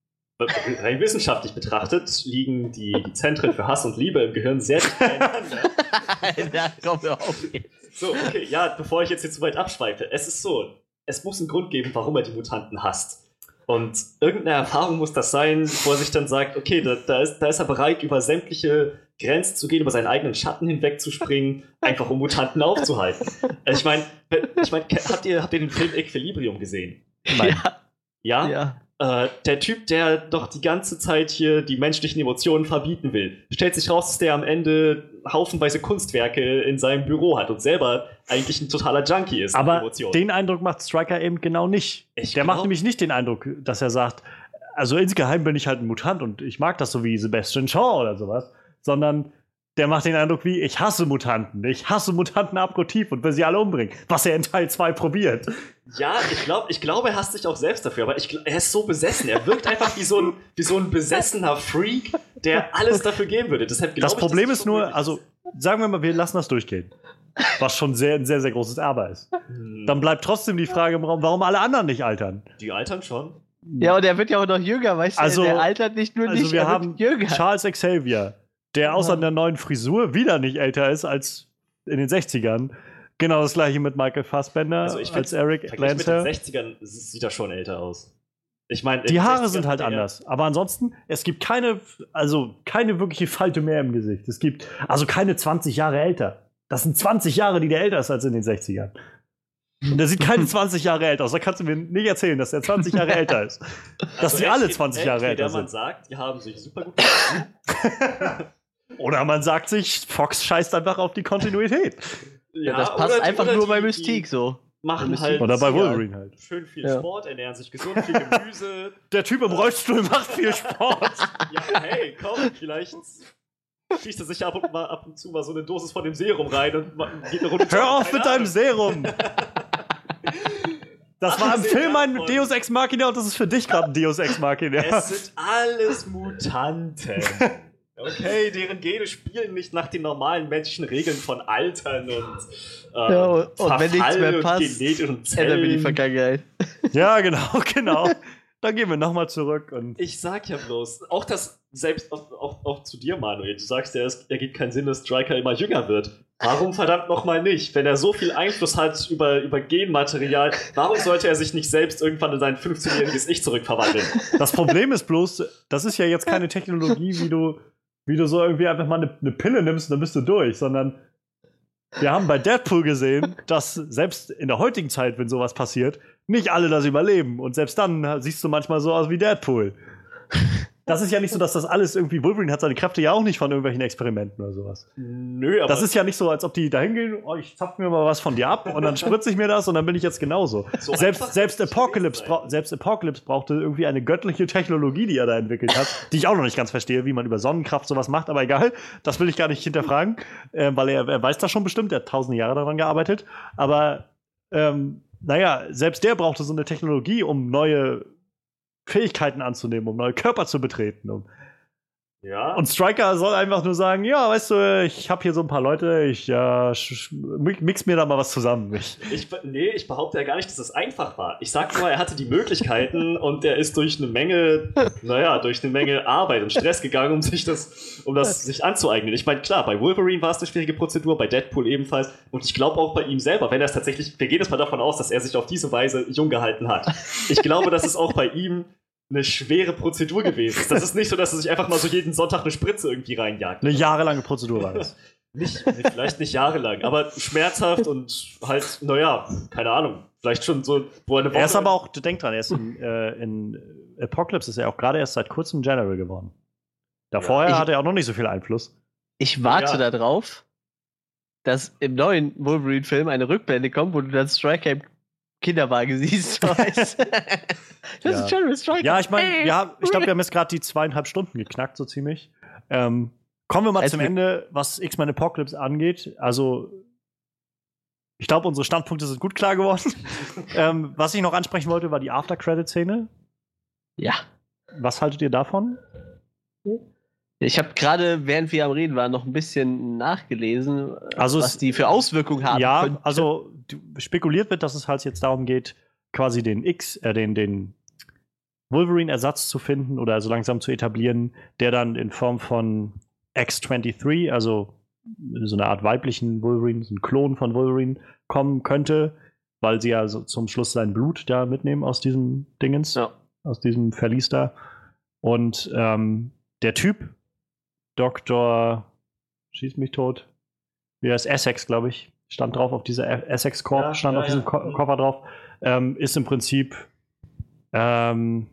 rein wissenschaftlich betrachtet liegen die, die Zentren für Hass und Liebe im Gehirn sehr dicht beieinander. Ja, komm, hör auf. So, okay, ja, bevor ich jetzt hier zu weit abschweife, es ist so, es muss einen Grund geben, warum er die Mutanten hasst. Und irgendeine Erfahrung muss das sein, wo er sich dann sagt, okay, da, da, ist, da ist er bereit, über sämtliche Grenzen zu gehen, über seinen eigenen Schatten hinwegzuspringen, einfach um Mutanten aufzuhalten. Also ich meine, ich mein, habt, ihr, habt ihr den Film Equilibrium gesehen? Nein. Ja? Ja. Äh, der Typ, der doch die ganze Zeit hier die menschlichen Emotionen verbieten will, stellt sich raus, dass der am Ende haufenweise Kunstwerke in seinem Büro hat und selber eigentlich ein totaler Junkie ist. Aber den Eindruck macht Stryker eben genau nicht. Ich der glaub, macht nämlich nicht den Eindruck, dass er sagt, also insgeheim bin ich halt ein Mutant und ich mag das so wie Sebastian Shaw oder sowas, sondern der macht den Eindruck wie, ich hasse Mutanten. Ich hasse Mutanten abgrundtief und will sie alle umbringen. Was er in Teil zwei probiert. Ja, ich glaube, ich glaub, er hasst sich auch selbst dafür, aber ich, er ist so besessen. Er wirkt einfach wie so ein, wie so ein besessener Freak, der alles dafür geben würde. Deshalb das ich, Problem das ist nur, also sagen wir mal, wir lassen das durchgehen. Was schon sehr, ein sehr, sehr großes Erbe ist. Hm. Dann bleibt trotzdem die Frage im Raum, warum alle anderen nicht altern. Die altern schon. Ja, und er wird ja auch noch jünger, weißt du? Also, der altert nicht nur also nicht, wir er haben wird jünger. Charles Xavier, der außer einer neuen Frisur wieder nicht älter ist als in den sechzigern. Genau das gleiche mit Michael Fassbender Also ich als find, Eric verglichen mit Lancer. den sechzigern sieht er schon älter aus. Ich meine, Die Haare sind halt anders. Aber ansonsten, es gibt keine, also keine wirkliche Falte mehr im Gesicht. Es gibt also keine zwanzig Jahre älter. Das sind zwanzig Jahre, die der älter ist als in den sechzigern. Und der sieht keine zwanzig Jahre älter aus. Da kannst du mir nicht erzählen, dass er zwanzig Jahre älter ist. Dass also die alle zwanzig Jahre älter man sind. sagt, die haben sich super gut Oder man sagt sich, Fox scheißt einfach auf die Kontinuität. Ja, das passt oder, einfach oder nur die, bei Mystique so. Machen halt Oder bei Wolverine halt. Schön viel Ja. Sport, ernähren sich gesund, viel Gemüse. Der Typ im Rollstuhl macht viel Sport. Ja, hey, komm, vielleicht schießt er sich ab und, mal, ab und zu mal so eine Dosis von dem Serum rein und geht eine Runde. Hör auf Keine mit deinem Ahnung. Serum. Das war im Abgesehen Film ein davon- Deus Ex Machina und das ist für dich gerade ein Deus Ex Machina. Es sind alles Mutanten. Okay, deren Gene spielen nicht nach den normalen menschlichen Regeln von Altern und, äh, Ja, und- und wenn nichts Verfall mehr und passt, genetischen Ändern wir die Zellen. Vergangenheit. Ja, genau, genau. Dann gehen wir nochmal zurück und. Ich sag ja bloß, auch das, selbst auch, auch, auch zu dir, Manuel, du sagst ja, es ergibt keinen Sinn, dass Stryker immer jünger wird. Warum verdammt nochmal nicht? Wenn er so viel Einfluss hat über, über Genmaterial, warum sollte er sich nicht selbst irgendwann in sein fünfzehnjähriges Ich zurückverwandeln? Das Problem ist bloß, das ist ja jetzt keine Technologie, wie du, wie du so irgendwie einfach mal eine, eine Pille nimmst und dann bist du durch, sondern wir haben bei Deadpool gesehen, dass selbst in der heutigen Zeit, wenn sowas passiert, nicht alle das überleben. Und selbst dann siehst du manchmal so aus wie Deadpool. Das ist ja nicht so, dass das alles irgendwie, Wolverine hat seine Kräfte ja auch nicht von irgendwelchen Experimenten oder sowas. Nö, aber Das ist ja nicht so, als ob die da hingehen, oh, ich zapf mir mal was von dir ab und dann spritze ich mir das und dann bin ich jetzt genauso. So selbst, einfach selbst, kann es nicht Apocalypse gewesen bra- selbst Apocalypse brauchte irgendwie eine göttliche Technologie, die er da entwickelt hat, die ich auch noch nicht ganz verstehe, wie man über Sonnenkraft sowas macht, aber egal, das will ich gar nicht hinterfragen, äh, weil er, er weiß das schon bestimmt, er hat tausende Jahre daran gearbeitet, aber ähm, naja, selbst der brauchte so eine Technologie, um neue Fähigkeiten anzunehmen, um neue Körper zu betreten, um ja. und Stryker soll einfach nur sagen, ja, weißt du, ich habe hier so ein paar Leute, ich ja, sch- sch- mix mir da mal was zusammen. Ich, Ich, be- nee, ich behaupte ja gar nicht, dass es einfach war. Ich sag nur, er hatte die Möglichkeiten und er ist durch eine Menge, naja, durch eine Menge Arbeit und Stress gegangen, um sich das, um das sich anzueignen. Ich meine, klar, bei Wolverine war es eine schwierige Prozedur, bei Deadpool ebenfalls und ich glaube auch bei ihm selber, wenn er es tatsächlich, wir gehen jetzt mal davon aus, dass er sich auf diese Weise jung gehalten hat. Ich glaube, dass es auch bei ihm eine schwere Prozedur gewesen ist. Das ist nicht so, dass er sich einfach mal so jeden Sonntag eine Spritze irgendwie reinjagt. eine jahrelange Prozedur war das. Nicht, nee, vielleicht nicht jahrelang, aber schmerzhaft und halt, naja, keine Ahnung, vielleicht schon so, wo eine Woche... Er ist aber auch, denk dran, er ist in, äh, in Apocalypse ist er auch gerade erst seit kurzem General geworden. Davor Ja. hatte er auch noch nicht so viel Einfluss. Ich warte Ja. darauf, dass im neuen Wolverine-Film eine Rückblende kommt, wo du dann Stryker im Kinderwagen siehst. Weißt? Das Ja. ist schon mit Stryker. Ja, ich meine, ja, ich glaube, wir haben jetzt gerade die zweieinhalb Stunden geknackt, so ziemlich. Ähm, kommen wir mal Also zum wir- Ende, was X-Men Apocalypse angeht. Also, ich glaube, unsere Standpunkte sind gut klar geworden. ähm, was ich noch ansprechen wollte, war die After-Credit-Szene. Ja. was haltet ihr davon? Ich habe gerade, während wir am Reden waren, noch ein bisschen nachgelesen, also was es, die für Auswirkungen haben. Ja, könnte. also spekuliert wird, dass es halt jetzt darum geht, quasi den X, äh, den, den Wolverine-Ersatz zu finden oder so langsam zu etablieren, der dann in Form von X dreiundzwanzig, also so eine Art weiblichen Wolverine, so ein Klon von Wolverine, kommen könnte, weil sie ja so zum Schluss sein Blut da mitnehmen aus diesem Dingens, ja. aus diesem Verlies da. Und ähm, der Typ, Doktor Schieß mich tot, wie heißt Essex, glaube ich, stand drauf auf dieser Essex Corp, ja, stand ja, auf diesem ja. Ko- Koffer drauf, ähm, ist im Prinzip ähm,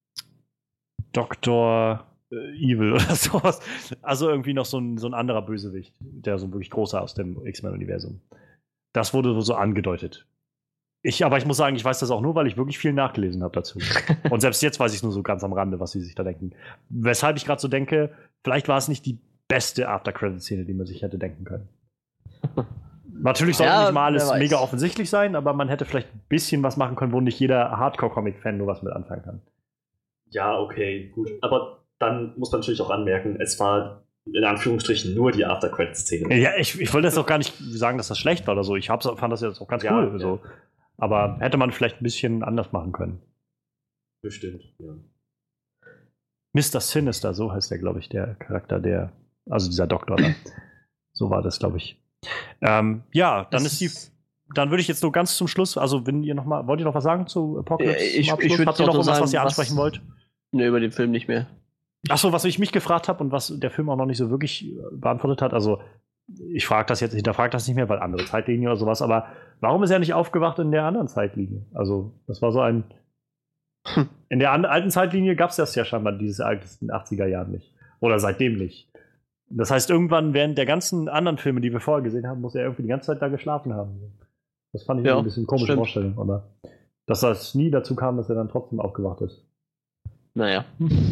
Doktor Evil oder sowas. Also irgendwie noch so ein, so ein anderer Bösewicht, der so wirklich großer aus dem X-Men-Universum. Das wurde so angedeutet. Ich, aber ich muss sagen, ich weiß das auch nur, weil ich wirklich viel nachgelesen habe dazu. Und selbst jetzt weiß ich nur so ganz am Rande, was sie sich da denken. Weshalb ich gerade so denke, vielleicht war es nicht die beste After-Credit-Szene, die man sich hätte denken können. Natürlich sollte Ja, nicht mal alles wer weiß. mega offensichtlich sein, aber man hätte vielleicht ein bisschen was machen können, wo nicht jeder Hardcore-Comic-Fan nur was mit anfangen kann. Ja, okay, gut. Aber dann muss man natürlich auch anmerken, es war in Anführungsstrichen nur die After-Credit-Szene. Ja, ich, ich wollte jetzt auch gar nicht sagen, dass das schlecht war oder so. Ich hab's, fand das jetzt auch ganz Ja, cool. ja. So. Aber hätte man vielleicht ein bisschen anders machen können. Bestimmt, ja. Mister Sinister, so heißt der, glaube ich, der Charakter, der, also dieser Doktor da. So war das, glaube ich. Ähm, ja, dann Das ist die, dann würde ich jetzt nur ganz zum Schluss, also wenn ihr noch mal, wollt ihr noch was sagen zu Apocalypse? Ja, ich- zum Abschluss? ich würd Habt ihr doch noch nur irgendwas, sagen, was ihr was- ansprechen wollt? Ne, über den Film nicht mehr. Achso, was ich mich gefragt habe und was der Film auch noch nicht so wirklich äh, beantwortet hat, also ich frage das jetzt, hinterfrage das nicht mehr, weil andere Zeitlinie oder sowas, aber warum ist er nicht aufgewacht in der anderen Zeitlinie? Also, das war so ein. In der an, alten Zeitlinie gab es das ja scheinbar, dieses Ereignis in den achtziger Jahren nicht. Oder seitdem nicht. Das heißt, irgendwann während der ganzen anderen Filme, die wir vorher gesehen haben, muss er irgendwie die ganze Zeit da geschlafen haben. Das fand ich Ja, ein bisschen komische stimmt. Vorstellung, aber dass das nie dazu kam, dass er dann trotzdem aufgewacht ist. Naja.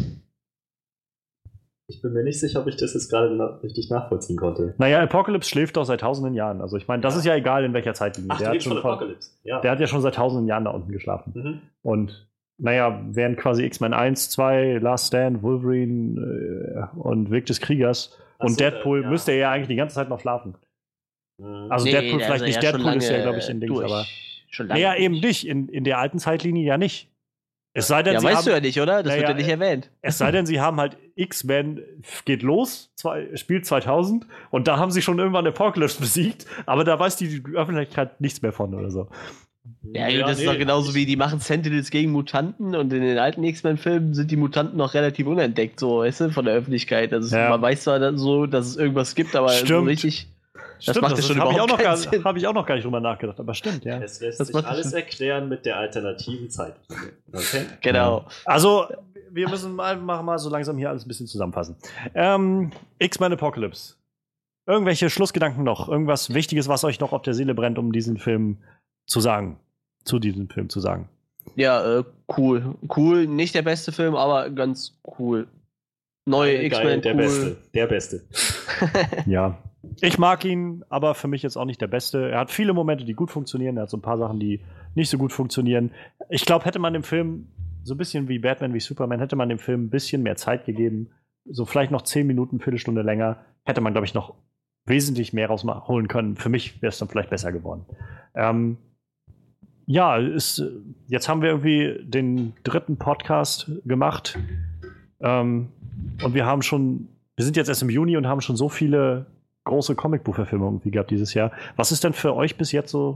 Ich bin mir nicht sicher, ob ich das jetzt gerade na- richtig nachvollziehen konnte. Naja, Apocalypse schläft doch seit tausenden Jahren. Also ich meine, das Ja. ist ja egal, in welcher Zeitlinie. Ach, der, du hat redest schon von vor, Apocalypse. Ja. der hat ja schon seit tausenden Jahren da unten geschlafen. Mhm. Und naja, während quasi X-Men eins, zwei, Last Stand, Wolverine äh, und Weg des Kriegers Ach und so, Deadpool da- ja. müsste er ja eigentlich die ganze Zeit noch schlafen. Mhm. Also Nee, Deadpool der vielleicht ist nicht, ja schon Deadpool ist ja, lange glaube ich, in Dings, durch. aber. Schon lange. Naja, eben durch. nicht. In, in der alten Zeitlinie ja nicht. Es sei denn, Ja, sie weißt haben, du ja nicht, oder? Das Naja, wird ja nicht erwähnt. es sei denn, sie haben halt X-Men geht los, zwei, spielt zweitausend und da haben sie schon irgendwann Apocalypse besiegt, aber da weiß die Öffentlichkeit nichts mehr von oder so. Ja, das ist doch genauso wie die machen Sentinels gegen Mutanten und in den alten X-Men-Filmen sind die Mutanten noch relativ unentdeckt, so, weißt du, von der Öffentlichkeit. Also Ja. man weiß zwar dann so, dass es irgendwas gibt, aber so Stimmt. richtig. Stimmt, macht ja schon habe ich, auch überhaupt noch gar- keinen Sinn. hab ich auch noch gar nicht drüber nachgedacht, aber stimmt, ja. Es lässt Das sich macht alles Sinn. erklären mit der alternativen Zeitlinie. Okay? Genau. Also, wir müssen mal, machen mal so langsam hier alles ein bisschen zusammenfassen. Ähm, X-Men Apocalypse. Irgendwelche Schlussgedanken noch? Irgendwas Wichtiges, was euch noch auf der Seele brennt, um diesen Film zu sagen? Zu diesem Film zu sagen? Ja, äh, cool. Cool, nicht der beste Film, aber ganz cool. Neue Geil, X-Men, der cool. Beste. Der Beste. Ja. Ich mag ihn, aber für mich jetzt auch nicht der Beste. Er hat viele Momente, die gut funktionieren. Er hat so ein paar Sachen, die nicht so gut funktionieren. Ich glaube, hätte man dem Film so ein bisschen wie Batman, wie Superman, hätte man dem Film ein bisschen mehr Zeit gegeben, so vielleicht noch zehn Minuten, Viertelstunde länger, hätte man, glaube ich, noch wesentlich mehr rausholen können. Für mich wäre es dann vielleicht besser geworden. Ähm, ja, ist, jetzt haben wir irgendwie den dritten Podcast gemacht. Ähm, und wir haben schon, wir sind jetzt erst im Juni und haben schon so viele große Comicbuchverfilmungen irgendwie gehabt dieses Jahr. Was ist denn für euch bis jetzt so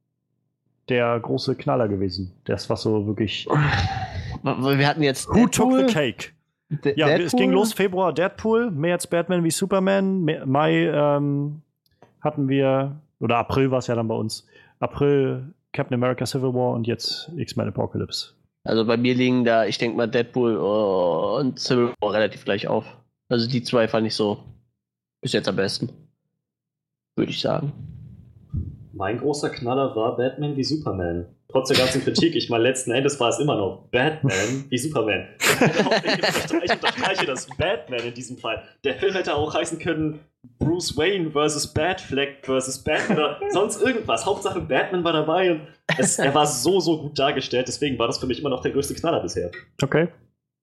der große Knaller gewesen? Das, was so wirklich. Wir hatten jetzt. Who took the cake? D- Ja, Deadpool? es ging los Februar Deadpool, März Batman wie Superman, Mai- Mai ähm, hatten wir, oder April war es ja dann bei uns, April Captain America Civil War und jetzt X-Men Apocalypse. Also bei mir liegen da, ich denke mal, Deadpool und Civil War relativ gleich auf. Also die zwei fand ich so bis jetzt am besten. Würde ich sagen. Mein großer Knaller war Batman wie Superman. Trotz der ganzen Kritik, ich meine, letzten Endes war es immer noch Batman wie Superman. Ich unterstreiche das, Batman in diesem Fall. Der Film hätte auch heißen können Bruce Wayne versus Batfleck versus Batman oder sonst irgendwas. Hauptsache Batman war dabei und es, er war so, so gut dargestellt. Deswegen war das für mich immer noch der größte Knaller bisher. Okay.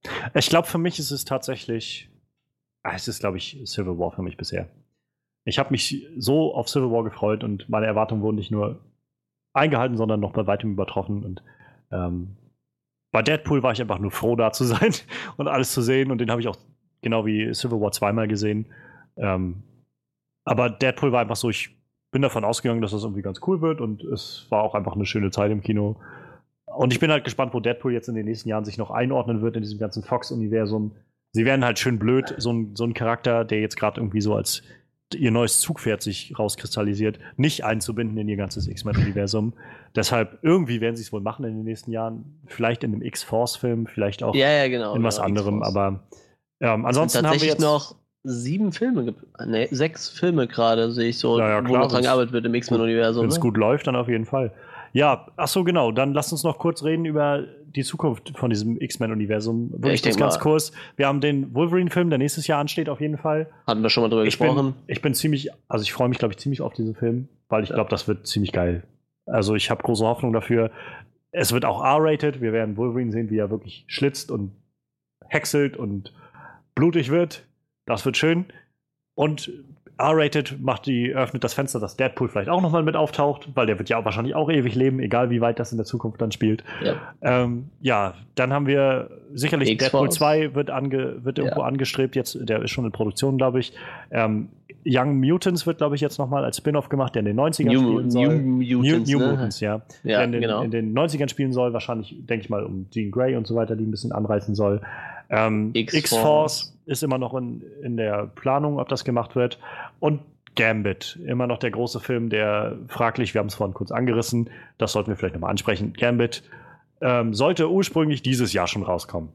Ich glaube, für mich ist es tatsächlich, ah, es ist, glaube ich, Civil War für mich bisher. Ich habe mich so auf Civil War gefreut und meine Erwartungen wurden nicht nur eingehalten, sondern noch bei weitem übertroffen. Und ähm, bei Deadpool war ich einfach nur froh, da zu sein und alles zu sehen. Und den habe ich auch genau wie Civil War zweimal gesehen. Ähm, aber Deadpool war einfach so, ich bin davon ausgegangen, dass das irgendwie ganz cool wird. Und es war auch einfach eine schöne Zeit im Kino. Und ich bin halt gespannt, wo Deadpool jetzt in den nächsten Jahren sich noch einordnen wird in diesem ganzen Fox-Universum. Sie werden halt schön blöd, so ein, so ein Charakter, der jetzt gerade irgendwie so als ihr neues Zugpferd sich rauskristallisiert, nicht einzubinden in ihr ganzes X-Men-Universum. Deshalb, irgendwie werden sie es wohl machen in den nächsten Jahren. Vielleicht in einem X-Force-Film, vielleicht auch ja, ja, genau, in was genau, anderem. X-Force. Aber ähm, ansonsten haben wir jetzt noch sieben Filme, ne, sechs Filme gerade, sehe ich so, ja, ja, wo klar, noch dran gearbeitet wird im X-Men-Universum. Wenn es ne? gut läuft, dann auf jeden Fall. Ja, ach so, genau. Dann lasst uns noch kurz reden über die Zukunft von diesem X-Men-Universum. Wirklich ja, das ganz mal. kurz. Wir haben den Wolverine-Film, der nächstes Jahr ansteht, auf jeden Fall. Hatten wir schon mal drüber ich gesprochen. Bin, ich bin ziemlich, also ich freue mich, glaube ich, ziemlich auf diesen Film, weil ich ja. glaube, das wird ziemlich geil. Also ich habe große Hoffnung dafür. Es wird auch R-rated. Wir werden Wolverine sehen, wie er wirklich schlitzt und häckselt und blutig wird. Das wird schön. Und R-rated macht die, öffnet das Fenster, dass Deadpool vielleicht auch nochmal mit auftaucht, weil der wird ja auch wahrscheinlich auch ewig leben, egal wie weit das in der Zukunft dann spielt. Ja, ähm, ja dann haben wir sicherlich X-Force. Deadpool zwei wird, ange, wird irgendwo ja. angestrebt, jetzt, der ist schon in Produktion, glaube ich. Ähm, Young Mutants wird, glaube ich, jetzt nochmal als Spin-off gemacht, der in den neunzigern New, spielen soll. New Mutants, New, New ne? Mutants, ja. ja der in den, genau. in den neunzigern spielen soll, wahrscheinlich, denke ich mal, um Jean Grey und so weiter, die ein bisschen anreißen soll. Ähm, X-Force ist immer noch in, in der Planung, ob das gemacht wird. Und Gambit, immer noch der große Film, der fraglich, wir haben es vorhin kurz angerissen, das sollten wir vielleicht nochmal ansprechen. Gambit ähm, sollte ursprünglich dieses Jahr schon rauskommen.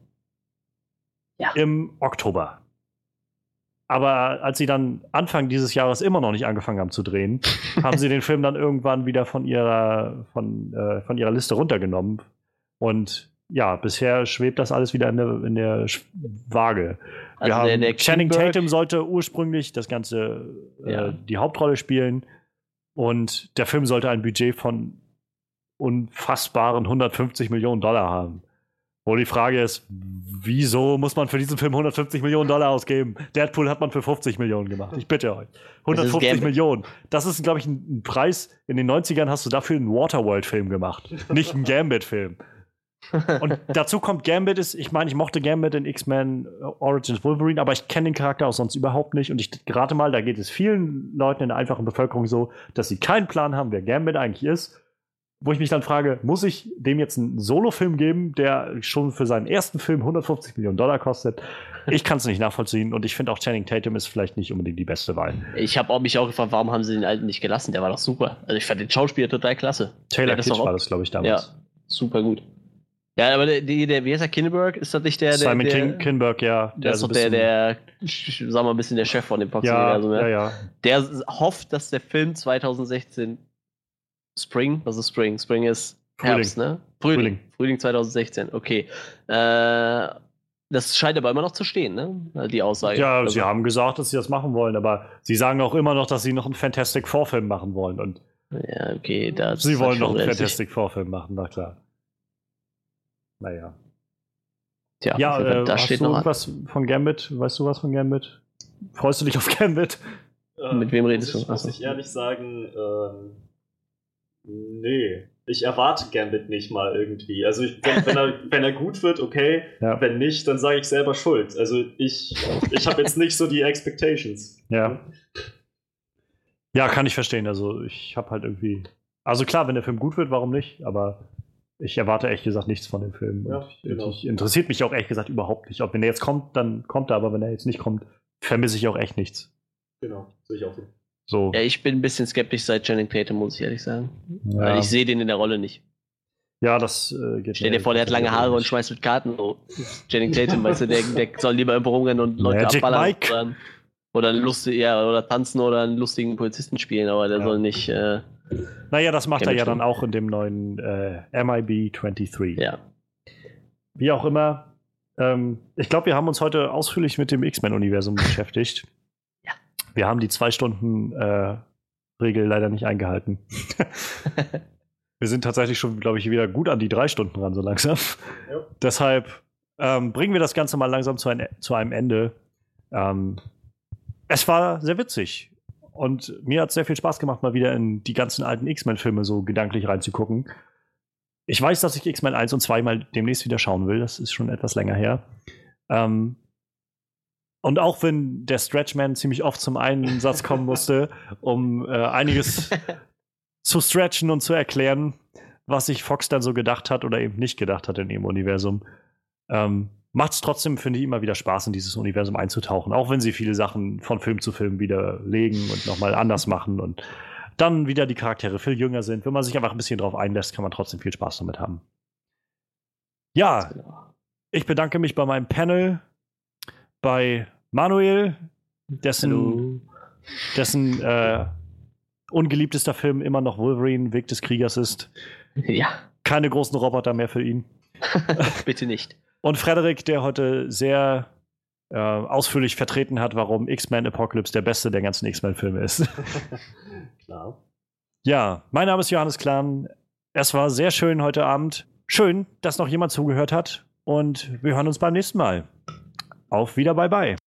Ja. Im Oktober. Aber als sie dann Anfang dieses Jahres immer noch nicht angefangen haben zu drehen, haben sie den Film dann irgendwann wieder von ihrer, von, äh, von ihrer Liste runtergenommen. Und ja, bisher schwebt das alles wieder in der, in der Waage. Wir also der, haben der Channing Tatum sollte ursprünglich das Ganze ja. äh, die Hauptrolle spielen und der Film sollte ein Budget von unfassbaren hundertfünfzig Millionen Dollar haben. Wo die Frage ist, wieso muss man für diesen Film hundertfünfzig Millionen Dollar ausgeben? Deadpool hat man für fünfzig Millionen gemacht. Ich bitte euch. hundertfünfzig Millionen. Das ist, glaube ich, ein, ein Preis. In den neunzigern hast du dafür einen Waterworld-Film gemacht, nicht einen Gambit-Film. Und dazu kommt Gambit ist, ich meine, ich mochte Gambit in X-Men Origins Wolverine, aber ich kenne den Charakter auch sonst überhaupt nicht. Und ich rate mal, da geht es vielen Leuten in der einfachen Bevölkerung so, dass sie keinen Plan haben, wer Gambit eigentlich ist. Wo ich mich dann frage, muss ich dem jetzt einen Solo-Film geben, der schon für seinen ersten Film hundertfünfzig Millionen Dollar kostet? Ich kann es nicht nachvollziehen und ich finde auch Channing Tatum ist vielleicht nicht unbedingt die beste Wahl. Ich habe mich auch gefragt, warum haben sie den Alten nicht gelassen? Der war doch super. Also ich fand den Schauspieler total klasse. Taylor Kitsch war das, glaube ich, damals. Ja, super gut. Ja, aber der, der, der wie heißt der, Kinberg? Ist das nicht der, der Simon der, King, Kinberg, ja. Der ist doch der, der, sagen wir mal, ein bisschen der Chef von dem Fox-Universum. Ja, ja, ja. Der hofft, dass der Film zwanzig sechzehn Spring, was ist Spring? Spring ist Herbst, Frühling. ne? Frühling. Frühling. Frühling zwanzig sechzehn, okay. Äh, das scheint aber immer noch zu stehen, ne? Die Aussage. Ja, also, sie haben gesagt, dass sie das machen wollen, aber sie sagen auch immer noch, dass sie noch einen Fantastic Four-Film machen wollen. Und ja, okay. Das sie wollen halt noch einen realistisch. Fantastic Four-Film machen, na klar. Naja. Tja, ja, äh, da hast steht du noch irgendwas von Gambit? Weißt du was von Gambit? Freust du dich auf Gambit? Äh, Mit wem redest muss ich, du? Muss ich ehrlich sagen, ähm, nee. Ich erwarte Gambit nicht mal irgendwie. Also ich, wenn, wenn, er, wenn er gut wird, okay. Ja. Wenn nicht, dann sage ich selber schuld. Also ich, ich habe jetzt nicht so die Expectations. Ja. Ja, kann ich verstehen. Also ich habe halt irgendwie... Also klar, wenn der Film gut wird, warum nicht? Aber ich erwarte ehrlich gesagt nichts von dem Film. Ja, und genau. ich, interessiert mich auch ehrlich gesagt überhaupt nicht. Ob wenn der jetzt kommt, dann kommt er. Aber wenn er jetzt nicht kommt, vermisse ich auch echt nichts. Genau, sehe ich auch so. So. Ja, ich bin ein bisschen skeptisch seit Channing Tatum, muss ich ehrlich sagen. Ja. Weil ich sehe den in der Rolle nicht. Ja, das äh, geht. Stell dir vor, der hat lange Haare und schmeißt mit Karten. Oh, Channing Tatum, weißt du, der, der soll lieber irgendwo rumrennen und Leute Magic abballern. Mike. Oder, oder, lustig, ja, oder tanzen oder einen lustigen Polizisten spielen, aber der Ja. soll nicht. Äh, Naja, das macht er ja schon. dann auch in dem neuen äh, M I B dreiundzwanzig. ja. Wie auch immer. Ähm, ich glaube, wir haben uns heute ausführlich mit dem X-Men-Universum beschäftigt. Ja. Wir haben die zwei Stunden äh, Regel leider nicht eingehalten. Wir sind tatsächlich schon, glaube ich, wieder gut an die drei Stunden ran, so langsam. Ja. Deshalb ähm, bringen wir das Ganze mal langsam zu, ein, zu einem Ende. Ähm, es war sehr witzig. Und mir hat es sehr viel Spaß gemacht, mal wieder in die ganzen alten X-Men-Filme so gedanklich reinzugucken. Ich weiß, dass ich X-Men eins und zwei mal demnächst wieder schauen will. Das ist schon etwas länger her. Ähm, und auch wenn der Stretchman ziemlich oft zum Einsatz kommen musste, um äh, einiges zu stretchen und zu erklären, was sich Fox dann so gedacht hat oder eben nicht gedacht hat in dem Universum, ähm, macht es trotzdem, finde ich, immer wieder Spaß, in dieses Universum einzutauchen. Auch wenn sie viele Sachen von Film zu Film widerlegen und nochmal anders machen und dann wieder die Charaktere viel jünger sind. Wenn man sich einfach ein bisschen drauf einlässt, kann man trotzdem viel Spaß damit haben. Ja, ich bedanke mich bei meinem Panel, bei Manuel, dessen, dessen äh, ungeliebtester Film immer noch Wolverine, Weg des Kriegers ist. Ja. Keine großen Roboter mehr für ihn. Bitte nicht. Und Frederik, der heute sehr äh, ausführlich vertreten hat, warum X-Men Apocalypse der beste der ganzen X-Men-Filme ist. Klar. Ja, mein Name ist Johannes Klahn. Es war sehr schön heute Abend. Schön, dass noch jemand zugehört hat. Und wir hören uns beim nächsten Mal. Auf wieder, bye bye.